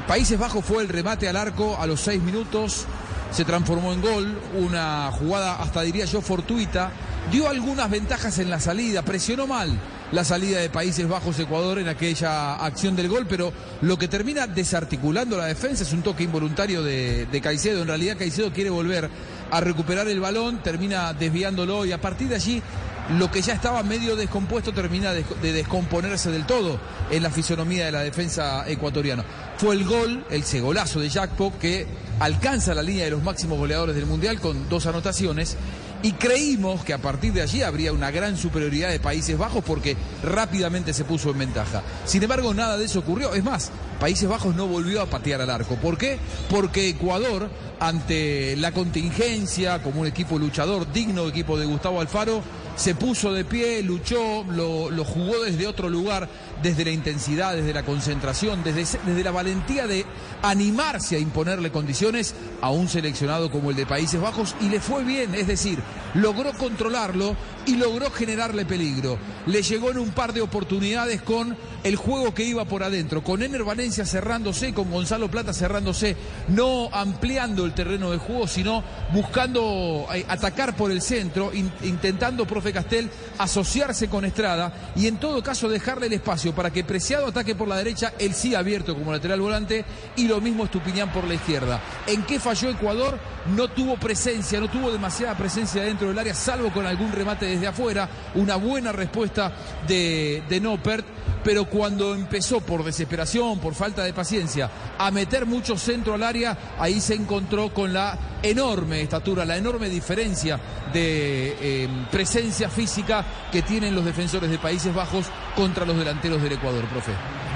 S3: Países Bajos fue el remate al arco a los seis minutos, se transformó en gol, una jugada hasta diría yo fortuita, dio algunas ventajas en la salida, presionó mal la salida de Países Bajos-Ecuador en aquella acción del gol, pero lo que termina desarticulando la defensa es un toque involuntario de, de Caicedo. En realidad Caicedo quiere volver a recuperar el balón, termina desviándolo y a partir de allí lo que ya estaba medio descompuesto termina de, de descomponerse del todo en la fisonomía de la defensa ecuatoriana. Fue el gol, el golazo de Gakpo, que alcanza la línea de los máximos goleadores del Mundial con dos anotaciones. Y creímos que a partir de allí habría una gran superioridad de Países Bajos porque rápidamente se puso en ventaja. Sin embargo, nada de eso ocurrió. Es más, Países Bajos no volvió a patear al arco. ¿Por qué? Porque Ecuador, ante la contingencia, como un equipo luchador, digno equipo de Gustavo Alfaro, se puso de pie, luchó, lo, lo jugó desde otro lugar, desde la intensidad, desde la concentración, desde, desde la valentía de animarse a imponerle condiciones a un seleccionado como el de Países Bajos, y le fue bien, es decir, logró controlarlo y logró generarle peligro. Le llegó en un par de oportunidades con el juego que iba por adentro, con Ener Valencia cerrándose, con Gonzalo Plata cerrándose, no ampliando el terreno de juego, sino buscando eh, atacar por el centro, in, intentando, profe Castel, asociarse con Estrada y en todo caso dejarle el espacio para que Preciado ataque por la derecha, él sí abierto como lateral volante, y lo mismo Estupiñán por la izquierda. ¿En qué falló Ecuador? No tuvo presencia, no tuvo demasiada presencia dentro del área, salvo con algún remate desde afuera, una buena respuesta de, de Noppert, pero cuando empezó por desesperación, por falta de paciencia, a meter mucho centro al área, ahí se encontró con la enorme estatura, la enorme diferencia de eh, presencia física que tienen los defensores de Países Bajos contra los delanteros del Ecuador, profe.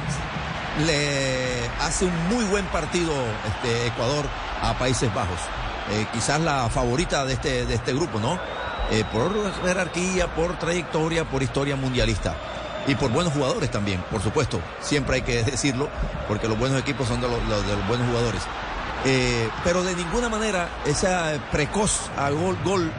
S5: Le hace un muy buen partido este Ecuador a Países Bajos. Eh, quizás la favorita de este, de este grupo, ¿no? Eh, por jerarquía, por trayectoria, por historia mundialista. Y por buenos jugadores también, por supuesto. Siempre hay que decirlo, porque los buenos equipos son de los, los, de los buenos jugadores. Eh, pero de ninguna manera esa precoz a gol, gol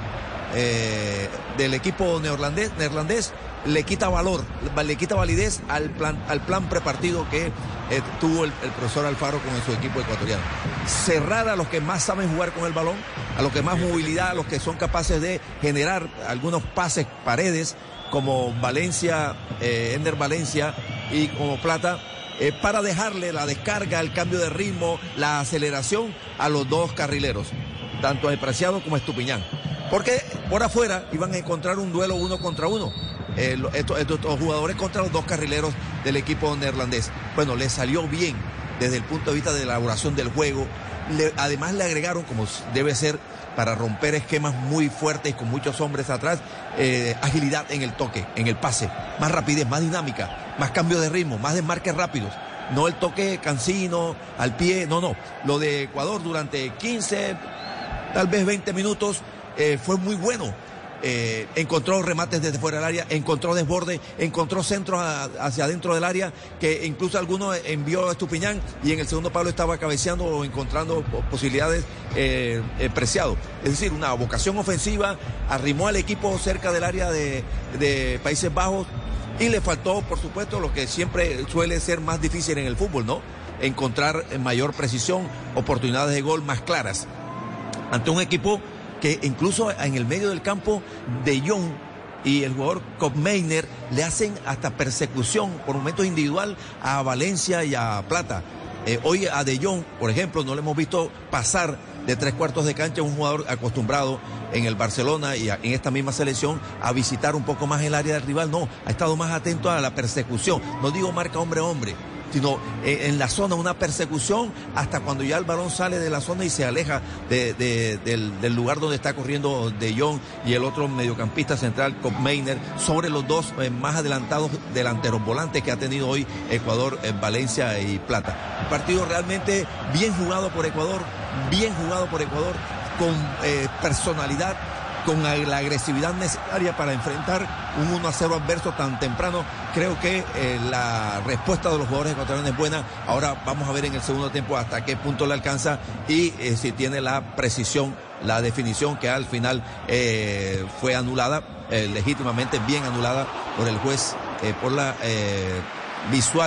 S5: eh, del equipo neerlandés, neerlandés le quita valor, le quita validez al plan, al plan prepartido que eh, tuvo el, el profesor Alfaro con su equipo ecuatoriano. Cerrar a los que más saben jugar con el balón, a los que más movilidad, a los que son capaces de generar algunos pases, paredes, como Valencia, eh, Ener Valencia y como Plata, eh, para dejarle la descarga, el cambio de ritmo, la aceleración a los dos carrileros, tanto a Preciado como a Estupiñán. Porque por afuera iban a encontrar un duelo uno contra uno. Eh, estos, estos, estos jugadores contra los dos carrileros del equipo neerlandés. Bueno, le salió bien desde el punto de vista de elaboración del juego. Le, además le agregaron, como debe ser, para romper esquemas muy fuertes con muchos hombres atrás, eh, agilidad en el toque, en el pase, más rapidez, más dinámica, más cambio de ritmo, más desmarques rápidos. No el toque cansino, al pie, no, no. Lo de Ecuador durante quince, tal vez veinte minutos, eh, fue muy bueno. Eh, encontró remates desde fuera del área, encontró desborde, encontró centros a, hacia adentro del área, que incluso algunos envió a Estupiñán y en el segundo palo estaba cabeceando o encontrando posibilidades eh, eh, Preciado. Es decir, una vocación ofensiva, arrimó al equipo cerca del área de, de Países Bajos y le faltó, por supuesto, lo que siempre suele ser más difícil en el fútbol, ¿no? Encontrar mayor precisión, oportunidades de gol más claras ante un equipo que incluso en el medio del campo De Jong y el jugador Koopmeiners le hacen hasta persecución por momentos individual a Valencia y a Plata. Eh, hoy a De Jong, por ejemplo, no le hemos visto pasar de tres cuartos de cancha, un jugador acostumbrado en el Barcelona y a, en esta misma selección a visitar un poco más el área del rival. No, ha estado más atento a la persecución. No digo marca hombre a hombre, sino eh, en la zona una persecución hasta cuando ya el balón sale de la zona y se aleja de, de, del, del lugar donde está corriendo De Jong y el otro mediocampista central, Koopmeiners, sobre los dos eh, más adelantados delanteros volantes que ha tenido hoy Ecuador, eh, Valencia y Plata. Un partido realmente bien jugado por Ecuador, bien jugado por Ecuador, con eh, personalidad, con la agresividad necesaria para enfrentar un uno a cero adverso tan temprano. Creo que eh, la respuesta de los jugadores ecuatorianos es buena. Ahora vamos a ver en el segundo tiempo hasta qué punto le alcanza y eh, si tiene la precisión, la definición que al final eh, fue anulada, eh, legítimamente bien anulada por el juez, eh, por la eh, visual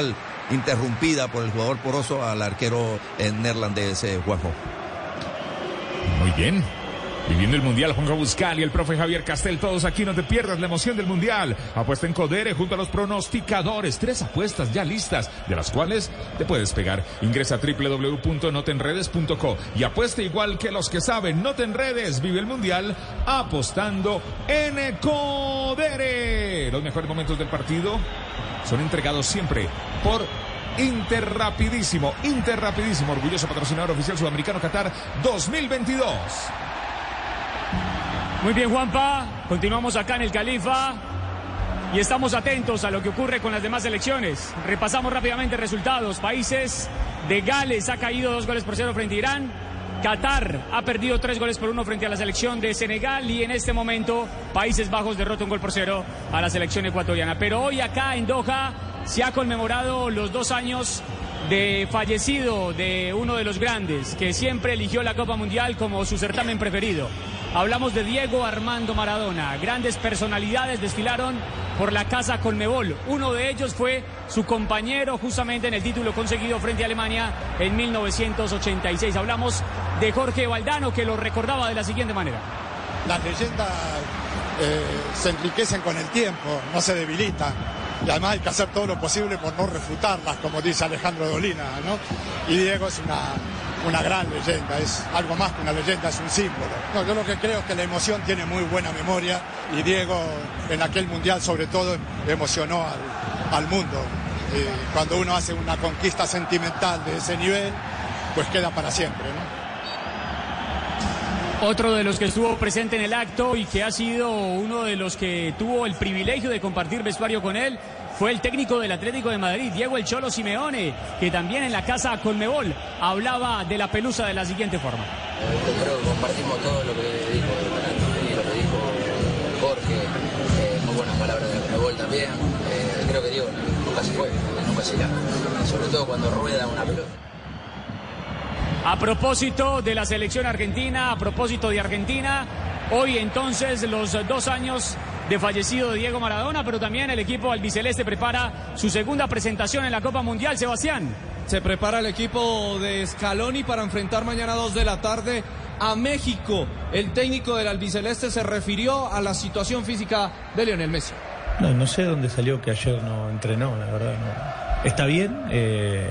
S5: interrumpida por el jugador poroso al arquero neerlandés, eh, Juanjo.
S2: Muy bien. Viviendo el Mundial, Juanjo Buscali, el profe Javier Castel, todos aquí, no te pierdas la emoción del Mundial. Apuesta en Codere junto a los pronosticadores. Tres apuestas ya listas, de las cuales te puedes pegar. Ingresa a doble u doble u doble u punto no te enredes punto co y apuesta igual que los que saben. No te enredes, vive el Mundial apostando en Codere. Los mejores momentos del partido son entregados siempre por Interrapidísimo. Interrapidísimo, orgulloso patrocinador oficial sudamericano Qatar dos mil veintidós.
S8: Muy bien, Juanpa, continuamos acá en el Califa y estamos atentos a lo que ocurre con las demás selecciones. Repasamos rápidamente resultados. Países de Gales ha caído dos goles por cero frente a Irán. Qatar ha perdido tres goles por uno frente a la selección de Senegal y en este momento Países Bajos derrota un gol por cero a la selección ecuatoriana. Pero hoy acá en Doha se ha conmemorado los dos años de fallecido de uno de los grandes que siempre eligió la Copa Mundial como su certamen preferido. Hablamos de Diego Armando Maradona. Grandes personalidades desfilaron por la casa Conmebol. Uno de ellos fue su compañero justamente en el título conseguido frente a Alemania en mil novecientos ochenta y seis. Hablamos de Jorge Valdano, que lo recordaba de la siguiente manera.
S6: Las leyendas eh, se enriquecen con el tiempo, no se debilitan. Y además hay que hacer todo lo posible por no refutarlas, como dice Alejandro Dolina, ¿no? Y Diego es una, una gran leyenda, es algo más que una leyenda, es un símbolo. No, yo lo que creo es que la emoción tiene muy buena memoria y Diego en aquel mundial sobre todo emocionó al, al mundo. Y cuando uno hace una conquista sentimental de ese nivel, pues queda para siempre, ¿no?
S8: Otro de los que estuvo presente en el acto y que ha sido uno de los que tuvo el privilegio de compartir vestuario con él fue el técnico del Atlético de Madrid, Diego El Cholo Simeone, que también en la casa Conmebol hablaba de la Pelusa de la siguiente forma.
S16: Yo creo que compartimos todo lo que dijo Fernando, lo que dijo Jorge, eh, muy buenas palabras de Conmebol también. Eh, creo que Diego nunca se fue, nunca se irá, sobre todo cuando rueda una pelota.
S8: A propósito de la selección argentina, a propósito de Argentina, hoy entonces los dos años de fallecido de Diego Maradona, pero también el equipo albiceleste prepara su segunda presentación en la Copa Mundial. Sebastián.
S21: Se prepara el equipo de Scaloni para enfrentar mañana a dos de la tarde a México. El técnico del albiceleste se refirió a la situación física de Lionel Messi.
S22: No, no sé dónde salió que ayer no entrenó, la verdad. No. Está bien. Eh...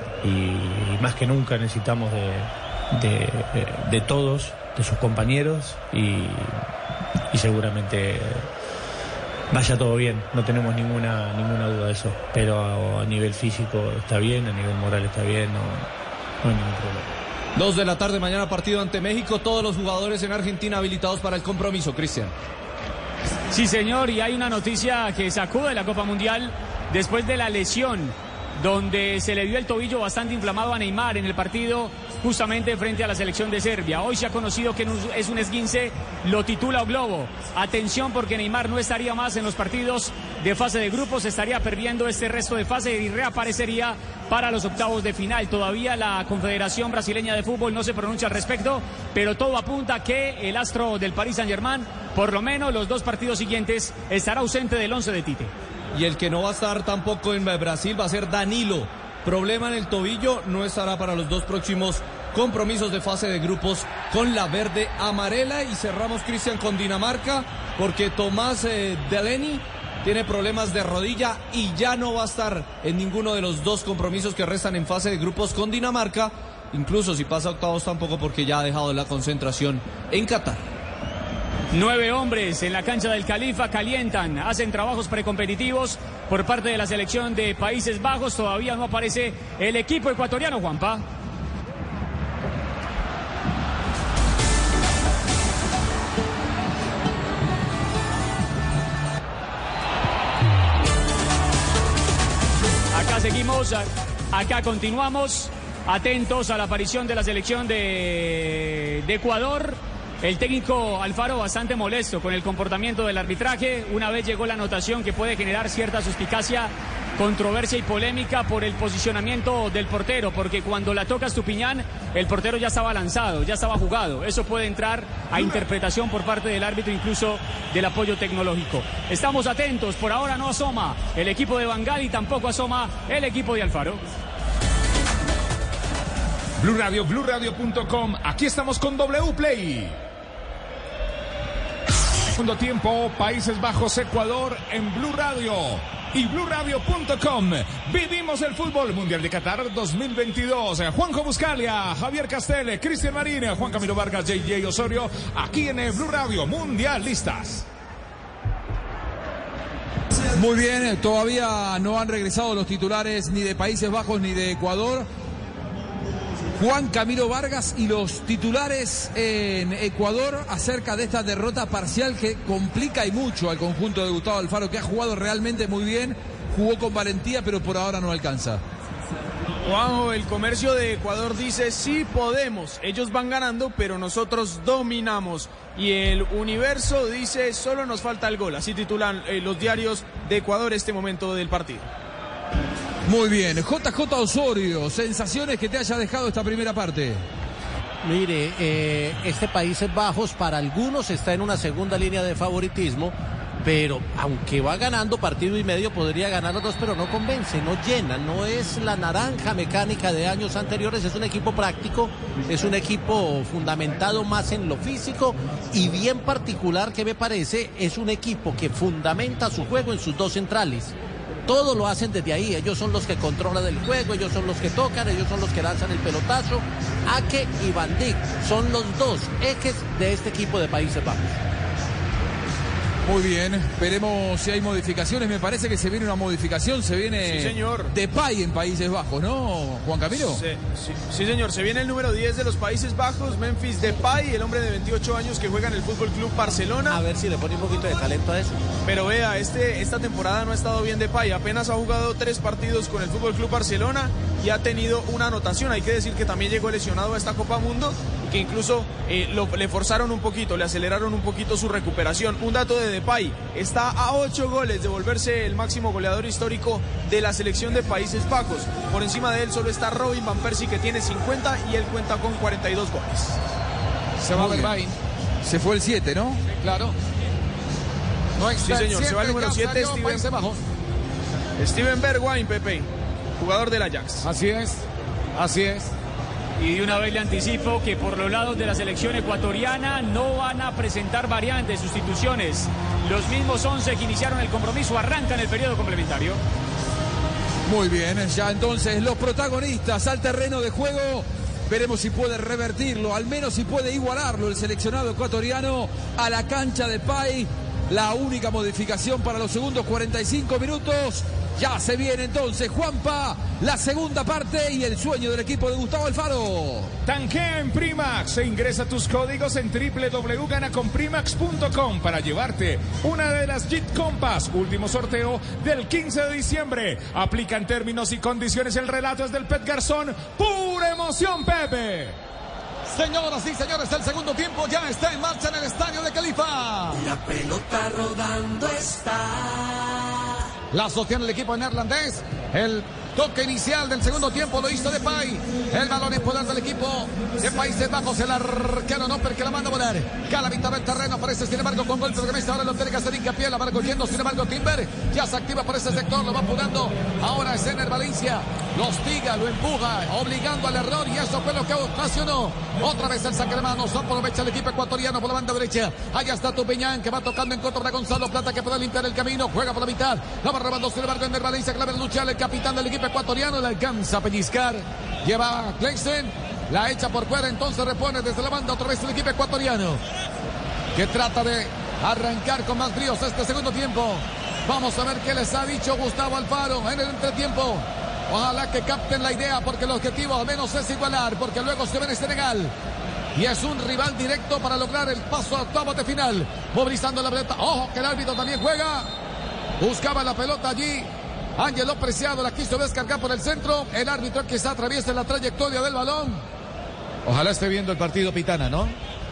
S22: Y más que nunca necesitamos de, de, de, de todos, de sus compañeros y, y seguramente vaya todo bien, no tenemos ninguna ninguna duda de eso, pero a, a nivel físico está bien, a nivel moral está bien, no, no hay ningún problema.
S21: Dos de la tarde mañana partido ante México, todos los jugadores en Argentina habilitados para el compromiso, Cristian.
S8: Sí señor, y hay una noticia que sacó de la Copa Mundial después de la lesión donde se le vio el tobillo bastante inflamado a Neymar en el partido justamente frente a la selección de Serbia. Hoy se ha conocido que es un esguince, lo titula O Globo. Atención porque Neymar no estaría más en los partidos de fase de grupos, estaría perdiendo este resto de fase y reaparecería para los octavos de final. Todavía la Confederación Brasileña de Fútbol no se pronuncia al respecto, pero todo apunta que el astro del Paris Saint-Germain, por lo menos los dos partidos siguientes, estará ausente del once de Tite.
S21: Y el que no va a estar tampoco en Brasil va a ser Danilo. Problema en el tobillo, no estará para los dos próximos compromisos de fase de grupos con la verde amarela. Y cerramos, Cristian, con Dinamarca, porque Tomás eh, Delaney tiene problemas de rodilla y ya no va a estar en ninguno de los dos compromisos que restan en fase de grupos con Dinamarca. Incluso si pasa a octavos tampoco, porque ya ha dejado la concentración en Qatar.
S8: Nueve hombres en la cancha del Califa calientan, hacen trabajos precompetitivos por parte de la selección de Países Bajos. Todavía no aparece el equipo ecuatoriano, Juanpa. Acá seguimos, acá continuamos, atentos a la aparición de la selección de, de Ecuador. El técnico Alfaro bastante molesto con el comportamiento del arbitraje. Una vez llegó la anotación que puede generar cierta suspicacia controversia y polémica por el posicionamiento del portero, porque cuando la toca Estupiñán, el portero ya estaba lanzado, ya estaba jugado. Eso puede entrar a interpretación por parte del árbitro, incluso del apoyo tecnológico. Estamos atentos, por ahora no asoma el equipo de Bangal y tampoco asoma el equipo de Alfaro.
S2: Blue Radio, blue radio punto com. Aquí estamos con W Play. Segundo tiempo, Países Bajos, Ecuador en Blue Radio y blue radio punto com. Vivimos el fútbol mundial de Qatar dos mil veintidós. Juanjo Buscalia, Javier Castel, Cristian Marín, Juan Camilo Vargas, J J Osorio, aquí en el Blue Radio Mundialistas.
S3: Muy bien, todavía no han regresado los titulares ni de Países Bajos ni de Ecuador. Juan Camilo Vargas y los titulares en Ecuador acerca de esta derrota parcial que complica y mucho al conjunto de Gustavo Alfaro, que ha jugado realmente muy bien, jugó con valentía, pero por ahora no alcanza.
S21: Juanjo, el comercio de Ecuador dice sí podemos, ellos van ganando, pero nosotros dominamos. Y el Universo dice solo nos falta el gol, así titulan eh, los diarios de Ecuador este momento del partido.
S3: Muy bien, J J Osorio, sensaciones que te haya dejado esta primera parte.
S7: Mire, eh, este Países Bajos para algunos está en una segunda línea de favoritismo, pero aunque va ganando partido y medio, podría ganar los dos, pero no convence, no llena, no es la naranja mecánica de años anteriores, es un equipo práctico, es un equipo fundamentado más en lo físico y bien particular que me parece, es un equipo que fundamenta su juego en sus dos centrales. Todo lo hacen desde ahí, ellos son los que controlan el juego, ellos son los que tocan, ellos son los que lanzan el pelotazo. Ake y Van Dijk son los dos ejes de este equipo de Países Bajos.
S3: Muy bien, veremos si hay modificaciones. Me parece que se viene una modificación, se viene
S21: sí, señor.
S3: Depay en Países Bajos, ¿no, Juan Camilo?
S21: Sí, sí, sí, señor, se viene el número diez de los Países Bajos, Memphis Depay, el hombre de veintiocho años que juega en el Fútbol Club Barcelona.
S7: A ver si le pone un poquito de talento a eso.
S21: Pero vea, este, esta temporada no ha estado bien Depay, apenas ha jugado tres partidos con el Fútbol Club Barcelona y ha tenido una anotación. Hay que decir que también llegó lesionado a esta Copa Mundo y que incluso eh, lo, le forzaron un poquito, le aceleraron un poquito su recuperación. Un dato de Depay, está a ocho goles de volverse el máximo goleador histórico de la selección de Países Bajos. Por encima de él solo está Robin Van Persie, que tiene cincuenta y él cuenta con cuarenta y dos goles.
S3: Se va Bergwijn. Se fue el siete, ¿no?
S19: Sí, claro. No
S21: sí, señor, se va el número siete, Steven, Steven Bergwijn, Pepe, jugador del Ajax.
S19: Así es, así es.
S8: Y de una vez le anticipo que por los lados de la selección ecuatoriana no van a presentar variantes, sustituciones. Los mismos once que iniciaron el compromiso arrancan el periodo complementario.
S3: Muy bien, ya entonces los protagonistas al terreno de juego. Veremos si puede revertirlo, al menos si puede igualarlo el seleccionado ecuatoriano a la cancha de Depay. La única modificación para los segundos cuarenta y cinco minutos. Ya se viene entonces, Juanpa, la segunda parte y el sueño del equipo de Gustavo Alfaro.
S2: Tanquea en Primax e ingresa tus códigos en doble u doble u doble u punto gana con primax punto com para llevarte una de las Jeep Compass. Último sorteo del quince de diciembre. Aplican términos y condiciones. El relato es del Pet Garzón. ¡Pura emoción, Pepe!
S19: Señoras y señores, el segundo tiempo ya está en marcha en el estadio de Califa.
S1: La pelota rodando está.
S19: La sostiene el equipo neerlandés. El toque inicial del segundo tiempo lo hizo Depay. El balón en poder del equipo de Países Bajos. El arquero no, porque la manda a volar. Cada mitad del terreno aparece, sin embargo, con golpe de mesa. Ahora lo tiene que hacer hincapié. La va recogiendo, sin embargo, Timber ya se activa por ese sector. Lo va apurando. Ahora es Ener Valencia. Lo hostiga, lo empuja, obligando al error. Y eso fue lo que ocasionó. Otra vez el saque de manos. Aprovecha el equipo ecuatoriano por la banda derecha. Allá está Tupiñán, que va tocando en contra para Gonzalo Plata, que puede limpiar el camino. Juega por la mitad. La va robando, sin embargo, Ener Valencia, clave de luchar. El capitán del equipo ecuatoriano le alcanza a pellizcar. Lleva a Kleisen. La echa por fuera. Entonces repone desde la banda otra vez el equipo ecuatoriano, que trata de arrancar con más bríos este segundo tiempo. Vamos a ver qué les ha dicho Gustavo Alfaro en el entretiempo. Ojalá que capten la idea, porque el objetivo al menos es igualar, porque luego se ve en Senegal. Y es un rival directo para lograr el paso a octavos de final. Movilizando la pelota. Ojo que el árbitro también juega. Buscaba la pelota allí. Ángelo Preciado la quiso descargar por el centro. El árbitro que se atraviesa la trayectoria del balón. Ojalá esté viendo el partido Pitana, ¿no?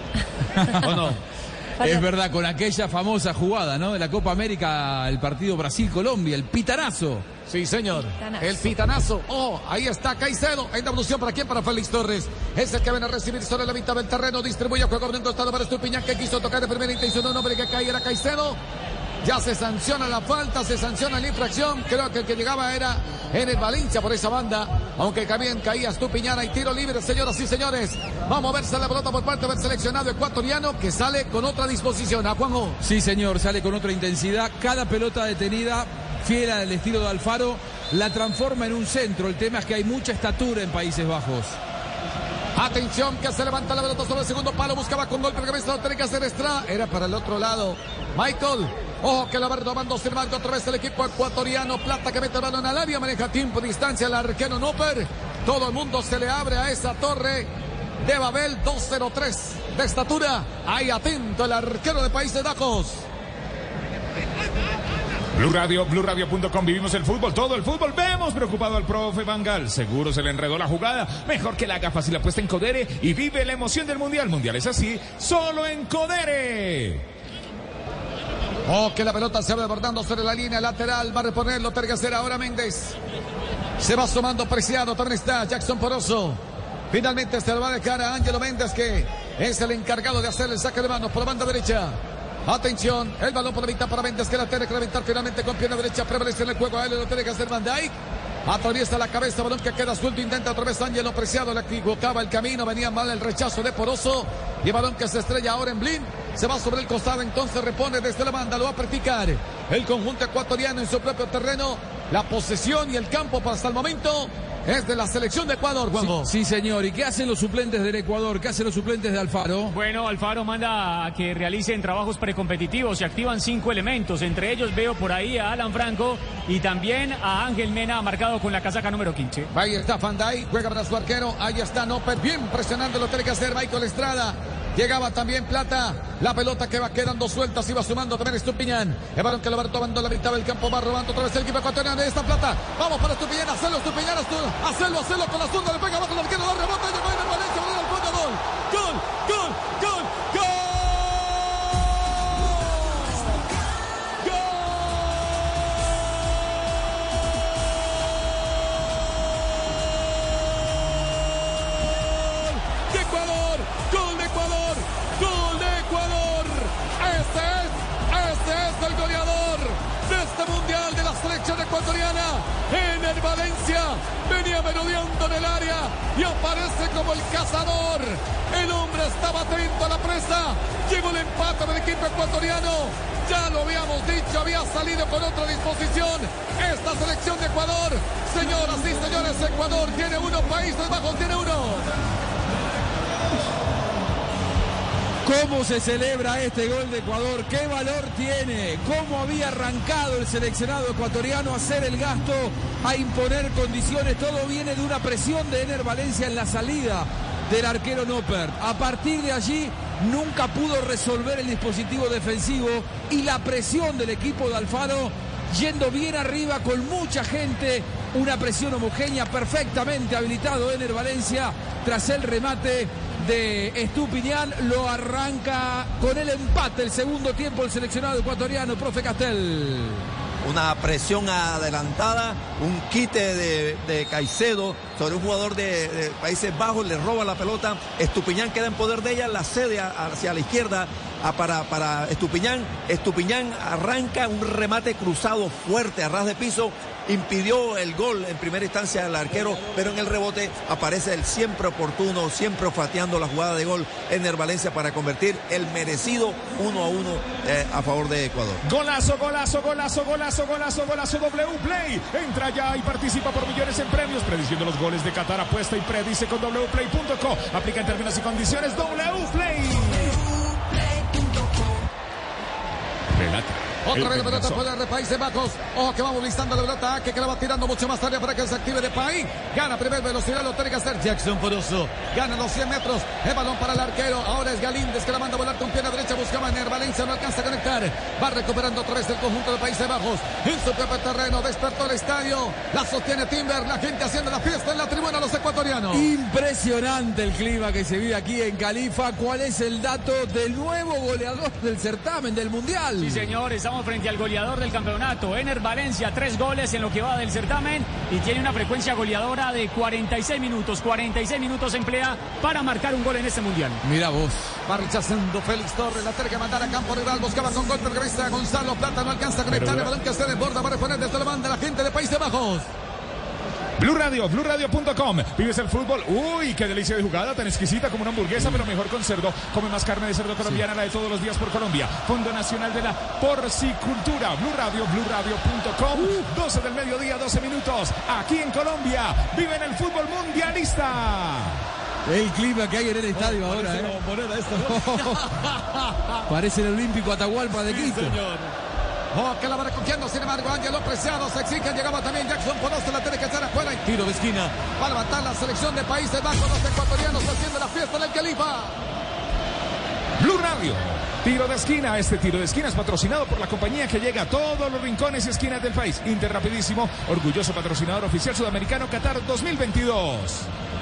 S19: ¿O no?
S3: Es verdad, con aquella famosa jugada, ¿no? De la Copa América, el partido Brasil-Colombia, el pitanazo.
S19: Sí, señor.
S4: Pitanazo.
S19: El pitanazo. Oh, ahí está Caicedo. En devolución para quién? Para Félix Torres. Es el que viene a recibir sobre la mitad del terreno. Distribuye juego de un costado para Estupiñán, que quiso tocar de primera intención. Un hombre que cae era Caicedo. Ya se sanciona la falta, se sanciona la infracción. Creo que el que llegaba era en el Valencia por esa banda. Aunque también caía Estupiñán. Hay tiro libre, señoras y señores. Vamos a verse la pelota por parte del seleccionado ecuatoriano, que sale con otra disposición. ¿A Juanjo?
S3: Sí, señor, sale con otra intensidad. Cada pelota detenida, fiel al estilo de Alfaro, la transforma en un centro. El tema es que hay mucha estatura en Países Bajos.
S19: Atención, que se levanta la pelota sobre el segundo palo. Buscaba con golpe de cabeza, lo tiene que hacer Estrada. Era para el otro lado. Michael. Ojo que la va retomando, sin embargo, otra vez el equipo ecuatoriano. Plata que mete el balón al área, maneja tiempo, distancia el arquero Noper. Todo el mundo se le abre a esa torre de Babel. dos cero tres de estatura. Ahí atento el arquero de Países Bajos.
S2: Blue Radio, blue radio punto com, vivimos el fútbol, todo el fútbol. Vemos preocupado al profe Van Gaal. Seguro se le enredó la jugada. Mejor que la haga fácil apuesta en Codere y vive la emoción del Mundial. Mundial es así, solo en Codere.
S19: Oh, que la pelota se va desbordando sobre la línea lateral. Va a reponerlo, tiene que hacer ahora Méndez. Se va sumando Preciado, también está Jackson Poroso. Finalmente se lo va a dejar a Ángelo Méndez, que es el encargado de hacer el saque de manos por la banda derecha. Atención, el balón por la mitad para Méndez, que la tiene que reventar finalmente con pierna derecha. Prevalece en el juego, a él lo tiene que hacer Van Dijk. Atraviesa la cabeza, balón que queda suelto, intenta otra vez Ángelo Preciado, le equivocaba el camino, venía mal el rechazo de Poroso. Y el balón que se estrella ahora en Blin, se va sobre el costado, entonces repone desde la banda, lo va a practicar el conjunto ecuatoriano en su propio terreno. La posesión y el campo para hasta el momento es de la selección de Ecuador, Juanjo.
S3: Sí, sí, señor. ¿Y qué hacen los suplentes del Ecuador? ¿Qué hacen los suplentes de Alfaro?
S8: Bueno, Alfaro manda a que realicen trabajos precompetitivos. Se activan cinco elementos. Entre ellos veo por ahí a Alan Franco y también a Ángel Mena, marcado con la casaca número quince.
S19: Ahí está Van Dijk, juega para su arquero. Ahí está Noper, bien presionando, lo tiene que hacer Michael Estrada. Llegaba también Plata, la pelota que va quedando suelta, se va sumando también Estupiñán. El balón que lo va tomando la mitad del campo, va robando otra vez el equipo ecuatoriano. Ahí está Plata, vamos para Estupiñán, hacerlo Estupiñán, hacerlo, hacerlo con la zurda, le pega abajo, la izquierda, la rebota, y va a Valencia, va al fondo, gol, gol, gol, gol, gol. El goleador de este mundial de la selección ecuatoriana en el Valencia, venía merodeando en el área y aparece como el cazador. El hombre estaba atento a la presa, llegó el empate del equipo ecuatoriano. Ya lo habíamos dicho, había salido con otra disposición esta selección de Ecuador. Señoras y señores, Ecuador tiene uno, Países Bajos tiene uno.
S3: ¿Cómo se celebra este gol de Ecuador? ¿Qué valor tiene? ¿Cómo había arrancado el seleccionado ecuatoriano a hacer el gasto, a imponer condiciones? Todo viene de una presión de Ener Valencia en la salida del arquero Noper. A partir de allí nunca pudo resolver el dispositivo defensivo y la presión del equipo de Alfaro yendo bien arriba con mucha gente. Una presión homogénea, perfectamente habilitado Ener Valencia tras el remate de Estupiñán. Lo arranca con el empate el segundo tiempo el seleccionado ecuatoriano, profe Castel.
S5: Una presión adelantada, un quite de, de Caicedo sobre un jugador de, de Países Bajos, le roba la pelota, Estupiñán queda en poder de ella, la cede hacia la izquierda a para, para Estupiñán. Estupiñán arranca un remate cruzado fuerte a ras de piso, impidió el gol en primera instancia al arquero, pero en el rebote aparece el siempre oportuno, siempre olfateando la jugada de gol Ener Valencia para convertir el merecido uno a uno eh, a favor de Ecuador.
S2: Golazo, golazo, golazo, golazo, golazo, golazo, W Play. Entra ya y participa por millones en premios, prediciendo los goles de Qatar. Apuesta y predice con w play punto com. Aplica en términos y condiciones. W Play. Relata.
S19: Otra vez la pelota fuera de Países Bajos. Ojo que vamos listando la pelota. Que la va tirando mucho más tarde para que se active de país. Gana primer velocidad, lo tiene que hacer Jackson Poroso. Gana los cien metros. El balón para el arquero. Ahora es Galíndez que la manda a volar con pierna derecha. Buscaba Ener Valencia, no alcanza a conectar. Va recuperando otra vez el conjunto de Países Bajos. En su propio terreno. Despertó el estadio. La sostiene Timber. La gente haciendo la fiesta en la tribuna, los ecuatorianos.
S3: Impresionante el clima que se vive aquí en Califa. ¿Cuál es el dato del nuevo goleador del certamen, del Mundial?
S8: Sí, señor. Estamos estamos frente al goleador del campeonato, Ener Valencia, tres goles en lo que va del certamen y tiene una frecuencia goleadora de cuarenta y seis minutos. cuarenta y seis minutos emplea para marcar un gol en este mundial.
S3: Mira vos.
S19: Va rechazando Félix Torres, la tiene que mandar a campo rival, buscaba con golpe de cabeza Gonzalo Plata, no alcanza a conectar el balón que se desborda para reponer desde la banda la gente de Países Bajos.
S2: Blue Radio, blue radio punto com. ¿Vives el fútbol? Uy, qué delicia de jugada, tan exquisita como una hamburguesa, pero mejor con cerdo. Come más carne de cerdo colombiana, sí. La de todos los días por Colombia. Fondo Nacional de la Porcicultura. Blue Radio, blue radio punto com. Uh. doce del mediodía, doce minutos. Aquí en Colombia, viven el fútbol mundialista.
S3: El clima que hay en el estadio oh, ahora, ¿eh? Parece el Olímpico Atahualpa de Quito.
S19: Sí, señor. Oh, que la va recogiendo, sin embargo, Ángelo Preciado se exige, llegaba también Jackson Poroso, la tiene que echar afuera y tiro de esquina. Va a levantar la selección de Países Bajos, los ecuatorianos haciendo la fiesta del Califa.
S2: Blue Radio, tiro de esquina. Este tiro de esquina es patrocinado por la compañía que llega a todos los rincones y esquinas del país. Inter Rapidísimo, orgulloso patrocinador oficial sudamericano Qatar dos mil veintidós.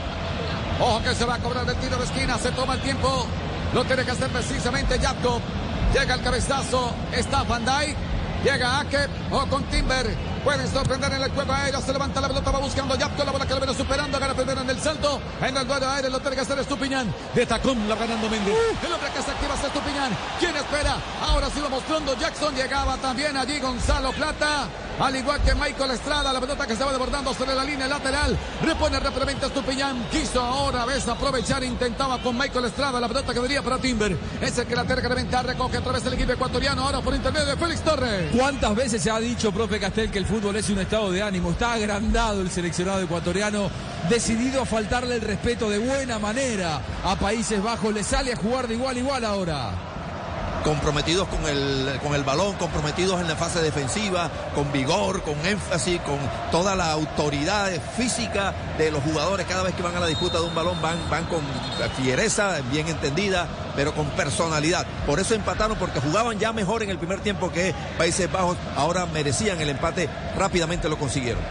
S19: Ojo que se va a cobrar el tiro de esquina, se toma el tiempo, lo tiene que hacer precisamente Jacob. Llega el cabezazo, está Van Dijk. Llega Ake o con Timber. Pueden sorprender en el juego aéreo. Se levanta la pelota, va buscando Yapto. La bola que lo viene superando. Gana primero en el salto. En el duelo aéreo lo tiene que hacer Estupiñán. De Tacón la ganando Méndez. Uh. El hombre que se activa es Estupiñán. ¿Quién espera? Ahora sí va mostrando Jackson. Llegaba también allí Gonzalo Plata. Al igual que Michael Estrada. La pelota que estaba desbordando sobre la línea lateral. Repone rápidamente Estupiñán. Quiso ahora vez aprovechar. Intentaba con Michael Estrada. La pelota que venía para Timber. Es el que la tiene que reventar. Recoge otra vez el equipo ecuatoriano. Ahora por intermedio de Félix Torres.
S3: ¿Cuántas veces se ha dicho, profe Castel, que el fútbol es un estado de ánimo? Está agrandado el seleccionado ecuatoriano, decidido a faltarle el respeto de buena manera a Países Bajos. Le sale a jugar de igual a igual ahora.
S5: Comprometidos con el, con el balón, comprometidos en la fase defensiva, con vigor, con énfasis, con toda la autoridad física de los jugadores. Cada vez que van a la disputa de un balón van, van con fiereza, bien entendida, pero con personalidad. Por eso empataron, porque jugaban ya mejor en el primer tiempo que Países Bajos. Ahora merecían el empate, rápidamente lo consiguieron.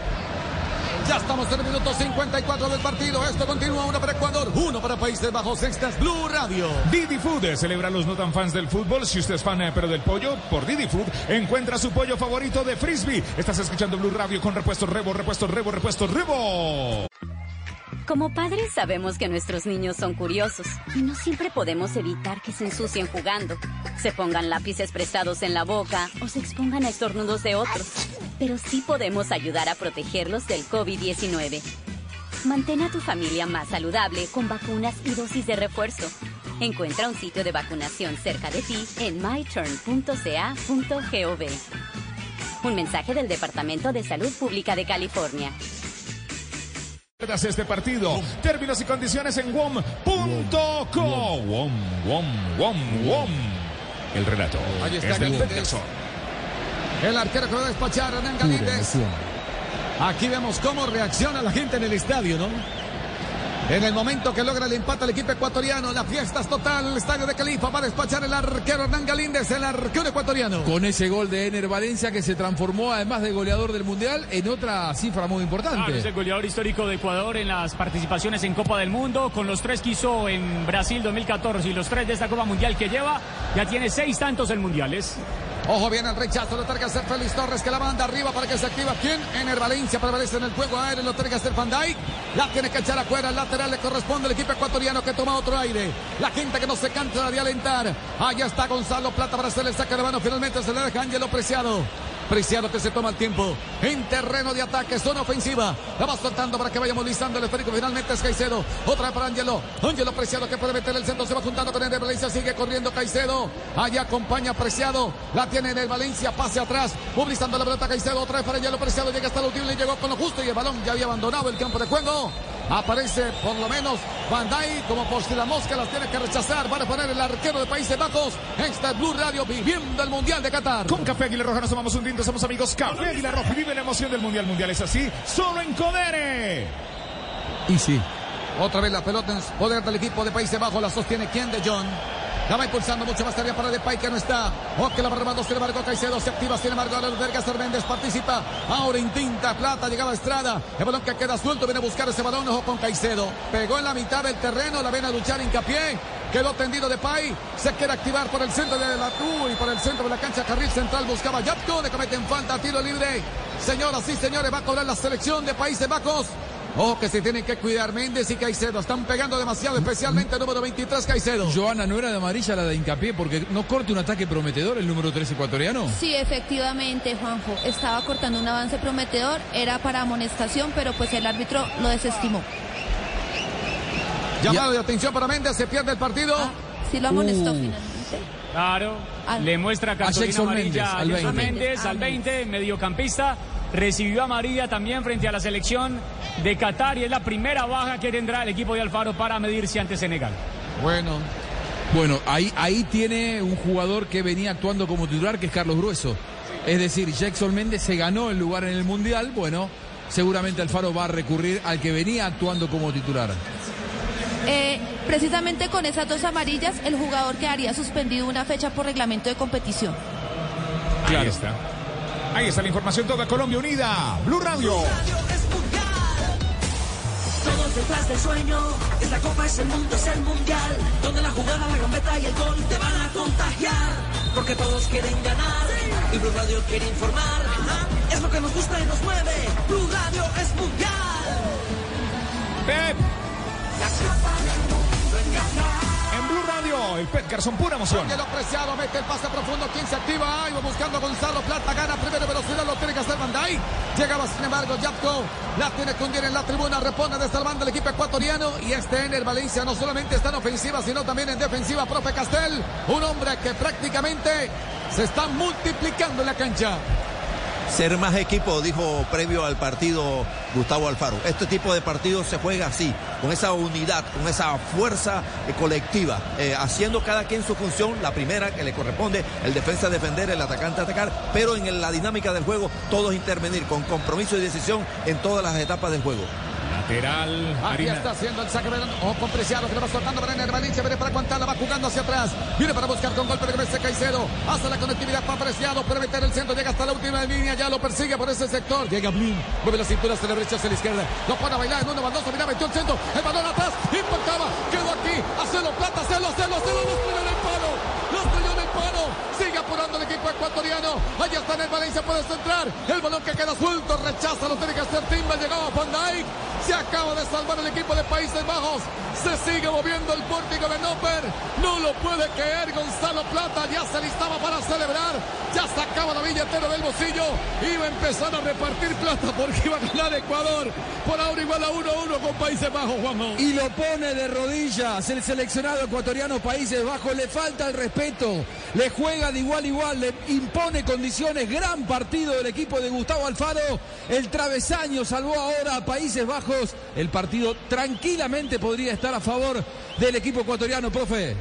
S19: Ya estamos en el minuto cincuenta y cuatro del partido. Esto continúa, uno para Ecuador, uno para Países Bajos. Esta es Blue Radio.
S2: Didi Food celebra a los no tan fans del fútbol. Si usted es fan eh, pero del pollo, por Didi Food encuentra su pollo favorito de frisbee. Estás escuchando Blue Radio con repuesto Rebo, repuesto Rebo, repuesto Rebo.
S20: Como padres sabemos que nuestros niños son curiosos y no siempre podemos evitar que se ensucien jugando, se pongan lápices prestados en la boca o se expongan a estornudos de otros. Pero sí podemos ayudar a protegerlos del COVID diecinueve. Mantén a tu familia más saludable con vacunas y dosis de refuerzo. Encuentra un sitio de vacunación cerca de ti en my turn punto c a punto gov. Un mensaje del Departamento de Salud Pública de California.
S2: Este partido, términos y condiciones en W O M punto co. W O M, W O M, W O M, W O M. El relato
S19: ahí está
S2: es del
S19: Galíndez. El arquero que va a despachar, Hernán Galíndez. Aquí vemos cómo reacciona la gente en el estadio, ¿no? En el momento que logra el empate el equipo ecuatoriano, la fiesta es total. El estadio de Califa va a despachar el arquero Hernán Galíndez, el arquero ecuatoriano.
S3: Con ese gol de Ener Valencia que se transformó, además de goleador del Mundial, en otra cifra muy importante.
S8: Claro, es el goleador histórico de Ecuador en las participaciones en Copa del Mundo. Con los tres que hizo en Brasil dos mil catorce y los tres de esta Copa Mundial que lleva, ya tiene seis tantos en mundiales.
S19: Ojo, viene el rechazo, lo tiene que hacer Félix Torres, que la manda arriba para que se activa. ¿Quién? Ener Valencia prevalece en el juego aéreo, lo tiene que hacer Van Dijk. La tiene que echar afuera, el lateral le corresponde al equipo ecuatoriano que toma otro aire. La gente que no se cansa de alentar. Allá está Gonzalo Plata para hacer el saque de mano, finalmente se le deja Ángelo Preciado. Preciado que se toma el tiempo en terreno de ataque, zona ofensiva. La va soltando para que vaya molestando el esférico. Finalmente es Caicedo. Otra vez para Ángelo. Ángelo Preciado que puede meter el centro. Se va juntando con Ener Valencia. Sigue corriendo Caicedo. Allá acompaña Preciado. La tiene en el Valencia. Pase atrás. Movilizando la pelota Caicedo. Otra vez para Ángelo Preciado. Llega hasta el último y llegó con lo justo. Y el balón ya había abandonado el campo de juego. Aparece por lo menos Van Dijk, como por si la mosca las tiene que rechazar. Va a poner el arquero de Países Bajos. Esta es Blue Radio viviendo el Mundial de Qatar.
S2: Con Café Águila Roja nos tomamos un tinto, somos amigos. Café Águila Roja, vive la emoción del Mundial. Mundial es así, solo en Codere.
S3: Y sí.
S19: Otra vez la pelota en poder del equipo de Países Bajos. La sostiene quien de John. La va impulsando mucho más tarea para Depay, que no está. O que la va remando, sin embargo, Caicedo se activa, sin embargo, ahora Vergas Hernández participa. Ahora intenta Plata, llegaba Estrada. El balón que queda suelto, viene a buscar ese balón, ojo con Caicedo. Pegó en la mitad del terreno, la ven a luchar Hincapié. Quedó tendido Depay. Se quiere activar por el centro de la y por el centro de la cancha. Carril central buscaba Yapko. Le cometen falta. Tiro libre. Señoras y señores, va a cobrar la selección de Países Bajos. Oh, que se tienen que cuidar Méndez y Caicedo. Están pegando demasiado, especialmente el número veintitrés, Caicedo.
S3: Joana, ¿no era de amarilla la de Hincapié porque no corte un ataque prometedor el número tres ecuatoriano?
S4: Sí, efectivamente, Juanjo. Estaba cortando un avance prometedor. Era para amonestación, pero pues el árbitro lo desestimó.
S19: Llamado de atención para Méndez. Se pierde el partido.
S4: Ah, sí lo amonestó
S8: uh.
S4: finalmente.
S8: Claro. Al, le muestra cartulina amarilla a Jackson Méndez, al veinte, mediocampista. Recibió amarilla también frente a la selección de Qatar y es la primera baja que tendrá el equipo de Alfaro para medirse ante Senegal.
S19: Bueno.
S3: Bueno, ahí, ahí tiene un jugador que venía actuando como titular, que es Carlos Grueso. Es decir, Jackson Méndez se ganó el lugar en el Mundial. Bueno, seguramente Alfaro va a recurrir al que venía actuando como titular.
S4: Eh, precisamente con esas dos amarillas, el jugador quedaría suspendido una fecha por reglamento de competición.
S2: Claro. Ahí está. Ahí está la información toda Colombia unida. Blue Radio.
S1: Blue Radio es mundial. Todos detrás del sueño. Es la copa, es el mundo, es el mundial. Donde la jugada, la gambeta y el gol te van a contagiar. Porque todos quieren ganar. Y Blue Radio quiere informar. Ajá. Es lo que nos gusta y nos mueve. Blue Radio es mundial.
S2: Pep.
S1: La copa del mundo en Qatar.
S2: En Blue Radio, el Pet Garzón, pura emoción.
S19: Ángelo Preciado mete el pase profundo. ¿Quién se activa? Ahí va buscando a Gonzalo Plata. Gana primero velocidad. Lo tiene que hacer Van Dijk. Llegaba sin embargo Yapko. La tiene que hundir en la tribuna. Repone desde el banda el equipo ecuatoriano. Y este Ener Valencia no solamente está en ofensiva, sino también en defensiva. Profe Castel. Un hombre que prácticamente se está multiplicando en la cancha.
S5: Ser más equipo, dijo previo al partido Gustavo Alfaro. Este tipo de partidos se juega así, con esa unidad, con esa fuerza eh, colectiva, eh, haciendo cada quien su función, la primera que le corresponde, el defensa defender, el atacante atacar, pero en la dinámica del juego todos intervenir con compromiso y decisión en todas las etapas del juego.
S2: Lateral.
S19: Aquí
S2: Marina.
S19: está haciendo el saque. O con Preciado que le va soltando para Ener Valencia. Viene para aguantarla, va jugando hacia atrás. Viene para buscar con golpe de cabeza Caicedo. Hace la conectividad para Preciado. Puede meter el centro. Llega hasta la última línea. Ya lo persigue por ese sector. Llega Blin. Mueve la cintura hacia la derecha, hacia la izquierda. Lo pone a bailar en uno baldoso. Mira, metió el centro. El balón atrás. Impactaba. Quedó aquí. Hacelo Plata. Hacelo, hacelo, hacelo. Los estrelló en el palo. Los estrelló en el palo. Sigue apurando el equipo ecuatoriano. Allá está Ener Valencia. Puede centrar. El balón que queda suelto. Rechaza. Lo tiene que hacer Timba. Llegaba Van Dijk. Se acaba de salvar el equipo de Países Bajos. Se sigue moviendo el pórtico de Nopper. No lo puede creer Gonzalo Plata. Ya se listaba para celebrar. Ya sacaba la billetera del bolsillo. Iba a empezar a repartir plata porque iba a ganar Ecuador. Por ahora igual a uno a uno con Países Bajos, Juanjo.
S3: Y lo pone de rodillas el seleccionado ecuatoriano. Países Bajos. Le falta el respeto. Le juega de igual a igual. Le impone condiciones. Gran partido del equipo de Gustavo Alfaro. El travesaño salvó ahora a Países Bajos. El partido tranquilamente podría estar a favor del equipo ecuatoriano, profe.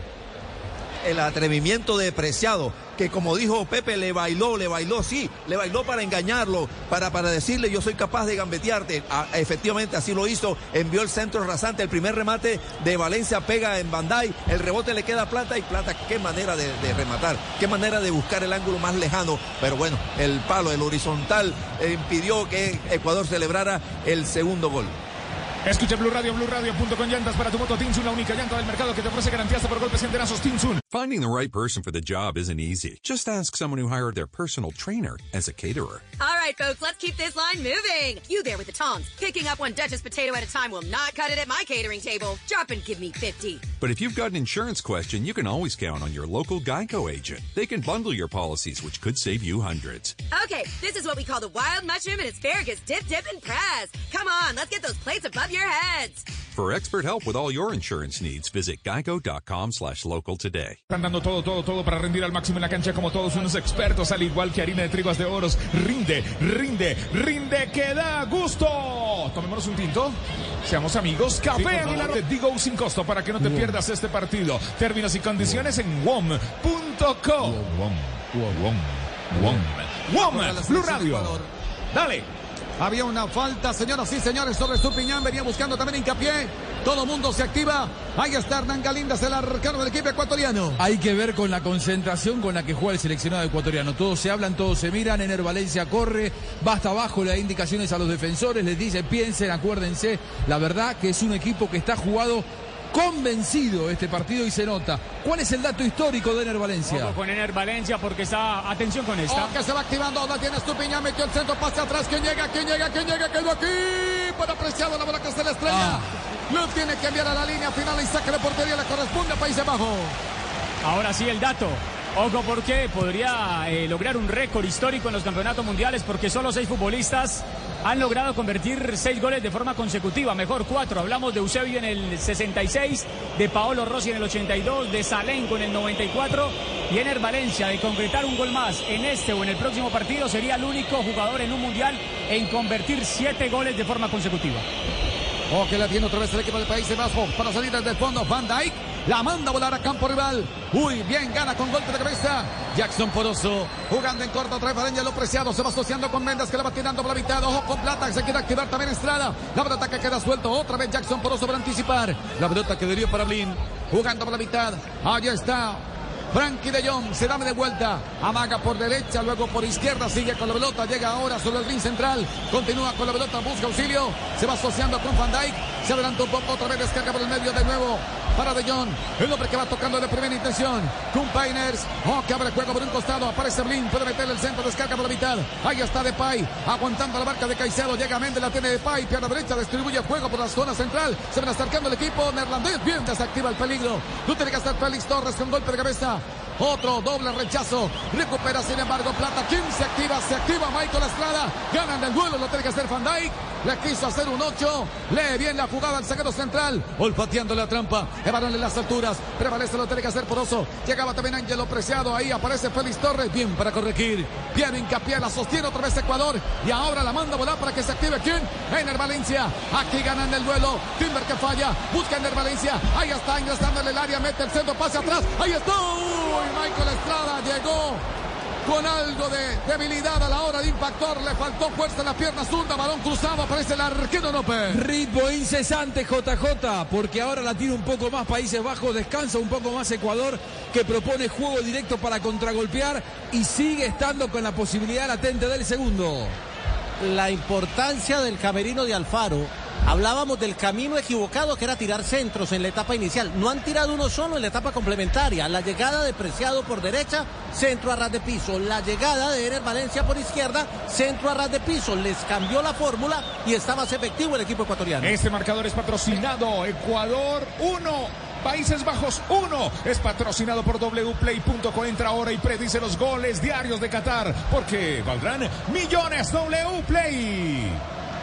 S5: El atrevimiento de Preciado, que como dijo Pepe, le bailó, le bailó, sí, le bailó para engañarlo, para, para decirle yo soy capaz de gambetearte. Ah, efectivamente así lo hizo, envió el centro rasante, el primer remate de Valencia pega en Van Dijk, el rebote le queda a Plata y Plata, qué manera de, de rematar, qué manera de buscar el ángulo más lejano, pero bueno, el palo, el horizontal eh, impidió que Ecuador celebrara el segundo gol.
S2: Escucha Blue Radio, Blue Radio punto com, llantas para tu moto Tinsun, la única llanta del mercado que te ofrece garantía hasta por golpes y enterazos. Tinsun.
S10: Finding the right person for the job isn't easy. Just ask someone who hired their personal trainer as a caterer.
S12: All right, folks, let's keep this line moving. You there with the tongs. Picking up one Duchess potato at a time will not cut it at my catering table. Drop and give me fifty.
S10: But if you've got an insurance question, you can always count on your local Geico agent. They can bundle your policies, which could save you hundreds.
S12: Okay, this is what we call the wild mushroom and asparagus dip, dip, and press. Come on, let's get those plates above your heads.
S10: For expert help with all your insurance needs, visit geico.com slash local today.
S2: Están dando todo, todo, todo para rendir al máximo en la cancha como todos unos expertos, al igual que harina de trigo de oros. Rinde, rinde, rinde, que da gusto. Tomémonos un tinto, seamos amigos. Café Aguilar de Digo sin costo para que no te wow. pierdas este partido. Términos y condiciones wow. en W O M punto co. Wow, wow, wow, wow, wow. W O M, Blue Radio. Dale.
S19: Había una falta, señoras y señores, sobre Estupiñán. Venía buscando también Hincapié. Todo mundo se activa. Ahí está Hernán Galíndez, el arcano del equipo ecuatoriano.
S3: Hay que ver con la concentración con la que juega el seleccionado ecuatoriano. Todos se hablan, todos se miran. Ener Valencia corre, va hasta abajo, le da indicaciones a los defensores, les dice piensen, acuérdense. La verdad que es un equipo que está jugado convencido este partido y se nota. ¿Cuál es el dato histórico de Ener Valencia?
S8: Ojo con Ener Valencia porque está, atención con esta.
S19: Oh, que se va activando, la tiene Estupiñán, metió el centro, pase atrás, ¿quién llega? ¿Quién llega? ¿Quién llega? Quedó aquí, para Preciado, la bola que se le estrella. Ah. Lo tiene que enviar a la línea final y saque de portería, le corresponde a Países Bajos.
S8: Ahora sí el dato. Ojo porque podría eh, lograr un récord histórico en los campeonatos mundiales porque solo seis futbolistas han logrado convertir seis goles de forma consecutiva, mejor cuatro. Hablamos de Eusebio en el sesenta y seis, de Paolo Rossi en el ochenta y dos, de Salenco en el noventa y cuatro y Ener Valencia de concretar un gol más en este o en el próximo partido sería el único jugador en un mundial en convertir siete goles de forma consecutiva.
S19: Oh, que la tiene otra vez el equipo de Países Bajos para salir desde el fondo. Van Dijk la manda a volar a campo rival. Uy, bien, gana con golpe de cabeza. Jackson Poroso jugando en corto otra vez para Ángelo Preciado. Se va asociando con Méndez que la va tirando por la mitad. Ojo con Plata, se quiere activar también Estrada. La pelota que queda suelto. Otra vez Jackson Poroso para anticipar. La pelota que dio para Blin. Jugando por la mitad. Allá está Frankie de Jong, se da de vuelta, amaga por derecha, luego por izquierda, sigue con la pelota, llega ahora sobre el ring central, continúa con la pelota, busca auxilio, se va asociando con Van Dijk, se adelanta un poco, otra vez descarga por el medio de nuevo para de Jong, el hombre que va tocando de primera intención, con Painers, oh, que abre el juego por un costado, aparece Blin, puede meterle el centro, descarga por la mitad, ahí está Depay, aguantando la marca de Caicedo, llega Méndez, la tiene Depay, pierna derecha, distribuye el juego por la zona central, se va acercando el equipo neerlandés, bien desactiva el peligro, no tiene que hacer Félix Torres con golpe de cabeza. Otro doble rechazo. Recupera sin embargo Plata. ¿Quién se activa? Se activa Michael Estrada. Ganan el duelo. Lo tiene que hacer Van Dijk. Le quiso hacer un ocho. Lee bien la jugada al zaguero central. Olfateando la trampa. Evaron en las alturas. Prevalece. Lo tiene que hacer Poroso. Llegaba también Ángelo Preciado. Ahí aparece Félix Torres. Bien para corregir. Bien hincapié. La sostiene otra vez Ecuador. Y ahora la manda a volar para que se active. ¿Quién? Ener Valencia. Aquí ganan el duelo. Timber que falla. Busca Ener Valencia. Ahí está ingresando en el área. Mete el centro. Pase atrás. Ahí está. Uy, Michael Estrada llegó con algo de debilidad a la hora de impactar, le faltó fuerza en la pierna zurda, balón cruzado, aparece el arquero López.
S3: Ritmo incesante J J, porque ahora la tira un poco más Países Bajos, descansa un poco más Ecuador, que propone juego directo para contragolpear y sigue estando con la posibilidad latente del segundo.
S7: La importancia del camerino de Alfaro. Hablábamos del camino equivocado que era tirar centros en la etapa inicial. No han tirado uno solo en la etapa complementaria. La llegada de Preciado por derecha, centro a ras de piso. La llegada de Ener Valencia por izquierda, centro a ras de piso. Les cambió la fórmula y está más efectivo el equipo ecuatoriano.
S2: Este marcador es patrocinado. Ecuador uno. Países Bajos uno. Es patrocinado por w play punto co. Entra ahora y predice los goles diarios de Qatar, porque valdrán millones. W Play.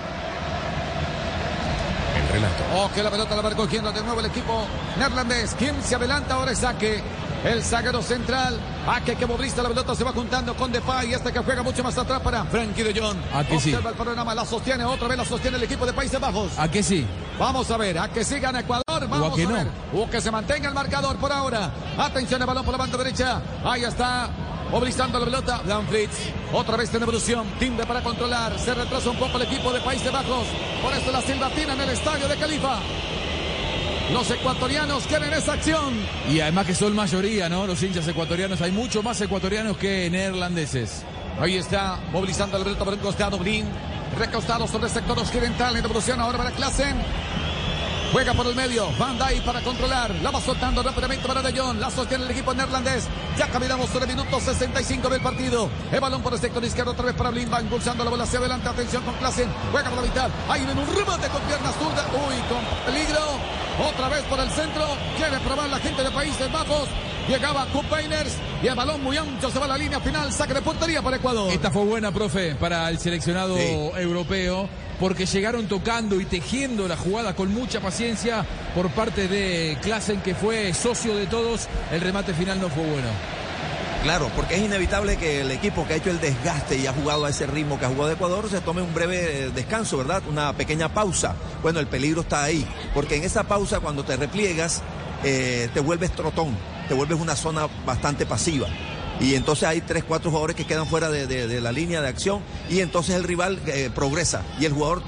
S2: El relato.
S19: Oh, que la pelota la va recogiendo de nuevo el equipo neerlandés. ¿Quién se adelanta ahora? Es Saque. El zaguero central. Ake que movilista la pelota, se va juntando con Depay. Este que juega mucho más atrás para Frankie de Jong.
S3: ¿A que sí?
S19: Observa el panorama, la sostiene, otra vez la sostiene el equipo de Países Bajos.
S3: ¿A que sí?
S19: Vamos a ver, a que sí gana Ecuador. Vamos
S3: o a que
S19: a ver.
S3: no.
S19: O que se mantenga el marcador por ahora. Atención, el balón por la banda derecha. Ahí está. Movilizando la pelota, Danfritz, otra vez en evolución, timbre para controlar, se retrasa un poco el equipo de Países Bajos, por eso la silbatina en el estadio de Califa. Los ecuatorianos quieren esa acción.
S3: Y además que son mayoría, ¿no? Los hinchas ecuatorianos, hay mucho más ecuatorianos que neerlandeses.
S19: Ahí está, movilizando la pelota por un costado, Blin, recostado sobre el sector occidental, en evolución ahora para Klaassen. Juega por el medio, Van Dijk para controlar, la va soltando rápidamente para De Jong, la sostiene el equipo neerlandés, ya caminamos sobre el minuto sesenta y cinco del partido, el balón por el sector izquierdo otra vez para Blin, va impulsando la bola hacia adelante, atención con Klaassen, juega por la mitad, ahí viene un remate con pierna zurda, uy, con peligro, otra vez por el centro, quiere probar la gente de Países Bajos, llegaba Kupainers y el balón muy ancho, se va a la línea final, saque de portería para Ecuador.
S3: Esta fue buena, profe, para el seleccionado sí. europeo, porque llegaron tocando y tejiendo la jugada con mucha paciencia por parte de Klaassen, que fue socio de todos. El remate final no fue bueno.
S5: Claro, porque es inevitable que el equipo que ha hecho el desgaste y ha jugado a ese ritmo que ha jugado Ecuador se tome un breve descanso, ¿verdad? Una pequeña pausa. Bueno, el peligro está ahí, porque en esa pausa cuando te repliegas eh, te vuelves trotón, te vuelves una zona bastante pasiva. Y entonces hay tres, cuatro jugadores que quedan fuera de, de, de la línea de acción y entonces el rival eh, progresa y el jugador toca.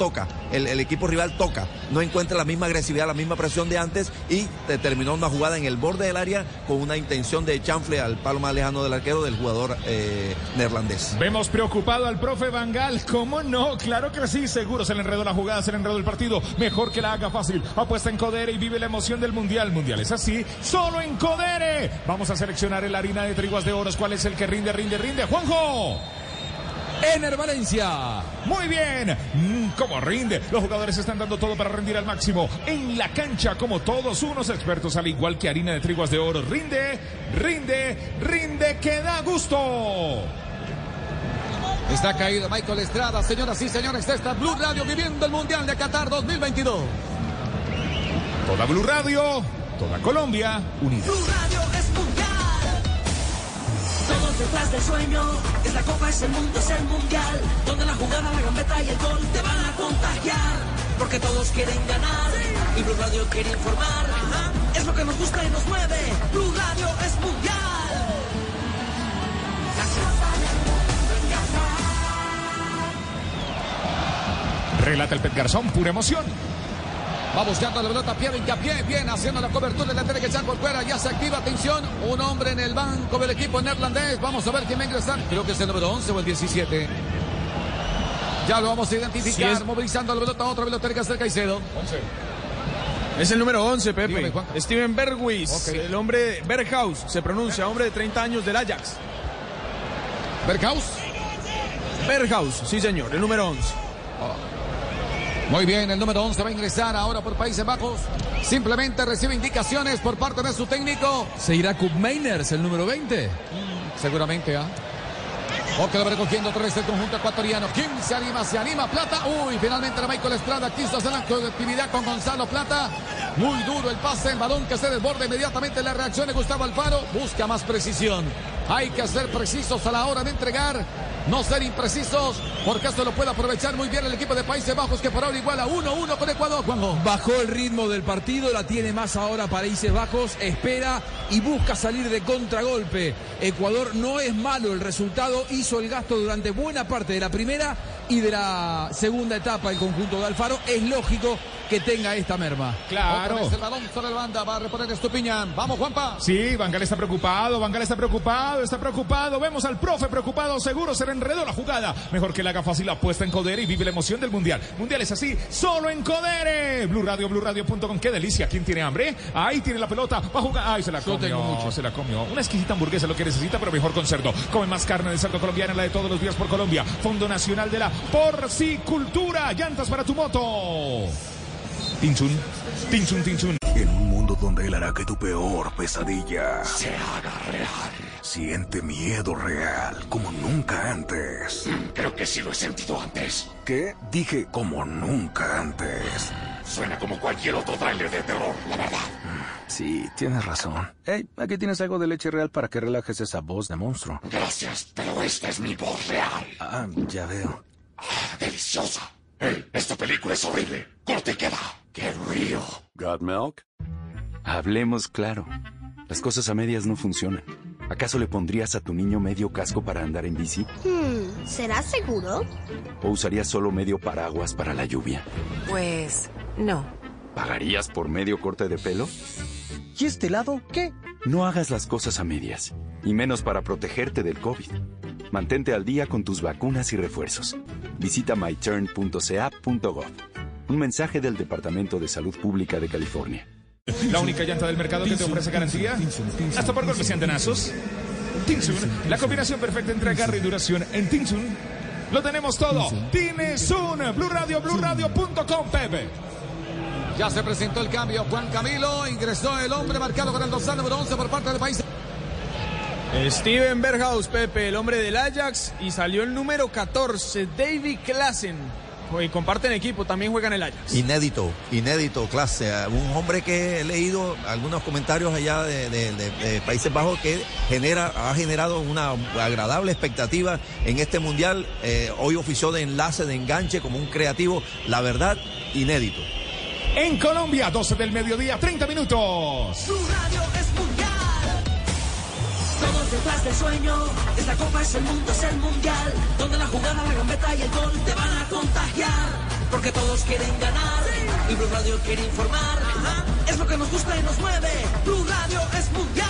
S5: el, el equipo rival toca, no encuentra la misma agresividad, la misma presión de antes y te terminó una jugada en el borde del área con una intención de chanfle al palo más lejano del arquero del jugador eh, neerlandés.
S2: Vemos preocupado al profe Van Gaal, ¿cómo no? Claro que sí, seguro se le enredó la jugada, se le enredó el partido, mejor que la haga fácil, apuesta en Codere y vive la emoción del Mundial. Mundial es así, solo en Codere. Vamos a seleccionar el harina de triguas de oros, ¿cuál es el que rinde, rinde, rinde? ¡Juanjo!
S3: Ener Valencia.
S2: Muy bien. Mm, ¿Cómo rinde? Los jugadores están dando todo para rendir al máximo. En la cancha, como todos unos expertos, al igual que harina de triguas de oro. Rinde, rinde, rinde, que da gusto.
S19: Está caído Michael Estrada, señoras y señores, de esta Blue Radio viviendo el Mundial de Qatar dos mil veintidós.
S2: Toda Blue Radio, toda Colombia, unida.
S1: Blue Radio es mundial. Todos detrás del sueño, es la copa, es el mundo, es el mundial. Donde la jugada, la gambeta y el gol te van a contagiar. Porque todos quieren ganar y Blue Radio quiere informar. Es lo que nos gusta y nos mueve. Blue Radio es mundial.
S2: Relata el Pet Garzón, pura emoción.
S19: Va buscando la pelota, Pierre Hincapié, bien haciendo la cobertura, la tiene que echar por fuera, ya se activa, atención, un hombre en el banco del equipo neerlandés, vamos a ver quién va a ingresar, creo que es el número once o el diecisiete. Ya lo vamos a identificar, sí es... movilizando la pelota, otra pelota que hacer Caicedo.
S21: once. Es el número once, Pepe. Dígame, Steven Berghuis, okay. El hombre de Berghaus, se pronuncia, hombre de treinta años del Ajax.
S19: ¿Berghaus?
S21: Berghaus, sí señor, el número once.
S19: Oh. Muy bien, el número once va a ingresar ahora por Países Bajos. Simplemente recibe indicaciones por parte de su técnico.
S3: ¿Se irá Koop Meiners, el número veinte?
S19: Mm, seguramente, ¿ah? ¿eh? O que lo va recogiendo otra vez el conjunto ecuatoriano. ¿Quién se anima? Se anima Plata. Uy, finalmente la Michael Estrada quiso hacer la colectividad con Gonzalo Plata. Muy duro el pase, el balón que se desborda inmediatamente. La reacción de Gustavo Alfaro. Busca más precisión. Hay que ser precisos a la hora de entregar. No ser imprecisos, porque esto lo puede aprovechar muy bien el equipo de Países Bajos, que por ahora iguala uno uno con Ecuador, Juanjo.
S3: Bajó el ritmo del partido, la tiene más ahora Países Bajos, espera y busca salir de contragolpe. Ecuador no es malo el resultado, hizo el gasto durante buena parte de la primera y de la segunda etapa el conjunto de Alfaro. Es lógico que tenga esta merma.
S2: Claro.
S19: Otra vez el balón sobre la banda, va a reponer Estupiñán. Vamos, Juanpa.
S2: Sí, Van Gaal está preocupado, Van Gaal está preocupado, está preocupado. Vemos al profe preocupado, seguro se le enredó la jugada. Mejor que le haga fácil la apuesta en Codere y vive la emoción del Mundial. Mundial es así, solo en Codere. Blue Radio, blue radio punto com. Qué delicia. ¿Quién tiene hambre? Ahí tiene la pelota, va a jugar. Ay, se la comió. Yo tengo mucho. Se la comió. Una exquisita hamburguesa, lo que necesita, pero mejor con cerdo. Come más carne de cerdo colombiana, la de todos los días por Colombia. Fondo Nacional de la Porcicultura. Llantas para tu moto. Tinchun, tinchun, tinchun.
S15: En un mundo donde él hará que tu peor pesadilla
S17: se haga real.
S15: Siente miedo real como nunca antes.
S17: Mm, creo que sí lo he sentido antes.
S15: ¿Qué? Dije como nunca antes.
S17: Suena como cualquier otro tráiler de terror, la verdad.
S18: Sí, tienes razón. Hey, aquí tienes algo de leche real para que relajes esa voz de monstruo.
S17: Gracias, pero esta es mi voz real.
S18: Ah, ya veo.
S17: Ah, deliciosa. Hey, esta película es horrible. Corte y queda. ¡Qué río!
S11: ¿Got milk? Hablemos claro. Las cosas a medias no funcionan. ¿Acaso le pondrías a tu niño medio casco para andar en bici?
S13: Hmm, ¿será seguro?
S11: ¿O usarías solo medio paraguas para la lluvia?
S13: Pues, no.
S11: ¿Pagarías por medio corte de pelo?
S7: ¿Y este lado qué?
S11: No hagas las cosas a medias, y menos para protegerte del COVID. Mantente al día con tus vacunas y refuerzos. Visita my turn punto c a punto gov. Un mensaje del Departamento de Salud Pública de California.
S2: La única llanta del mercado que te ofrece garantía. Hasta por golpes y antenazos. Tinsun, la combinación perfecta entre agarre y duración. En Tinsun lo tenemos todo. Tinsun, Blue Radio, blue radio punto com, Pepe.
S19: Ya se presentó el cambio. Juan Camilo, ingresó el hombre marcado con el dorsal número once por parte del país.
S21: Steven Berghaus, Pepe, el hombre del Ajax, y salió el número catorce, David Klaassen. Y comparten equipo, también juegan el Ajax.
S5: Inédito, inédito, clase. Un hombre que he leído algunos comentarios allá de, de, de, de Países Bajos que genera, ha generado una agradable expectativa en este mundial. Eh, hoy ofició de enlace, de enganche, como un creativo. La verdad, inédito.
S2: En Colombia, doce del mediodía, treinta minutos.
S1: Su radio es mundial. Todos detrás del sueño, esta copa es el mundo, es el mundial. Donde la jugada, la gambeta y el gol te van a contagiar. porque todos quieren ganar y Blue Radio quiere informar. Ajá. Es lo que nos gusta y nos mueve. Blue Radio es mundial.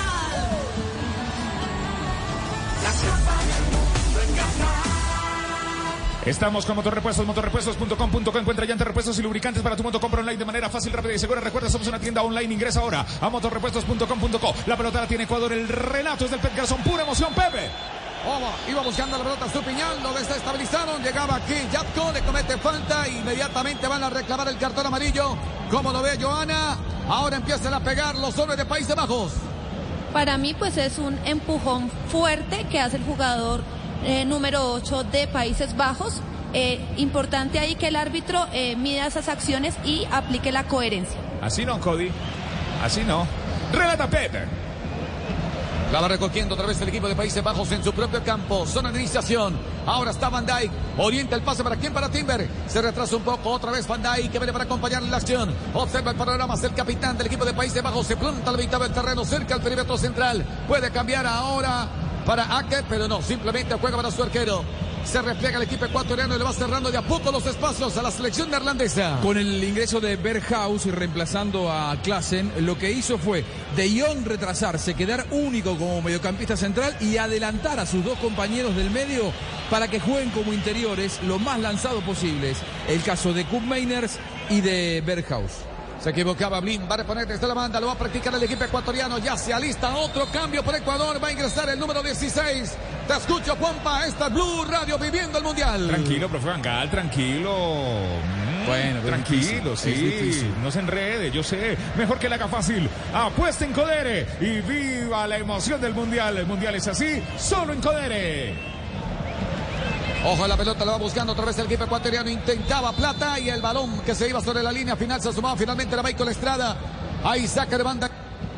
S1: La Copa del Mundo en Qatar.
S2: Estamos con Motorrepuestos, motorrepuestos punto com punto co. Encuentra llantas, repuestos y lubricantes para tu moto. Compra online de manera fácil, rápida y segura. Recuerda, somos una tienda online. Ingresa ahora a motorrepuestos punto com punto co. La pelota la tiene Ecuador. El relato es del Pet Garzón. Pura emoción, Pepe.
S19: Oba, iba buscando la pelota Estupiñán, lo desestabilizaron, llegaba aquí Yapko, le comete falta, inmediatamente van a reclamar el cartón amarillo. ¿Cómo lo ve Joana? Ahora empiezan a pegar los hombres de Países Bajos.
S4: Para mí pues es un empujón fuerte que hace el jugador eh, número ocho de Países Bajos. Eh, importante ahí que el árbitro eh, mida esas acciones y aplique la coherencia.
S2: Así no, Cody, así no. Relata Pepe.
S19: La va recogiendo otra vez el equipo de Países Bajos en su propio campo. Zona de iniciación. Ahora está Van Dijk. Orienta el pase para quién, para Timber. Se retrasa un poco. Otra vez Van Dijk que viene para acompañar la acción. Observa el panorama. Es el capitán del equipo de Países Bajos. Se planta a la mitad del terreno cerca al perímetro central. Puede cambiar ahora para Ake, pero no. Simplemente juega para su arquero. Se repliega el equipo ecuatoriano y le va cerrando de a poco los espacios a la selección neerlandesa.
S3: Con el ingreso de Berghaus y reemplazando a Klaassen, lo que hizo fue De Jong retrasarse, quedar único como mediocampista central y adelantar a sus dos compañeros del medio para que jueguen como interiores lo más lanzado posibles. El caso de Koopmeiners y de Berghaus.
S19: Se equivocaba Blin, va a reponer desde la banda, lo va a practicar el equipo ecuatoriano, ya se alista otro cambio por Ecuador, va a ingresar el número dieciséis. Te escucho, Pompa, esta es Blue Radio viviendo el Mundial.
S2: Tranquilo, profe Van Gaal, tranquilo. Mm, bueno, tranquilo, sí, difícil. No se enrede, yo sé. Mejor que le haga fácil. Apuesta en Codere y viva la emoción del Mundial. El Mundial es así, solo en Codere.
S19: Ojo, la pelota la va buscando otra vez el equipo ecuatoriano. Intentaba Plata y el balón que se iba sobre la línea final se sumaba finalmente a Michael Estrada. Ahí saca de banda.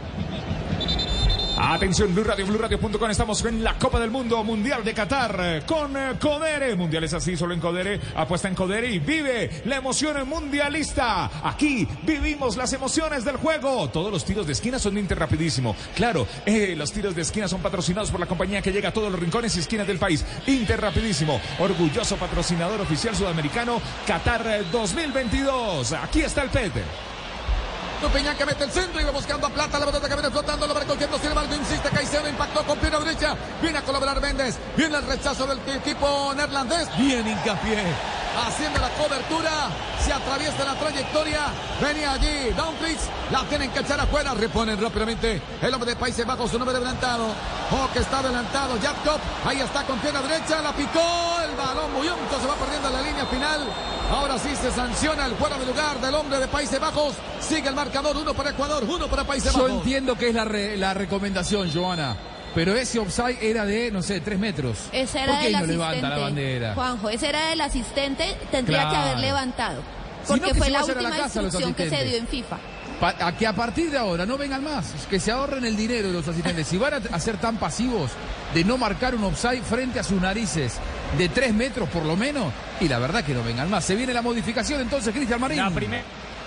S2: Atención, Blue Radio, Blue Radio punto com. Estamos en la Copa del Mundo Mundial de Qatar con Codere. Mundial es así, solo en Codere. Apuesta en Codere y vive la emoción mundialista. Aquí vivimos las emociones del juego. Todos los tiros de esquina son de Inter Rapidísimo. Claro, eh, los tiros de esquina son patrocinados por la compañía que llega a todos los rincones y esquinas del país. Inter Rapidísimo, orgulloso patrocinador oficial sudamericano Qatar dos mil veintidós. Aquí está el P E T.
S19: Peña que mete el centro y va buscando a Plata, la pelota que viene flotando, lo va recogiendo, sin embargo insiste Caicedo, impactó con pierna derecha, viene a colaborar Méndez, viene el rechazo del equipo neerlandés, bien Hincapié, haciendo la cobertura, se atraviesa la trayectoria, venía allí Dumfries, la tienen que echar afuera, reponen rápidamente el hombre de Países Bajos, su nombre adelantado, oh que está adelantado, Jakob, ahí está con pierna derecha, la picó, el balón muy alto, se va perdiendo en la línea final, ahora sí se sanciona el fuera de lugar del hombre de Países Bajos, sigue el marcador, uno para Ecuador, uno para Países Bajos.
S3: Yo entiendo que es la, re, la recomendación, Joana, pero ese offside era de, no sé, tres metros.
S4: Ese era
S3: ¿Por qué
S4: del
S3: no
S4: asistente,
S3: levanta la bandera?
S4: Juanjo, ese era del asistente, tendría
S3: Claro.
S4: que haber levantado.
S3: Si
S4: Porque
S3: no, que
S4: fue
S3: se
S4: la
S3: vayan a la
S4: última
S3: casa los
S4: instrucción que se
S3: asistentes.
S4: dio en FIFA.
S3: Pa- a que a partir de ahora no vengan más, que se ahorren el dinero de los asistentes. Si van a, a ser tan pasivos de no marcar un offside frente a sus narices de tres metros por lo menos, y la verdad que no vengan más. Se viene la modificación entonces, Cristian Marín.
S2: La primera.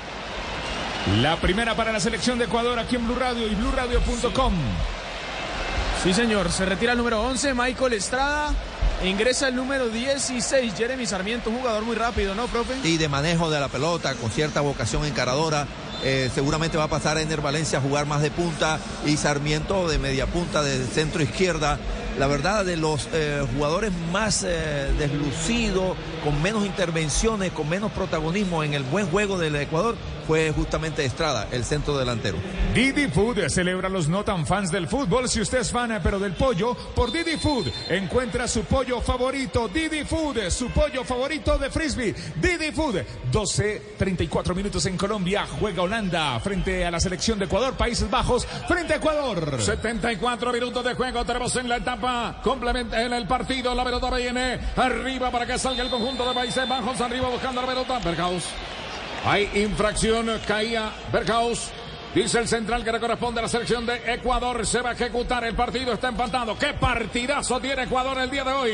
S2: La primera para la selección de Ecuador aquí en Blue Radio y Blue Radio punto com.
S21: Sí, señor. Se retira el número once, Michael Estrada. E ingresa el número dieciséis, Jeremy Sarmiento, un jugador muy rápido, ¿no, profe?
S5: Y de manejo de la pelota, con cierta vocación encaradora. Eh, seguramente va a pasar a Ener Valencia a jugar más de punta y Sarmiento de media punta de centro izquierda. La verdad, de los eh, jugadores más eh, deslucidos, con menos intervenciones, con menos protagonismo en el buen juego del Ecuador, fue justamente Estrada, el centro delantero.
S2: Didi Food celebra a los no tan fans del fútbol. Si usted es fan pero del pollo, por Didi Food encuentra su pollo favorito. Didi Food, su pollo favorito de frisbee. Didi Food, doce treinta y cuatro minutos en Colombia. Juega Holanda frente a la selección de Ecuador. Países Bajos frente a Ecuador.
S19: setenta y cuatro minutos de juego. Tenemos en la etapa complementa en el partido. La pelota viene arriba para que salga el conjunto de Países Bajos. Arriba buscando la pelota. Berghaus. Hay infracción, caía Berghaus. Dice el central que le corresponde a la selección de Ecuador. Se va a ejecutar, el partido está empatado. ¡Qué partidazo tiene Ecuador el día de hoy!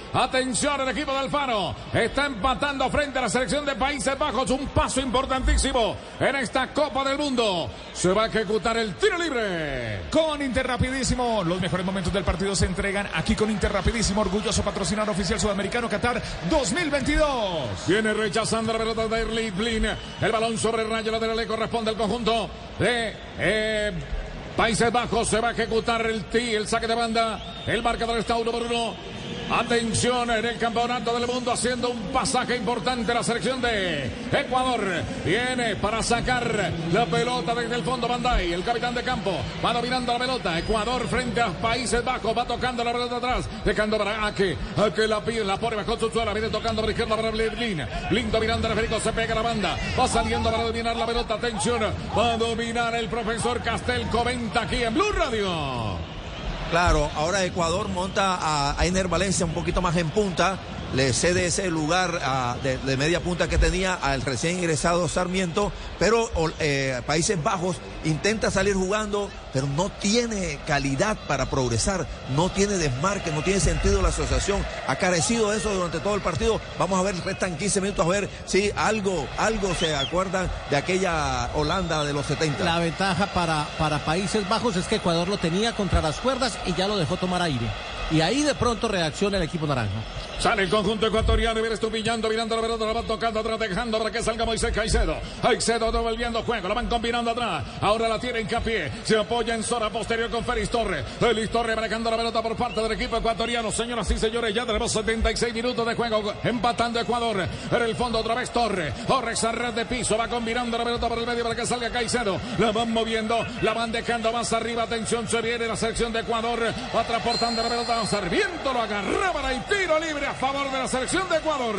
S2: Atención, el equipo de Alfaro está empatando frente a la selección de Países Bajos. Un paso importantísimo en esta Copa del Mundo. Se va a ejecutar el tiro libre. Con Interrapidísimo, los mejores momentos del partido se entregan aquí con Interrapidísimo, orgulloso patrocinador oficial sudamericano Qatar dos mil veintidós. Viene rechazando la pelota de Erling Blin. El balón sobre el rayo lateral le corresponde al conjunto de eh, Países Bajos. Se va a ejecutar el T, el saque de banda. El marcador está uno por uno. Atención en el campeonato del mundo, haciendo un pasaje importante la selección de Ecuador. Viene para sacar la pelota desde el fondo Bandai, el capitán de campo. Va dominando la pelota. Ecuador frente a Países Bajos. Va tocando la pelota atrás. Dejando para Ake. Ake la pide, la pone bajo su suela. Viene tocando por izquierda para Blin. Blin dominando el Federico. Se pega la banda. Va saliendo para dominar la pelota. Atención. Va a dominar el profesor Castel. Comenta aquí en Blue Radio.
S5: Claro, ahora Ecuador monta a Einer Valencia un poquito más en punta, le cede ese lugar a, de, de media punta que tenía al recién ingresado Sarmiento, pero eh, Países Bajos intenta salir jugando, pero no tiene calidad para progresar, no tiene desmarque, no tiene sentido la asociación, ha carecido de eso durante todo el partido. Vamos a ver, restan quince minutos a ver si algo, algo se acuerdan de aquella Holanda de los setenta.
S7: La ventaja para, para Países Bajos es que Ecuador lo tenía contra las cuerdas y ya lo dejó tomar aire. Y ahí de pronto reacciona el equipo naranja.
S2: Sale el conjunto ecuatoriano y viene estupillando, mirando la pelota, la va tocando atrás, dejando para que salga Moisés Caicedo. Caicedo devolviendo juego, la van combinando atrás. Ahora la tiene Hincapié, se apoya en zona posterior con Félix Torres. Félix Torres manejando la pelota por parte del equipo ecuatoriano. Señoras y señores, ya tenemos setenta y seis minutos de juego, empatando Ecuador. En el fondo otra vez Torres. Torres a red de piso, va combinando la pelota por el medio para que salga Caicedo. La van moviendo, la van dejando más arriba. Atención, se viene la selección de Ecuador. Va transportando la pelota. Sarmiento lo agarra para el tiro libre a favor de la selección de Ecuador.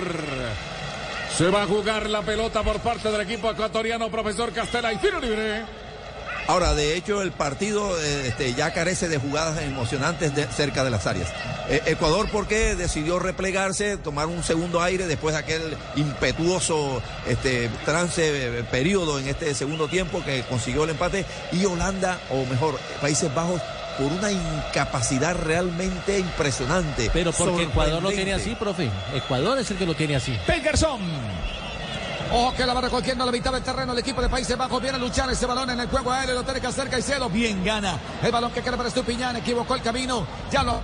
S2: Se va a jugar la pelota por parte del equipo ecuatoriano, profesor Castela, y tiro libre.
S5: Ahora, de hecho, el partido eh, este, ya carece de jugadas emocionantes de, cerca de las áreas. Eh, Ecuador, porque decidió replegarse, tomar un segundo aire después de aquel impetuoso este, trance eh, periodo en este segundo tiempo que consiguió el empate. Y Holanda, o mejor, Países Bajos, por una incapacidad realmente impresionante.
S7: Pero porque Ecuador lo tiene así, profe. Ecuador es el que lo tiene así.
S2: Peterson.
S19: Ojo que la va recogiendo a la mitad del terreno el equipo de Países Bajos. Viene a luchar ese balón en el juego aéreo. Lo tiene que hacer Caicedo. Bien gana. El balón que queda para Estupiñán. Equivocó el camino. Ya lo...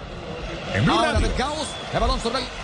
S2: En
S19: Ahora del caos. El balón sobre el...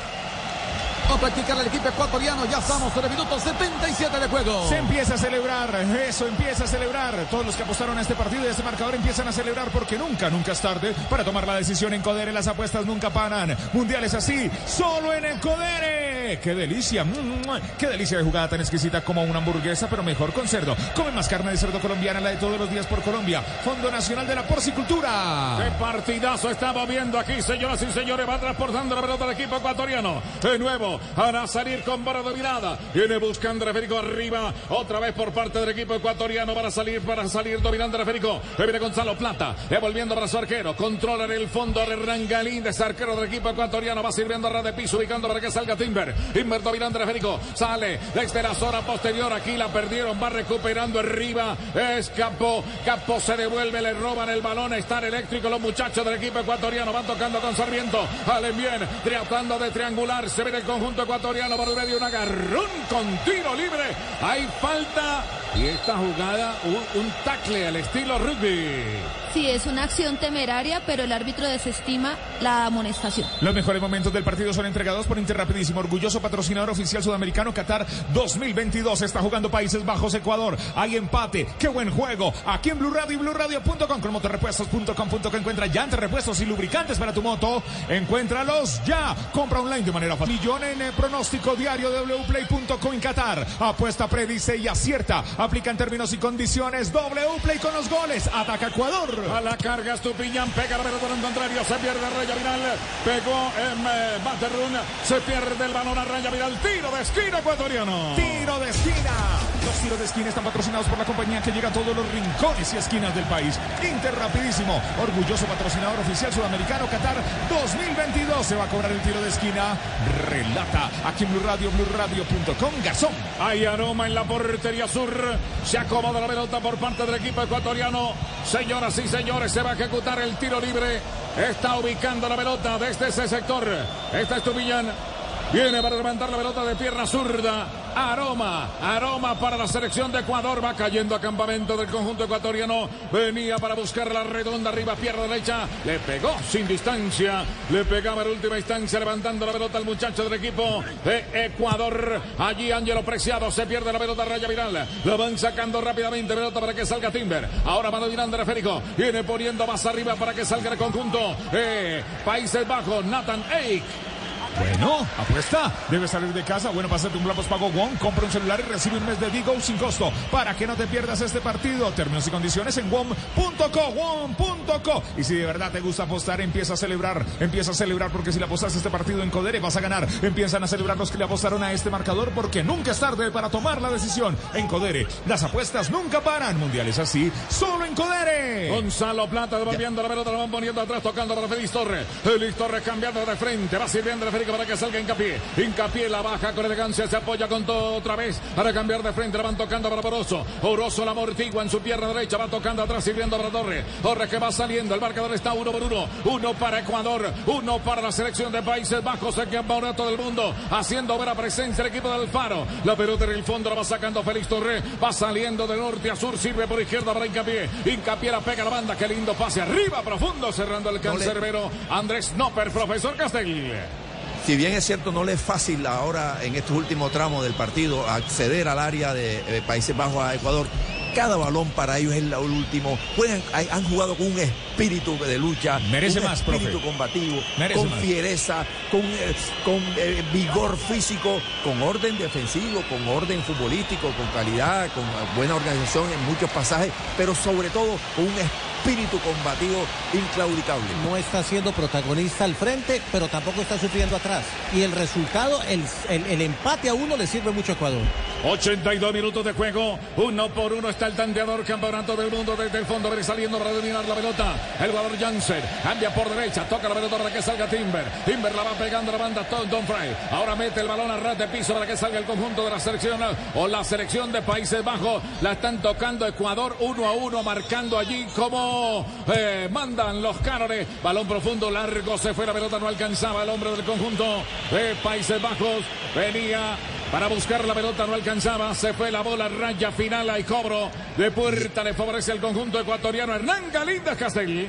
S19: a practicar el equipo ecuatoriano. Ya estamos en el minuto setenta y siete de juego.
S2: Se empieza a celebrar, eso empieza a celebrar. Todos los que apostaron a este partido y a este marcador empiezan a celebrar porque nunca, nunca es tarde para tomar la decisión en Codere. Las apuestas nunca paran. Mundiales así, solo en el Codere. ¡Qué delicia! ¡Qué delicia de jugada tan exquisita como una hamburguesa, pero mejor con cerdo! Come más carne de cerdo colombiana, la de todos los días por Colombia. Fondo Nacional de la Porcicultura. ¡Qué partidazo estamos viendo aquí, señoras y señores! Va transportando la pelota del equipo ecuatoriano. De nuevo, para salir con bola dominada. Viene buscando a Federico arriba. Otra vez por parte del equipo ecuatoriano para salir, para salir dominando a Federico. Viene Gonzalo Plata, devolviendo para su arquero. Controla en el fondo de Rangalín, de arquero del equipo ecuatoriano. Va sirviendo a red de piso, ubicando para que salga Timber. Timber dominando a Federico. Sale desde la zona posterior. Aquí la perdieron. Va recuperando arriba. Escapó. Capo se devuelve. Le roban el balón. Están eléctricos los muchachos del equipo ecuatoriano. Van tocando con Sarmiento. Salen bien. Tratando de triangular. Se ve el conjunto ecuatoriano por medio, un agarrón con tiro libre. Hay falta y esta jugada un, un tackle al estilo rugby.
S4: Sí, es una acción temeraria, pero el árbitro desestima la amonestación.
S2: Los mejores momentos del partido son entregados por Interrapidísimo, orgulloso patrocinador oficial sudamericano Qatar dos mil veintidós. Está jugando Países Bajos, Ecuador. Hay empate. ¡Qué buen juego! Aquí en Blue Radio y Blue Radio punto com. Con motorrepuestos punto com punto co encuentra llantas, repuestos y lubricantes para tu moto. Encuéntralos ya. Compra online de manera fácil. Millón en el pronóstico diario de w play punto com en Qatar. Apuesta, predice y acierta. Aplica en términos y condiciones. W-Play con los goles. Ataca Ecuador. A la carga Estupiñán, pega la pelota en contrario, se pierde raya viral, pegó en eh, Baterrun, se pierde el balón a raya viral, tiro de esquina ecuatoriano. Tiro de esquina. Los tiros de esquina están patrocinados por la compañía que llega a todos los rincones y esquinas del país. Inter Rapidísimo, orgulloso patrocinador oficial sudamericano Qatar dos mil veintidós. Se va a cobrar el tiro de esquina. Relata aquí en Blue Radio, blue radio punto com. Garzón.
S9: Hay aroma en la portería sur. Se acomoda la pelota por parte del equipo ecuatoriano. Señoras y señores, se va a ejecutar el tiro libre. Está ubicando la pelota desde ese sector. Esta es Tubillán. Viene para levantar la pelota de pierna zurda. Aroma, aroma para la selección de Ecuador. Va cayendo a campamento del conjunto ecuatoriano. Venía para buscar la redonda arriba, pierna derecha. Le pegó sin distancia. Le pegaba en última instancia, levantando la pelota al muchacho del equipo de Ecuador. Allí Ángelo Preciado se pierde la pelota, raya viral. La van sacando rápidamente, pelota para que salga Timber. Ahora va dominando el Férico. Viene poniendo más arriba para que salga el conjunto. Eh, Países Bajos, Nathan Eik.
S2: Bueno, apuesta. Debes salir de casa. Bueno, pásate un plan postpago WOM. Compra un celular y recibe un mes de Digo sin costo. Para que no te pierdas este partido. Términos y condiciones en wom punto co. wom punto co. Y si de verdad te gusta apostar, empieza a celebrar. Empieza a celebrar porque si le apostaste este partido en Codere vas a ganar. Empiezan a celebrar los que le apostaron a este marcador porque nunca es tarde para tomar la decisión. En Codere, las apuestas nunca paran. Mundiales así, solo en Codere.
S9: Gonzalo Plata devolviendo la pelota, la van poniendo atrás, tocando para Félix Torres. Félix Torres cambiando de frente. Va sirviendo de para que salga Hincapié. Hincapié la baja con elegancia, se apoya con todo otra vez para cambiar de frente. La van tocando para Orozo. Orozo la amortigua en su pierna derecha, va tocando atrás, sirviendo para Torres. Torres que va saliendo, el marcador está uno por uno. Uno para Ecuador, uno para la selección de Países Bajos, el campeonato del mundo, haciendo ver a presencia el equipo de Alfaro. La pelota en el fondo la va sacando Félix Torres, va saliendo de norte a sur, sirve por izquierda para Hincapié. Hincapié la pega a la banda, qué lindo pase arriba, profundo, cerrando el cancerbero Andrés Nopper, profesor Castel.
S5: Si bien es cierto, no le es fácil ahora en estos últimos tramos del partido acceder al área de, de Países Bajos a Ecuador, cada balón para ellos es el último. Juegan, han jugado con un espíritu de lucha,
S2: merece
S5: un
S2: más,
S5: espíritu
S2: profe.
S5: combativo,
S2: merece
S5: con
S2: más.
S5: fiereza, con, eh, con eh, vigor físico, con orden defensivo, con orden futbolístico, con calidad, con buena organización en muchos pasajes, pero sobre todo con un espíritu combativo inclaudicable.
S7: No está siendo protagonista al frente, pero tampoco está sufriendo atrás. Y el resultado, el, el, el empate a uno le sirve mucho a Ecuador.
S9: ochenta y dos minutos de juego, uno por uno está el tanteador, campeonato del mundo desde el fondo, viene saliendo para dominar la pelota. El jugador Janssen cambia por derecha, toca la pelota para que salga Timber. Timber la va pegando la banda Tom Dumfries. Ahora mete el balón a ras de piso para que salga el conjunto de la selección o la selección de Países Bajos. La están tocando Ecuador uno a uno, marcando allí como eh, mandan los cánones. Balón profundo, largo, se fue la pelota, no alcanzaba el hombre del conjunto de Países Bajos. Venía para buscar la pelota, no alcanzaba, se fue la bola, raya final, hay cobro de puerta, le favorece el conjunto ecuatoriano. Hernán Galíndez Castelli.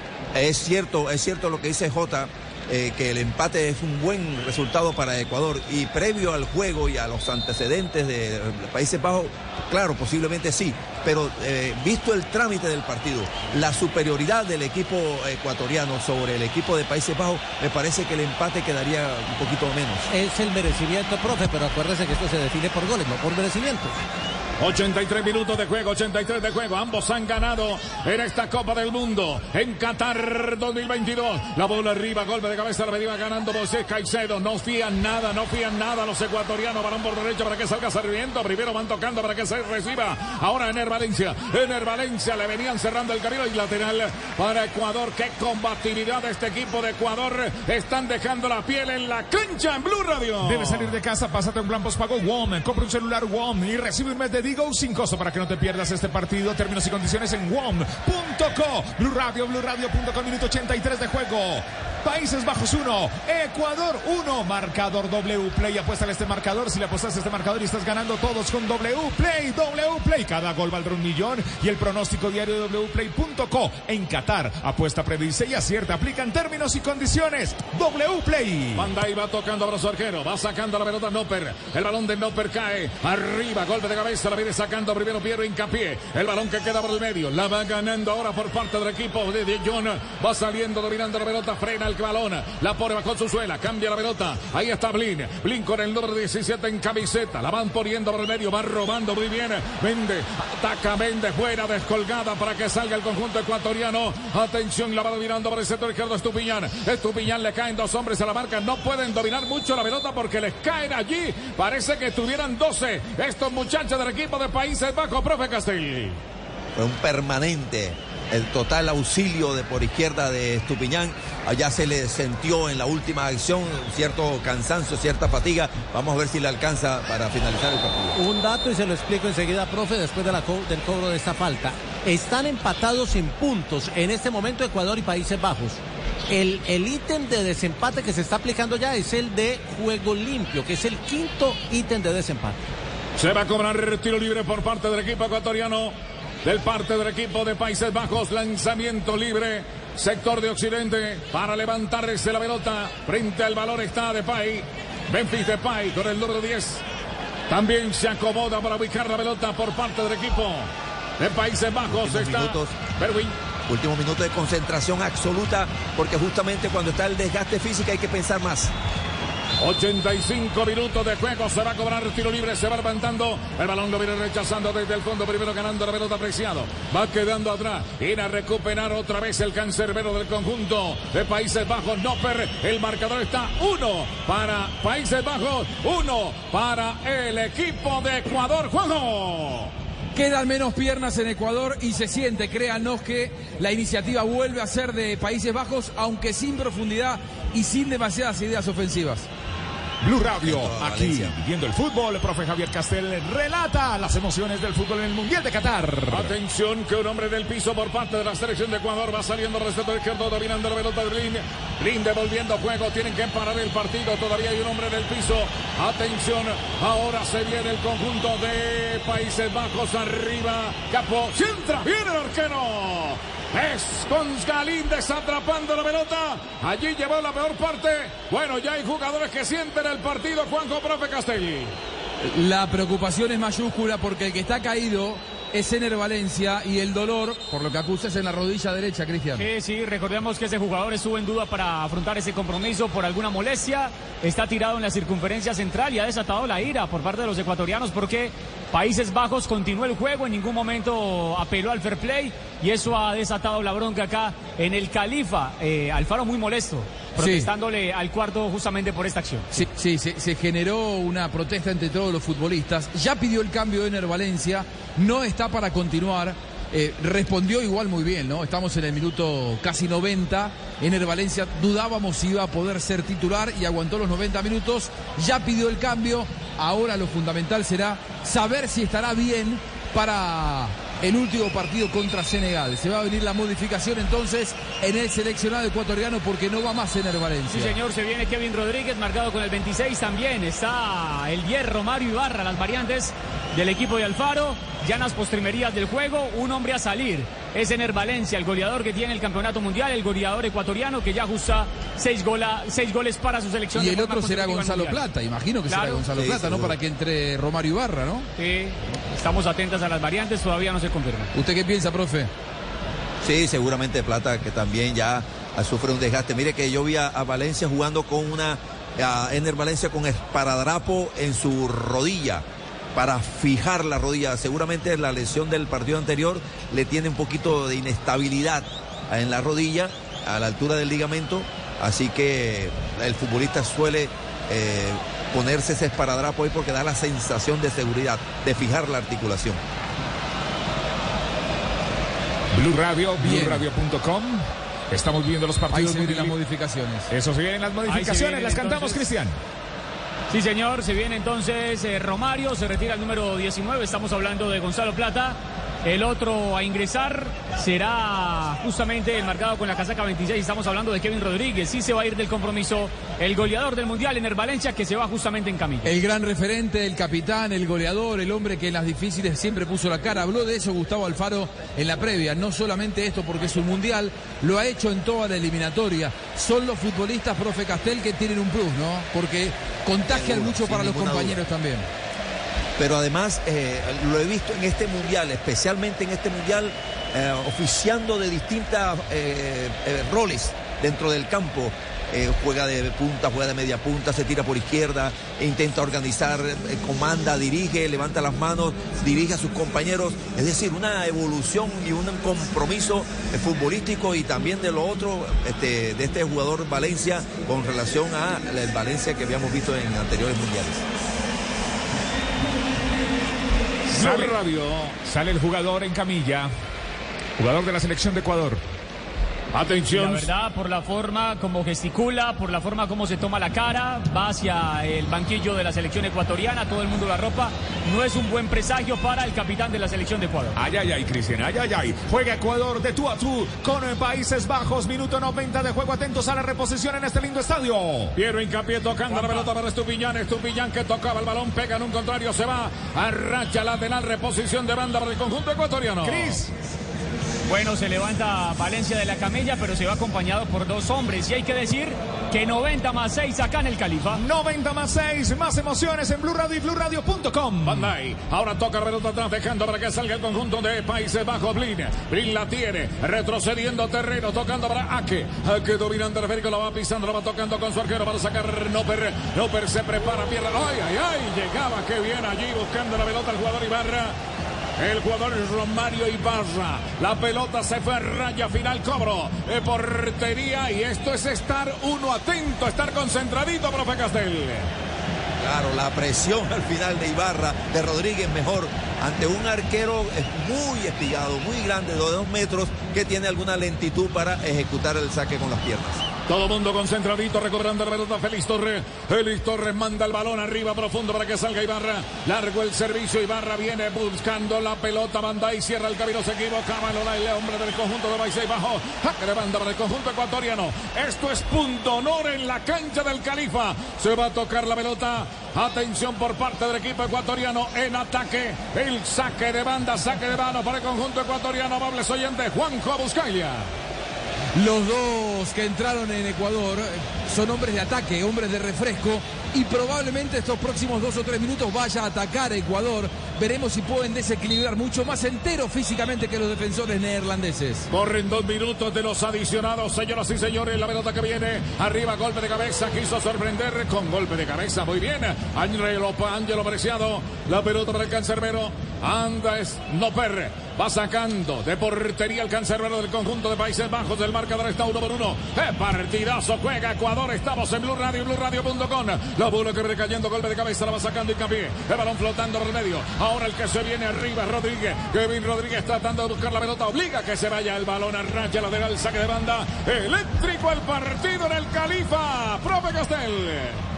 S5: Es cierto, es cierto lo que dice Jota, eh, que el empate es un buen resultado para Ecuador, y previo al juego y a los antecedentes de Países Bajos, claro, posiblemente sí, pero eh, visto el trámite del partido, la superioridad del equipo ecuatoriano sobre el equipo de Países Bajos, me parece que el empate quedaría un poquito menos.
S7: Es el merecimiento, profe, pero acuérdese que esto se define por goles, no por merecimiento.
S9: ochenta y tres minutos de juego, ochenta y tres de juego. Ambos han ganado en esta Copa del Mundo en Qatar dos mil veintidós. La bola arriba, golpe de cabeza, la venía ganando Moisés Caicedo. No fían nada, no fían nada los ecuatorianos. Balón por derecha para que salga Sarmiento. Primero van tocando para que se reciba. Ahora Ener Valencia. Ener Valencia le venían cerrando el camino y lateral para Ecuador. Qué combatividad de este equipo de Ecuador. Están dejando la piel en la cancha en Blue Radio.
S2: Debes salir de casa, pásate un plan postpago WOM. Compra un celular WOM y recibe un mes de Digo sin costo para que no te pierdas este partido. Términos y condiciones en wom punto co. Blue Radio, blue radio punto com. Minuto ochenta y tres de juego. Países Bajos uno, Ecuador uno. Marcador W Play. Apuéstale este marcador. Si le apostaste este marcador y estás ganando todos con W Play. W Play. Cada gol valdrá un millón. Y el pronóstico diario de w play punto co. En Qatar. Apuesta, predice y acierta. Aplican términos y condiciones. W Play.
S9: Manda y va tocando a brazo arquero. Va sacando la pelota Nopper. El balón de Nopper cae arriba. Golpe de cabeza. La viene sacando primero Piero Hincapié. El balón que queda por el medio. La va ganando ahora por parte del equipo de De Jong. Va saliendo, dominando la pelota. Frena el balón. La pone bajo su suela. Cambia la pelota. Ahí está Blin. Blin con el número diecisiete en camiseta. La van poniendo por el medio. Va robando muy bien. Méndez. Ataca Méndez, buena descolgada para que salga el conjunto ecuatoriano. Atención, la va dominando por el sector izquierdo Estupiñán. Estupiñán le caen dos hombres a la marca. No pueden dominar mucho la pelota porque les caen allí. Parece que tuvieran doce estos muchachos del equipo de Países Bajos, profe Castel.
S5: Fue un permanente el total auxilio de por izquierda de Estupiñán. Allá se le sintió en la última acción cierto cansancio, cierta fatiga. Vamos a ver si le alcanza para finalizar el partido.
S7: Un dato y se lo explico enseguida, profe, después de la co del cobro de esta falta. Están empatados en puntos en este momento Ecuador y Países Bajos. El, el ítem de desempate que se está aplicando ya es el de juego limpio, que es el quinto ítem de desempate.
S9: Se va a cobrar el tiro libre por parte del equipo ecuatoriano. Del parte del equipo de Países Bajos, lanzamiento libre, sector de occidente, para levantarse la pelota. Frente al balón está Depay, Memphis Depay con el número diez. También se acomoda para ubicar la pelota por parte del equipo de Países Bajos.
S5: Últimos
S9: está
S5: minutos.
S9: Berwin.
S5: Último minuto de concentración absoluta, porque justamente cuando está el desgaste físico hay que pensar más.
S9: ochenta y cinco minutos de juego, se va a cobrar el tiro libre, se va levantando, el balón lo viene rechazando desde el fondo, primero ganando la pelota Preciado, va quedando atrás, ir a recuperar otra vez el cancerbero del conjunto de Países Bajos, Noper, el marcador está uno para Países Bajos, uno para el equipo de Ecuador. Juanjo.
S3: Quedan menos piernas en Ecuador y se siente, créanos, que la iniciativa vuelve a ser de Países Bajos, aunque sin profundidad y sin demasiadas ideas ofensivas.
S2: Blue Radio, aquí viviendo el fútbol. El profe Javier Castel relata las emociones del fútbol en el Mundial de Qatar.
S9: Atención, que un hombre del piso por parte de la selección de Ecuador va saliendo por el sector izquierdo, dominando la pelota de Blin. Blin devolviendo juego, tienen que parar el partido, todavía hay un hombre del piso. Atención, ahora se viene el conjunto de Países Bajos arriba. Capo, centra, viene el arquero. Es con Galíndez atrapando la pelota. Allí llevó la peor parte. Bueno, ya hay jugadores que sienten el partido. Juanjo, profe Castelli.
S3: La preocupación es mayúscula porque el que está caído es Ener Valencia y el dolor, por lo que acusa, es en la rodilla derecha, Cristian.
S8: Sí, sí, recordemos que ese jugador estuvo en duda para afrontar ese compromiso por alguna molestia. Está tirado en la circunferencia central y ha desatado la ira por parte de los ecuatorianos porque Países Bajos continuó el juego, en ningún momento apeló al fair play y eso ha desatado la bronca acá en el Califa. Eh, Alfaro muy molesto, protestándole sí. al cuarto justamente por esta acción.
S3: Sí, sí, se, se generó una protesta entre todos los futbolistas. Ya pidió el cambio Ener Valencia, no está para continuar. Eh, respondió igual muy bien, ¿no? Estamos en el minuto casi noventa. Ener Valencia dudábamos si iba a poder ser titular y aguantó los noventa minutos. Ya pidió el cambio. Ahora lo fundamental será saber si estará bien para el último partido contra Senegal. Se va a venir la modificación entonces en el seleccionado ecuatoriano porque no va más Ener Valencia.
S8: Sí, señor, se viene Kevin Rodríguez marcado con el veintiséis también. Está el hierro Mario Ibarra, las variantes del equipo de Alfaro. Ya en las postrimerías del juego, un hombre a salir. Es Ener Valencia, el goleador que tiene el campeonato mundial, el goleador ecuatoriano que ya ajusta seis, gola, seis goles para su selección.
S3: Y el otro será Gonzalo Plata, imagino que claro. será Gonzalo sí, Plata, ¿no? Para que entre Romario Ibarra, ¿no?
S8: Sí, estamos atentos a las variantes, todavía no se confirma.
S3: ¿Usted qué piensa, profe?
S5: Sí, seguramente Plata, que también ya sufre un desgaste. Mire que yo vi a, a Valencia jugando con una, a Ener Valencia con esparadrapo en su rodilla, para fijar la rodilla. Seguramente la lesión del partido anterior le tiene un poquito de inestabilidad en la rodilla, a la altura del ligamento, así que el futbolista suele eh, ponerse ese esparadrapo ahí porque da la sensación de seguridad, de fijar la articulación.
S2: Blue Radio, blue radio punto com. Estamos viendo los partidos.
S3: Ahí se vienen las modificaciones.
S2: Eso, se vienen las modificaciones, vienen, las cantamos, entonces... Cristian.
S8: Sí, señor, se viene entonces eh, Romario, se retira el número diecinueve, estamos hablando de Gonzalo Plata. El otro a ingresar será justamente el marcado con la casaca veintiséis, estamos hablando de Kevin Rodríguez. Sí se va a ir del compromiso el goleador del Mundial, Ener Valencia, que se va justamente en camino.
S3: El gran referente, el capitán, el goleador, el hombre que en las difíciles siempre puso la cara. Habló de eso Gustavo Alfaro en la previa. No solamente esto porque es un Mundial, lo ha hecho en toda la eliminatoria. Son los futbolistas, profe Castel, que tienen un plus, ¿no? Porque contagian mucho para los compañeros duda. También.
S5: Pero además eh, lo he visto en este Mundial, especialmente en este Mundial, eh, oficiando de distintas eh, eh, roles. dentro del campo. Eh, juega de punta, juega de media punta, se tira por izquierda, intenta organizar, eh, comanda, dirige, levanta las manos, dirige a sus compañeros. Es decir, una evolución y un compromiso eh, futbolístico y también de lo otro este, de este jugador Valencia con relación a el Valencia que habíamos visto en anteriores mundiales.
S2: Sale, radio. Sale el jugador en camilla, jugador de la selección de Ecuador.
S8: Atención. La verdad, por la forma como gesticula, por la forma como se toma la cara, va hacia el banquillo de la selección ecuatoriana, todo el mundo la ropa. No es un buen presagio para el capitán de la selección de Ecuador.
S2: Ay, ay, ay, Cristian, ay, ay, ay. Juega Ecuador de tú a tú con Países Bajos. Minuto noventa de juego. Atentos a la reposición en este lindo estadio.
S9: Piero Hincapié tocando Juanpa. La pelota para Estupiñán. Estupiñán que tocaba el balón, pega en un contrario, se va a racha lateral, reposición de banda para el conjunto ecuatoriano.
S2: Cris.
S8: Bueno, se levanta Valencia de la camilla, pero se va acompañado por dos hombres. Y hay que decir que noventa más seis acá en el Califa.
S2: noventa más seis, más emociones en Blue Radio y Blue Radio punto com.
S9: Bandai, ahora toca la pelota atrás, dejando para que salga el conjunto de Países Bajos. Blin, Blin la tiene, retrocediendo terreno, tocando para Ake. Ake dominando el esférico, la va pisando, la va tocando con su arquero para sacar Noper. Noper se prepara, pierde. ¡Ay, ay, ay! Llegaba, qué bien allí buscando la pelota el jugador Ibarra. El jugador Romario Ibarra. La pelota se fue a raya final, cobro de portería. Y esto es estar uno atento, estar concentradito, profe Castel.
S5: Claro, la presión al final de Ibarra, de Rodríguez mejor, ante un arquero muy espigado, muy grande, de dos metros, que tiene alguna lentitud para ejecutar el saque con las piernas.
S9: Todo mundo concentradito, recobrando la pelota. Félix Torres. Félix Torres manda el balón arriba profundo para que salga Ibarra. Largo el servicio. Ibarra viene buscando la pelota. Banda y cierra el camino. Se equivocaba el hombre del conjunto de Países Bajos. Jaque de banda para el conjunto ecuatoriano. Esto es punto honor en la cancha del Califa. Se va a tocar la pelota. Atención por parte del equipo ecuatoriano en ataque. El saque de banda, saque de mano para el conjunto ecuatoriano. Amables oyentes, Juanjo Buscaglia.
S3: Los dos que entraron en Ecuador son hombres de ataque, hombres de refresco, y probablemente estos próximos dos o tres minutos vaya a atacar a Ecuador. Veremos si pueden desequilibrar mucho más entero físicamente que los defensores neerlandeses.
S9: Corren dos minutos de los adicionados, señoras y señores. La pelota que viene arriba, golpe de cabeza, quiso sorprender con golpe de cabeza. Muy bien, Ángelo, Ángelo Preciado. La pelota para el cancerbero. Anda es Noper. Va sacando de portería el cancerbero del conjunto de Países Bajos. El marcador está uno por uno. ¡Qué partidazo juega Ecuador! Estamos en Blue Radio y Blue Radio punto com. La bola que recayendo, golpe de cabeza, la va sacando Hincapié. El balón flotando por el medio. Ahora el que se viene arriba, Rodríguez. Kevin Rodríguez tratando de buscar la pelota. Obliga que se vaya el balón a raya lateral, saque de banda. Eléctrico el partido en el Califa. Profe Castel.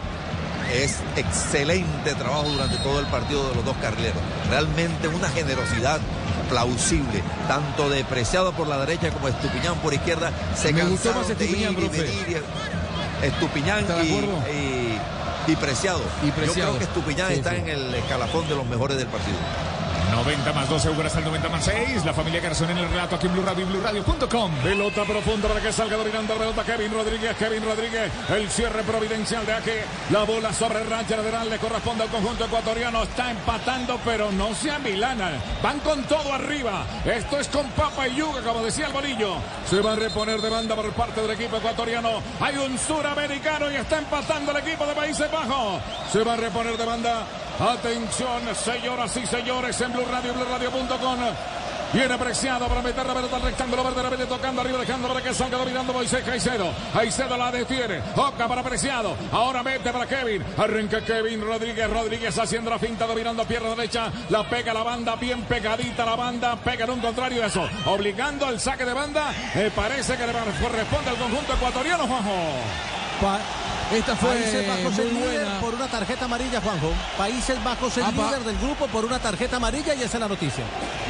S5: Es excelente trabajo durante todo el partido de los dos carrileros. Realmente una generosidad plausible, tanto de Preciado por la derecha como Estupiñán por izquierda. Se
S3: Me gustó más Estupiñán,
S5: de ir y venir. Estupiñán y, y, y, Preciado. y Preciado. Yo creo que Estupiñán sí, está sí. en el escalafón de los mejores del partido.
S2: noventa más doce, Uber hasta el noventa más seis. La familia Garzón en el relato aquí en Blue Radio y Blue Radio punto com.
S9: Pelota profunda para que salga dominando la pelota Kevin Rodríguez. Kevin Rodríguez, el cierre providencial de Ake. La bola sobre rancha lateral le corresponde al conjunto ecuatoriano. Está empatando, pero no se amilanan. Van con todo arriba. Esto es con papa y yuga, como decía el bolillo. Se va a reponer de banda por parte del equipo ecuatoriano. Hay un suramericano y está empatando el equipo de Países Bajos. Se va a reponer de banda. Atención, señoras y señores, en Blue Radio, Blue Radio punto com. Viene Preciado para meter la pelota al rectángulo verde, la viene tocando arriba, dejando para que salga dominando Moisés Caicedo. Caicedo la detiene, Oca para Preciado, ahora mete para Kevin, arranca Kevin Rodríguez, Rodríguez haciendo la finta, dominando pierna derecha, la pega la banda, bien pegadita la banda, pega en un contrario eso, obligando al saque de banda, me parece que le corresponde al conjunto ecuatoriano, Juanjo.
S7: Pa Esta fue
S3: Países Bajos
S7: el
S3: muy
S7: líder
S3: buena.
S7: por una tarjeta amarilla, Juanjo. Países Bajos el
S3: Apa.
S7: líder del grupo por una tarjeta amarilla y esa es la noticia.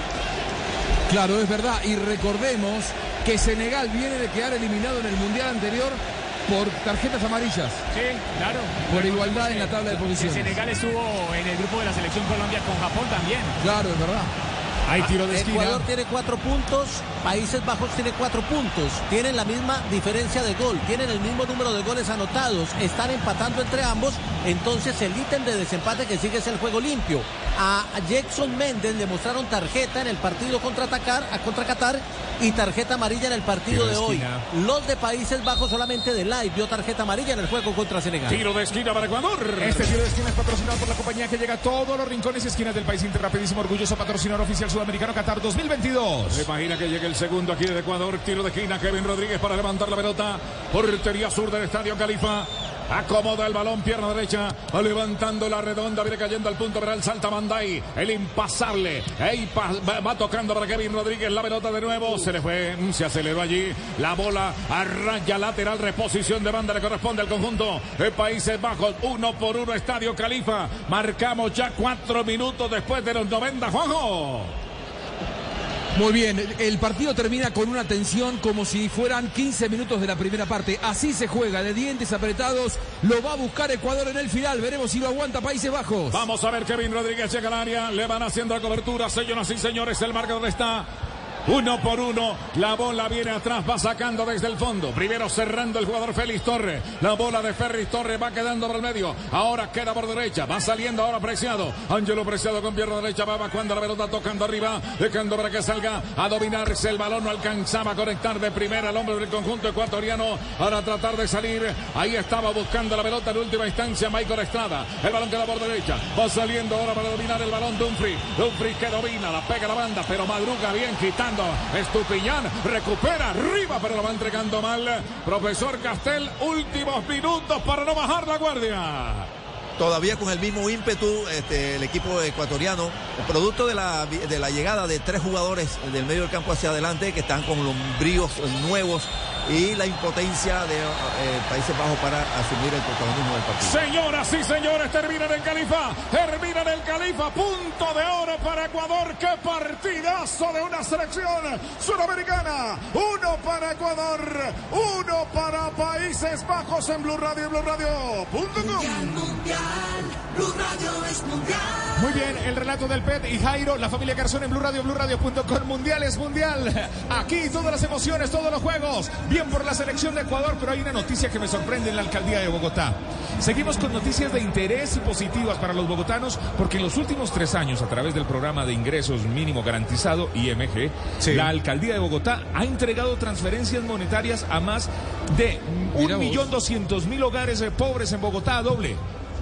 S3: Claro, es verdad. Y recordemos que Senegal viene de quedar eliminado en el Mundial anterior por tarjetas amarillas.
S8: Sí, claro.
S3: Por igualdad en la tabla de posiciones.
S8: Senegal estuvo en el grupo de la selección Colombia con Japón también.
S3: Claro, es verdad.
S2: Hay tiro de esquina.
S7: Ecuador tiene cuatro puntos, Países Bajos tiene cuatro puntos. Tienen la misma diferencia de gol, tienen el mismo número de goles anotados, están empatando entre ambos. Entonces el ítem de desempate que sigue es el juego limpio. A Jackson Méndez le mostraron tarjeta en el partido contra, atacar, contra Qatar y tarjeta amarilla en el partido de, de hoy. Los de Países Bajos solamente de Live vio tarjeta amarilla en el juego contra Senegal.
S9: Tiro de esquina para Ecuador.
S2: Este tiro de esquina es patrocinado por la compañía que llega a todos los rincones y esquinas del país. Interrapidísimo, orgulloso patrocinador oficial sudamericano Qatar dos mil veintidós.
S9: Se imagina que llegue el segundo aquí de Ecuador. Tiro de esquina, Kevin Rodríguez para levantar la pelota. Portería sur del Estadio Califa. Acomoda el balón, pierna derecha, levantando la redonda, viene cayendo al punto penal, salta Manday, el impasable, Ey, pa, va, va tocando para Kevin Rodríguez, la pelota de nuevo, se le fue, se aceleró allí, la bola a raya lateral, reposición de banda, le corresponde al conjunto de Países Bajos, uno por uno, Estadio Califa, marcamos ya cuatro minutos después de los noventa, Juanjo.
S3: Muy bien, el partido termina con una tensión como si fueran quince minutos de la primera parte. Así se juega, de dientes apretados. Lo va a buscar Ecuador en el final. Veremos si lo aguanta Países Bajos.
S9: Vamos a ver, Kevin Rodríguez llega al área. Le van haciendo la cobertura. Señoras y señores, el marcador está uno por uno, la bola viene atrás, va sacando desde el fondo. Primero cerrando el jugador Félix Torres. La bola de Ferris Torres va quedando por el medio. Ahora queda por derecha, va saliendo ahora Preciado. Ángelo Preciado con pierna derecha, va evacuando la pelota, tocando arriba, dejando para que salga a dominarse el balón. No alcanzaba a conectar de primera el hombre del conjunto ecuatoriano. Ahora tratar de salir. Ahí estaba buscando la pelota en última instancia Michael Estrada. El balón queda por derecha, va saliendo ahora para dominar el balón Dumfries. Dumfries que domina, la pega la banda, pero madruga bien quitando. Estupiñán recupera arriba, pero lo va entregando mal. Profesor Castel, últimos minutos para no bajar la guardia.
S5: Todavía con el mismo ímpetu este, el equipo ecuatoriano, producto de la, de la llegada de tres jugadores del medio del campo hacia adelante que están con los bríos nuevos y la impotencia de eh, Países Bajos para asumir el protagonismo del partido.
S9: Señoras y señores, terminan en Califa, terminan en Califa, punto de oro para Ecuador. ¡Qué partidazo de una selección sudamericana! Uno para Ecuador, uno para Países Bajos en Blue Radio y Blue Radio punto com.
S1: Mundial, mundial, Blue Radio es mundial.
S2: Muy bien, el relato del Pet y Jairo, la familia Garzón en Blue Radio, Blue Radio punto com. Mundial es mundial. Aquí todas las emociones, todos los juegos. Bien por la selección de Ecuador, pero hay una noticia que me sorprende en la alcaldía de Bogotá. Seguimos con noticias de interés y positivas para los bogotanos, porque en los últimos tres años, a través del programa de ingresos mínimo garantizado, I M G, sí, la alcaldía de Bogotá ha entregado transferencias monetarias a más de un millón doscientos mil hogares pobres en Bogotá, doble.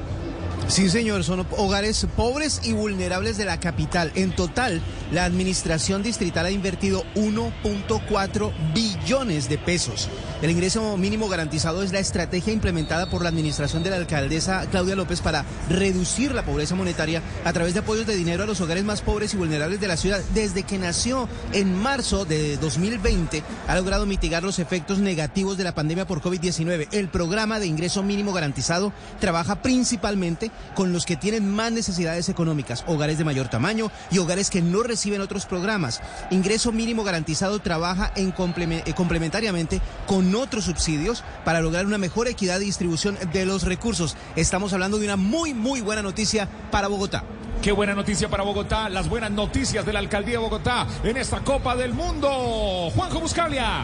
S6: Sí, señor, son hogares pobres y vulnerables de la capital. En total, la administración distrital ha invertido uno punto cuatro billones de pesos. El ingreso mínimo garantizado es la estrategia implementada por la administración de la alcaldesa Claudia López para reducir la pobreza monetaria a través de apoyos de dinero a los hogares más pobres y vulnerables de la ciudad. Desde que nació en marzo de dos mil veinte, ha logrado mitigar los efectos negativos de la pandemia por COVID diecinueve. El programa de ingreso mínimo garantizado trabaja principalmente con los que tienen más necesidades económicas, hogares de mayor tamaño y hogares que no reciben otros programas. Ingreso mínimo garantizado trabaja en complementariamente con otros subsidios para lograr una mejor equidad y distribución de los recursos. Estamos hablando de una muy, muy buena noticia para Bogotá.
S2: Qué buena noticia para Bogotá, las buenas noticias de la alcaldía de Bogotá en esta Copa del Mundo. Juanjo Buscalia.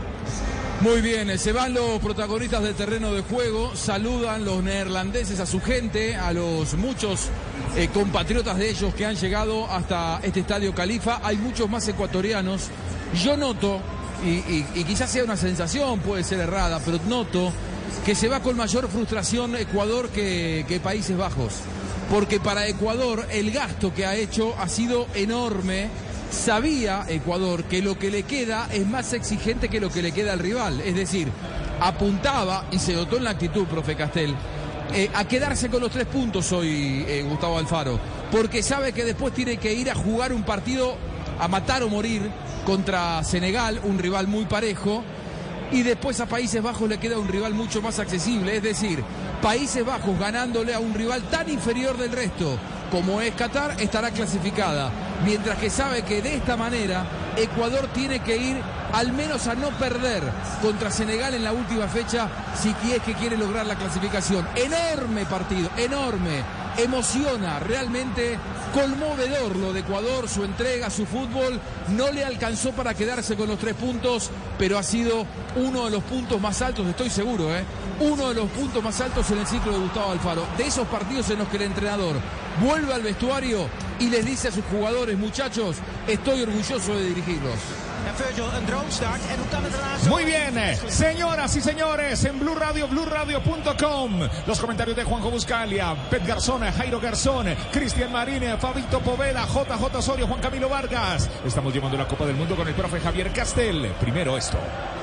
S3: Muy bien, se van los protagonistas del terreno de juego, saludan los neerlandeses a su gente, a los muchos eh, compatriotas de ellos que han llegado hasta este estadio Califa. Hay muchos más ecuatorianos. Yo noto, y, y, y quizás sea una sensación, puede ser errada, pero noto que se va con mayor frustración Ecuador que, que Países Bajos. Porque para Ecuador el gasto que ha hecho ha sido enorme. Sabía Ecuador que lo que le queda es más exigente que lo que le queda al rival. Es decir, apuntaba, y se notó en la actitud, profe Castel, eh, a quedarse con los tres puntos hoy eh, Gustavo Alfaro. Porque sabe que después tiene que ir a jugar un partido a matar o morir contra Senegal, un rival muy parejo. Y después a Países Bajos le queda un rival mucho más accesible. Es decir, Países Bajos ganándole a un rival tan inferior del resto como es Qatar, estará clasificada. Mientras que sabe que de esta manera Ecuador tiene que ir al menos a no perder contra Senegal en la última fecha si es que quiere lograr la clasificación. Enorme partido, enorme. Emociona, realmente conmovedor lo de Ecuador, su entrega, su fútbol. No le alcanzó para quedarse con los tres puntos, pero ha sido uno de los puntos más altos, estoy seguro, ¿eh? Uno de los puntos más altos en el ciclo de Gustavo Alfaro. De esos partidos en los que el entrenador vuelve al vestuario y les dice a sus jugadores, muchachos, estoy orgulloso de dirigirlos.
S2: Muy bien, señoras y señores, en Blue Radio, blue radio punto com, los comentarios de Juanjo Buscalia, Pet Garzón, Jairo Garzón, Cristian Marín, Fabito Poveda, J J Osorio, Juan Camilo Vargas. Estamos llevando la Copa del Mundo con el profe Javier Castel. Primero esto.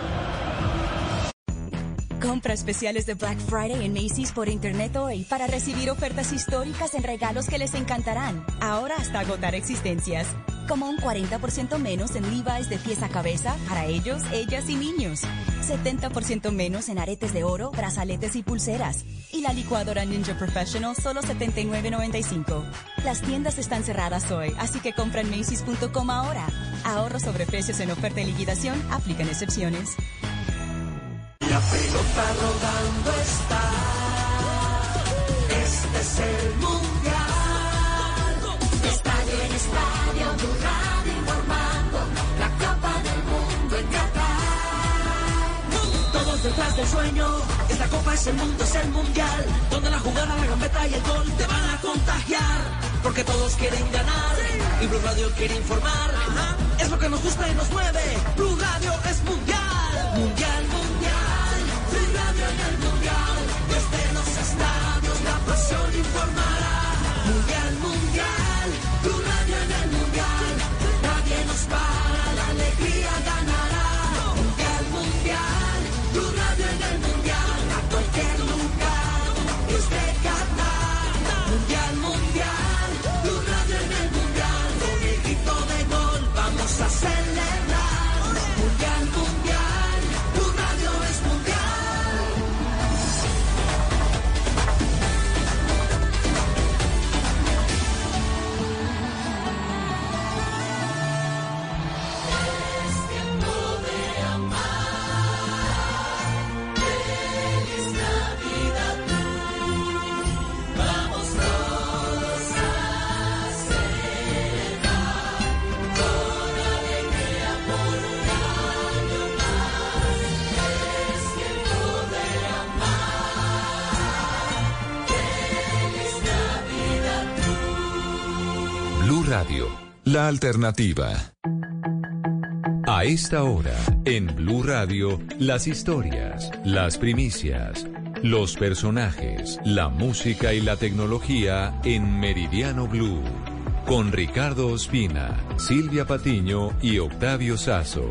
S14: Compra especiales de Black Friday en Macy's por internet hoy para recibir ofertas históricas en regalos que les encantarán. Ahora hasta agotar existencias. Como un cuarenta por ciento menos en Levi's de pies a cabeza para ellos, ellas y niños. setenta por ciento menos en aretes de oro, brazaletes y pulseras. Y la licuadora Ninja Professional solo setenta y nueve noventa y cinco. Las tiendas están cerradas hoy, así que compra en Macy's punto com ahora. Ahorro sobre precios en oferta y liquidación, aplican excepciones.
S1: La pelota rodando está. Este es el mundial. Estadio en estadio, Blue Radio informando. La Copa del Mundo en Qatar. Todos detrás del sueño. Esta Copa es el mundo, es el mundial. Donde la jugada, la gambeta y el gol te van a contagiar. Porque todos quieren ganar. Y Blue Radio quiere informar. Es lo que nos gusta y nos mueve. Blue Radio es mundial. Mundial, mundial. Blue Radio en el mundial. Desde los estadios la pasión informará. Mundial, mundial. Blue Radio en el mundial. Nadie nos para, la alegría ganará. Mundial, mundial. Blue Radio en el mundial. A cualquier lugar desde Qatar. Mundial, mundial. Blue Radio en el mundial. Con el grito de gol vamos a celebrar. Mundial, mundial. Blue Radio es mundial. Es tiempo de amar. Feliz Navidad tú. Vamos todos a celebrar con alegría por un año más. Es tiempo de amar. Feliz Navidad tú.
S16: Blue Radio, la alternativa. A esta hora, en Blue Radio, las historias, las primicias, los personajes, la música y la tecnología en Meridiano Blue. Con Ricardo Ospina, Silvia Patiño y Octavio Sazo.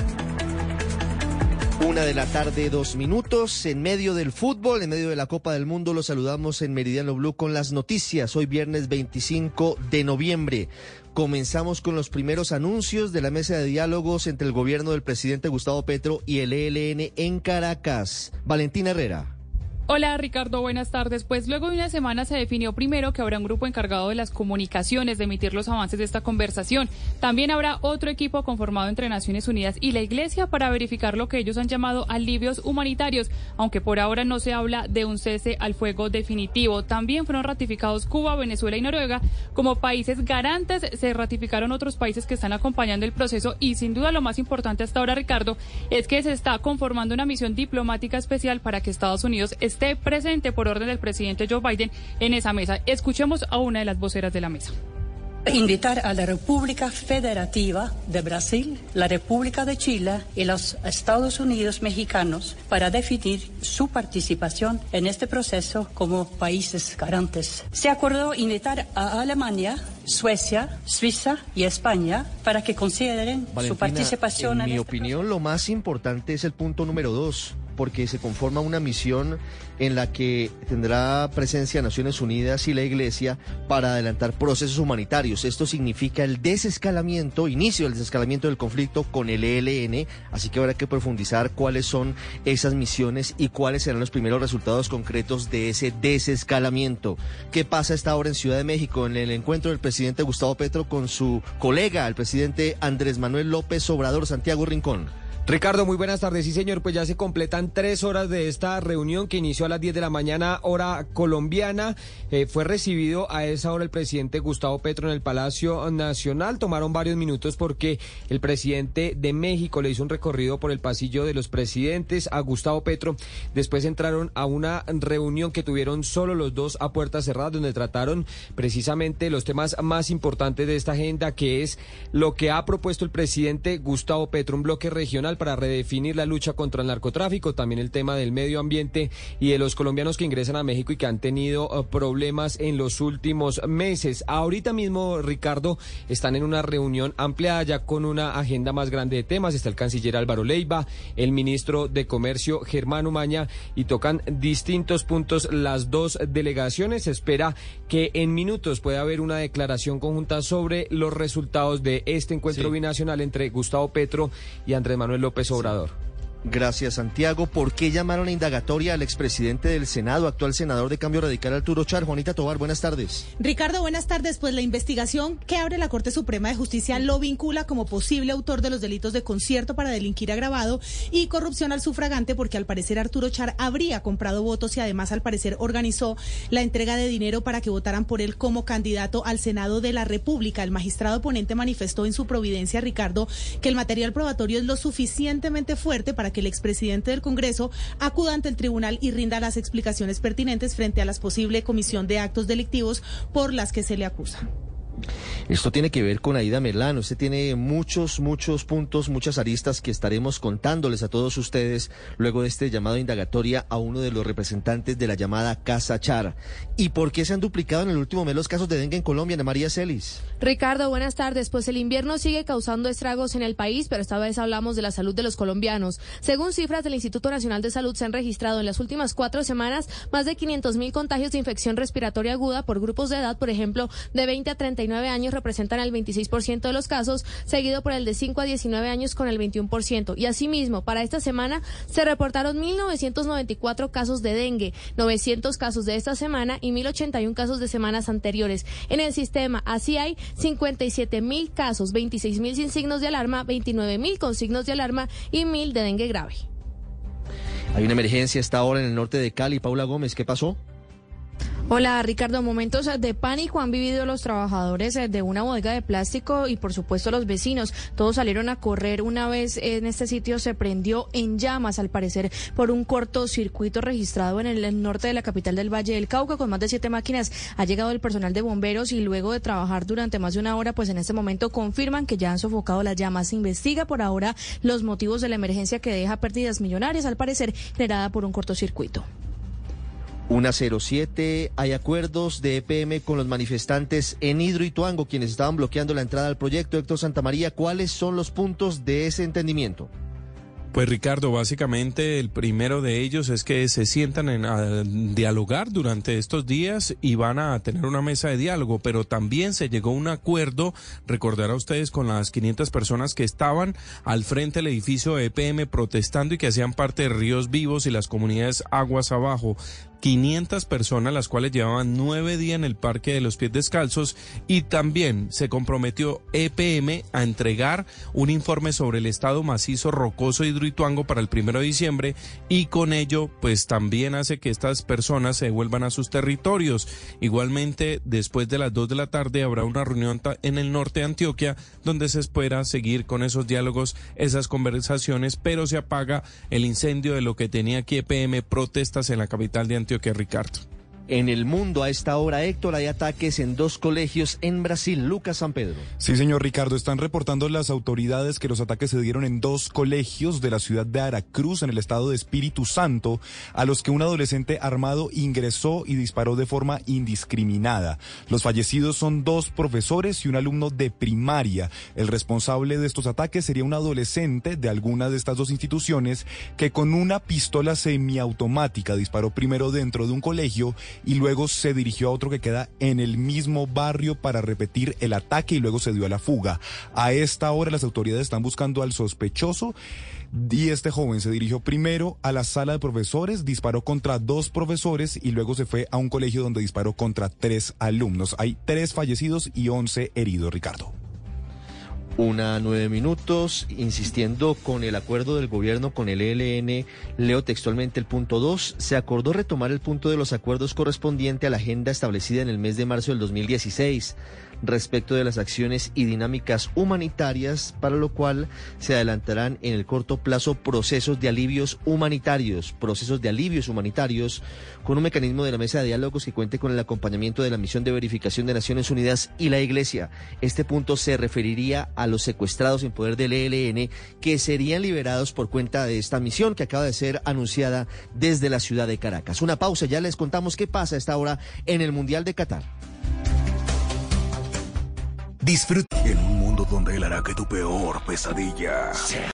S6: Una de la tarde, dos minutos, en medio del fútbol, en medio de la Copa del Mundo, los saludamos en Meridiano Blue con las noticias. Hoy viernes veinticinco de noviembre. Comenzamos con los primeros anuncios de la mesa de diálogos entre el gobierno del presidente Gustavo Petro y el E L N en Caracas. Valentina Herrera.
S23: Hola Ricardo, buenas tardes. Pues luego de una semana se definió primero que habrá un grupo encargado de las comunicaciones de emitir los avances de esta conversación. También habrá otro equipo conformado entre Naciones Unidas y la Iglesia para verificar lo que ellos han llamado alivios humanitarios, aunque por ahora no se habla de un cese al fuego definitivo. También fueron ratificados Cuba, Venezuela y Noruega como países garantes. Se ratificaron otros países que están acompañando el proceso y sin duda lo más importante hasta ahora, Ricardo, es que se está conformando una misión diplomática especial para que Estados Unidos esté presente por orden del presidente Joe Biden en esa mesa. Escuchemos a una de las voceras de la mesa.
S24: Invitar a la República Federativa de Brasil, la República de Chile y los Estados Unidos mexicanos para definir su participación en este proceso como países garantes. Se acordó invitar a Alemania, Suecia, Suiza y España para que consideren
S6: Valentina,
S24: su participación.
S6: En
S24: en
S6: mi
S24: este
S6: opinión, lo más importante es el punto número dos, porque se conforma una misión en la que tendrá presencia Naciones Unidas y la Iglesia para adelantar procesos humanitarios. Esto significa el desescalamiento, inicio del desescalamiento del conflicto con el E L N, así que habrá que profundizar cuáles son esas misiones y cuáles serán los primeros resultados concretos de ese desescalamiento. ¿Qué pasa a esta hora en Ciudad de México en el encuentro del presidente Gustavo Petro con su colega, el presidente Andrés Manuel López Obrador? Santiago Rincón.
S10: Ricardo, muy buenas tardes. Sí, señor, pues ya se completan tres horas de esta reunión que inició a las diez de la mañana, hora colombiana. Eh, fue recibido a esa hora el presidente Gustavo Petro en el Palacio Nacional. Tomaron varios minutos porque el presidente de México le hizo un recorrido por el pasillo de los presidentes a Gustavo Petro. Después entraron a una reunión que tuvieron solo los dos a puertas cerradas, donde trataron precisamente los temas más importantes de esta agenda, que es lo que ha propuesto el presidente Gustavo Petro, un bloque regional para redefinir la lucha contra el narcotráfico, también el tema del medio ambiente y de los colombianos que ingresan a México y que han tenido uh, problemas en los últimos meses. Ahorita mismo, Ricardo, están en una reunión ampliada ya con una agenda más grande de temas. Está el canciller Álvaro Leiva, el ministro de Comercio Germán Umaña, y tocan distintos puntos las dos delegaciones. Se espera que en minutos pueda haber una declaración conjunta sobre los resultados de este encuentro sí. binacional entre Gustavo Petro y Andrés Manuel López Obrador.
S12: Gracias, Santiago. ¿Por qué llamaron a indagatoria al expresidente del Senado, actual senador de Cambio Radical, Arturo Char? Juanita Tobar, buenas tardes.
S20: Ricardo, buenas tardes. Pues la investigación que abre la Corte Suprema de Justicia lo vincula como posible autor de los delitos de concierto para delinquir agravado y corrupción al sufragante, porque al parecer Arturo Char habría comprado votos y además al parecer organizó la entrega de dinero para que votaran por él como candidato al Senado de la República. El magistrado ponente manifestó en su providencia, Ricardo, que el material probatorio es lo suficientemente fuerte para que el expresidente del Congreso acuda ante el tribunal y rinda las explicaciones pertinentes frente a la posible comisión de actos delictivos por las que se le acusa.
S12: Esto tiene que ver con Aida Merlano. Este tiene muchos, muchos puntos, muchas aristas que estaremos contándoles a todos ustedes luego de este llamado a indagatoria a uno de los representantes de la llamada Casa Char. ¿Y por qué se han duplicado en el último mes los casos de dengue en Colombia, Ana María Celis?
S22: Ricardo, buenas tardes. Pues el invierno sigue causando estragos en el país, pero esta vez hablamos de la salud de los colombianos. Según cifras del Instituto Nacional de Salud, se han registrado en las últimas cuatro semanas más de quinientos mil contagios de infección respiratoria aguda por grupos de edad, por ejemplo, de veinte a treinta y nueve años representan el veintiséis por ciento de los casos, seguido por el de cinco a diecinueve años con el veintiuno por ciento. Y asimismo, para esta semana se reportaron mil novecientos noventa y cuatro casos de dengue, novecientos casos de esta semana y mil ochenta y uno casos de semanas anteriores. En el sistema, así hay cincuenta y siete mil casos, veintiséis mil sin signos de alarma, veintinueve mil con signos de alarma y mil de dengue grave.
S12: Hay una emergencia a esta hora en el norte de Cali. Paula Gómez, ¿qué pasó?
S22: Hola, Ricardo. Momentos de pánico han vivido los trabajadores de una bodega de plástico y, por supuesto, los vecinos. Todos salieron a correr una vez en este sitio se prendió en llamas, al parecer, por un cortocircuito registrado en el norte de la capital del Valle del Cauca. Con más de siete máquinas ha llegado el personal de bomberos y luego de trabajar durante más de una hora, pues en este momento confirman que ya han sofocado las llamas. Se investiga por ahora los motivos de la emergencia que deja pérdidas millonarias, al parecer, generada por un cortocircuito.
S12: Una cero siete, hay acuerdos de E P M con los manifestantes en Hidroituango, quienes estaban bloqueando la entrada al proyecto. Héctor Santamaría, ¿cuáles son los puntos de ese entendimiento?
S25: Pues Ricardo, básicamente el primero de ellos es que se sientan en, a dialogar durante estos días y van a tener una mesa de diálogo, pero también se llegó a un acuerdo, recordará ustedes, con las quinientas personas que estaban al frente del edificio de E P M protestando y que hacían parte de Ríos Vivos y las comunidades Aguas Abajo. quinientas personas, las cuales llevaban nueve días en el Parque de los Pies Descalzos, y también se comprometió E P M a entregar un informe sobre el estado macizo rocoso de Hidroituango para el primero de diciembre, y con ello pues también hace que estas personas se vuelvan a sus territorios. Igualmente, después de las dos de la tarde habrá una reunión en el norte de Antioquia, donde se espera seguir con esos diálogos, esas conversaciones, pero se apaga el incendio de lo que tenía aquí E P M, protestas en la capital de Antioquia. Que Ricardo.
S12: En el mundo a esta hora, Héctor, hay ataques en dos colegios en Brasil. Lucas San Pedro.
S26: Sí, señor Ricardo, están reportando las autoridades que los ataques se dieron en dos colegios de la ciudad de Aracruz, en el estado de Espíritu Santo, a los que un adolescente armado ingresó y disparó de forma indiscriminada. Los fallecidos son dos profesores y un alumno de primaria. El responsable de estos ataques sería un adolescente de alguna de estas dos instituciones que con una pistola semiautomática disparó primero dentro de un colegio y luego se dirigió a otro que queda en el mismo barrio para repetir el ataque y luego se dio a la fuga. A esta hora las autoridades están buscando al sospechoso y este joven se dirigió primero a la sala de profesores, disparó contra dos profesores y luego se fue a un colegio donde disparó contra tres alumnos. Hay tres fallecidos y once heridos, Ricardo.
S12: Una nueve minutos, insistiendo con el acuerdo del gobierno con el E L N, leo textualmente el punto dos, se acordó retomar el punto de los acuerdos correspondiente a la agenda establecida en el mes de marzo del dos mil dieciséis, respecto de las acciones y dinámicas humanitarias, para lo cual se adelantarán en el corto plazo procesos de alivios humanitarios, procesos de alivios humanitarios, con un mecanismo de la mesa de diálogos que cuente con el acompañamiento de la misión de verificación de Naciones Unidas y la Iglesia. Este punto se referiría a los secuestrados en poder del E L N que serían liberados por cuenta de esta misión que acaba de ser anunciada desde la ciudad de Caracas. Una pausa, ya les contamos qué pasa a esta hora en el Mundial de Qatar.
S11: Disfruta en un mundo donde él hará que tu peor pesadilla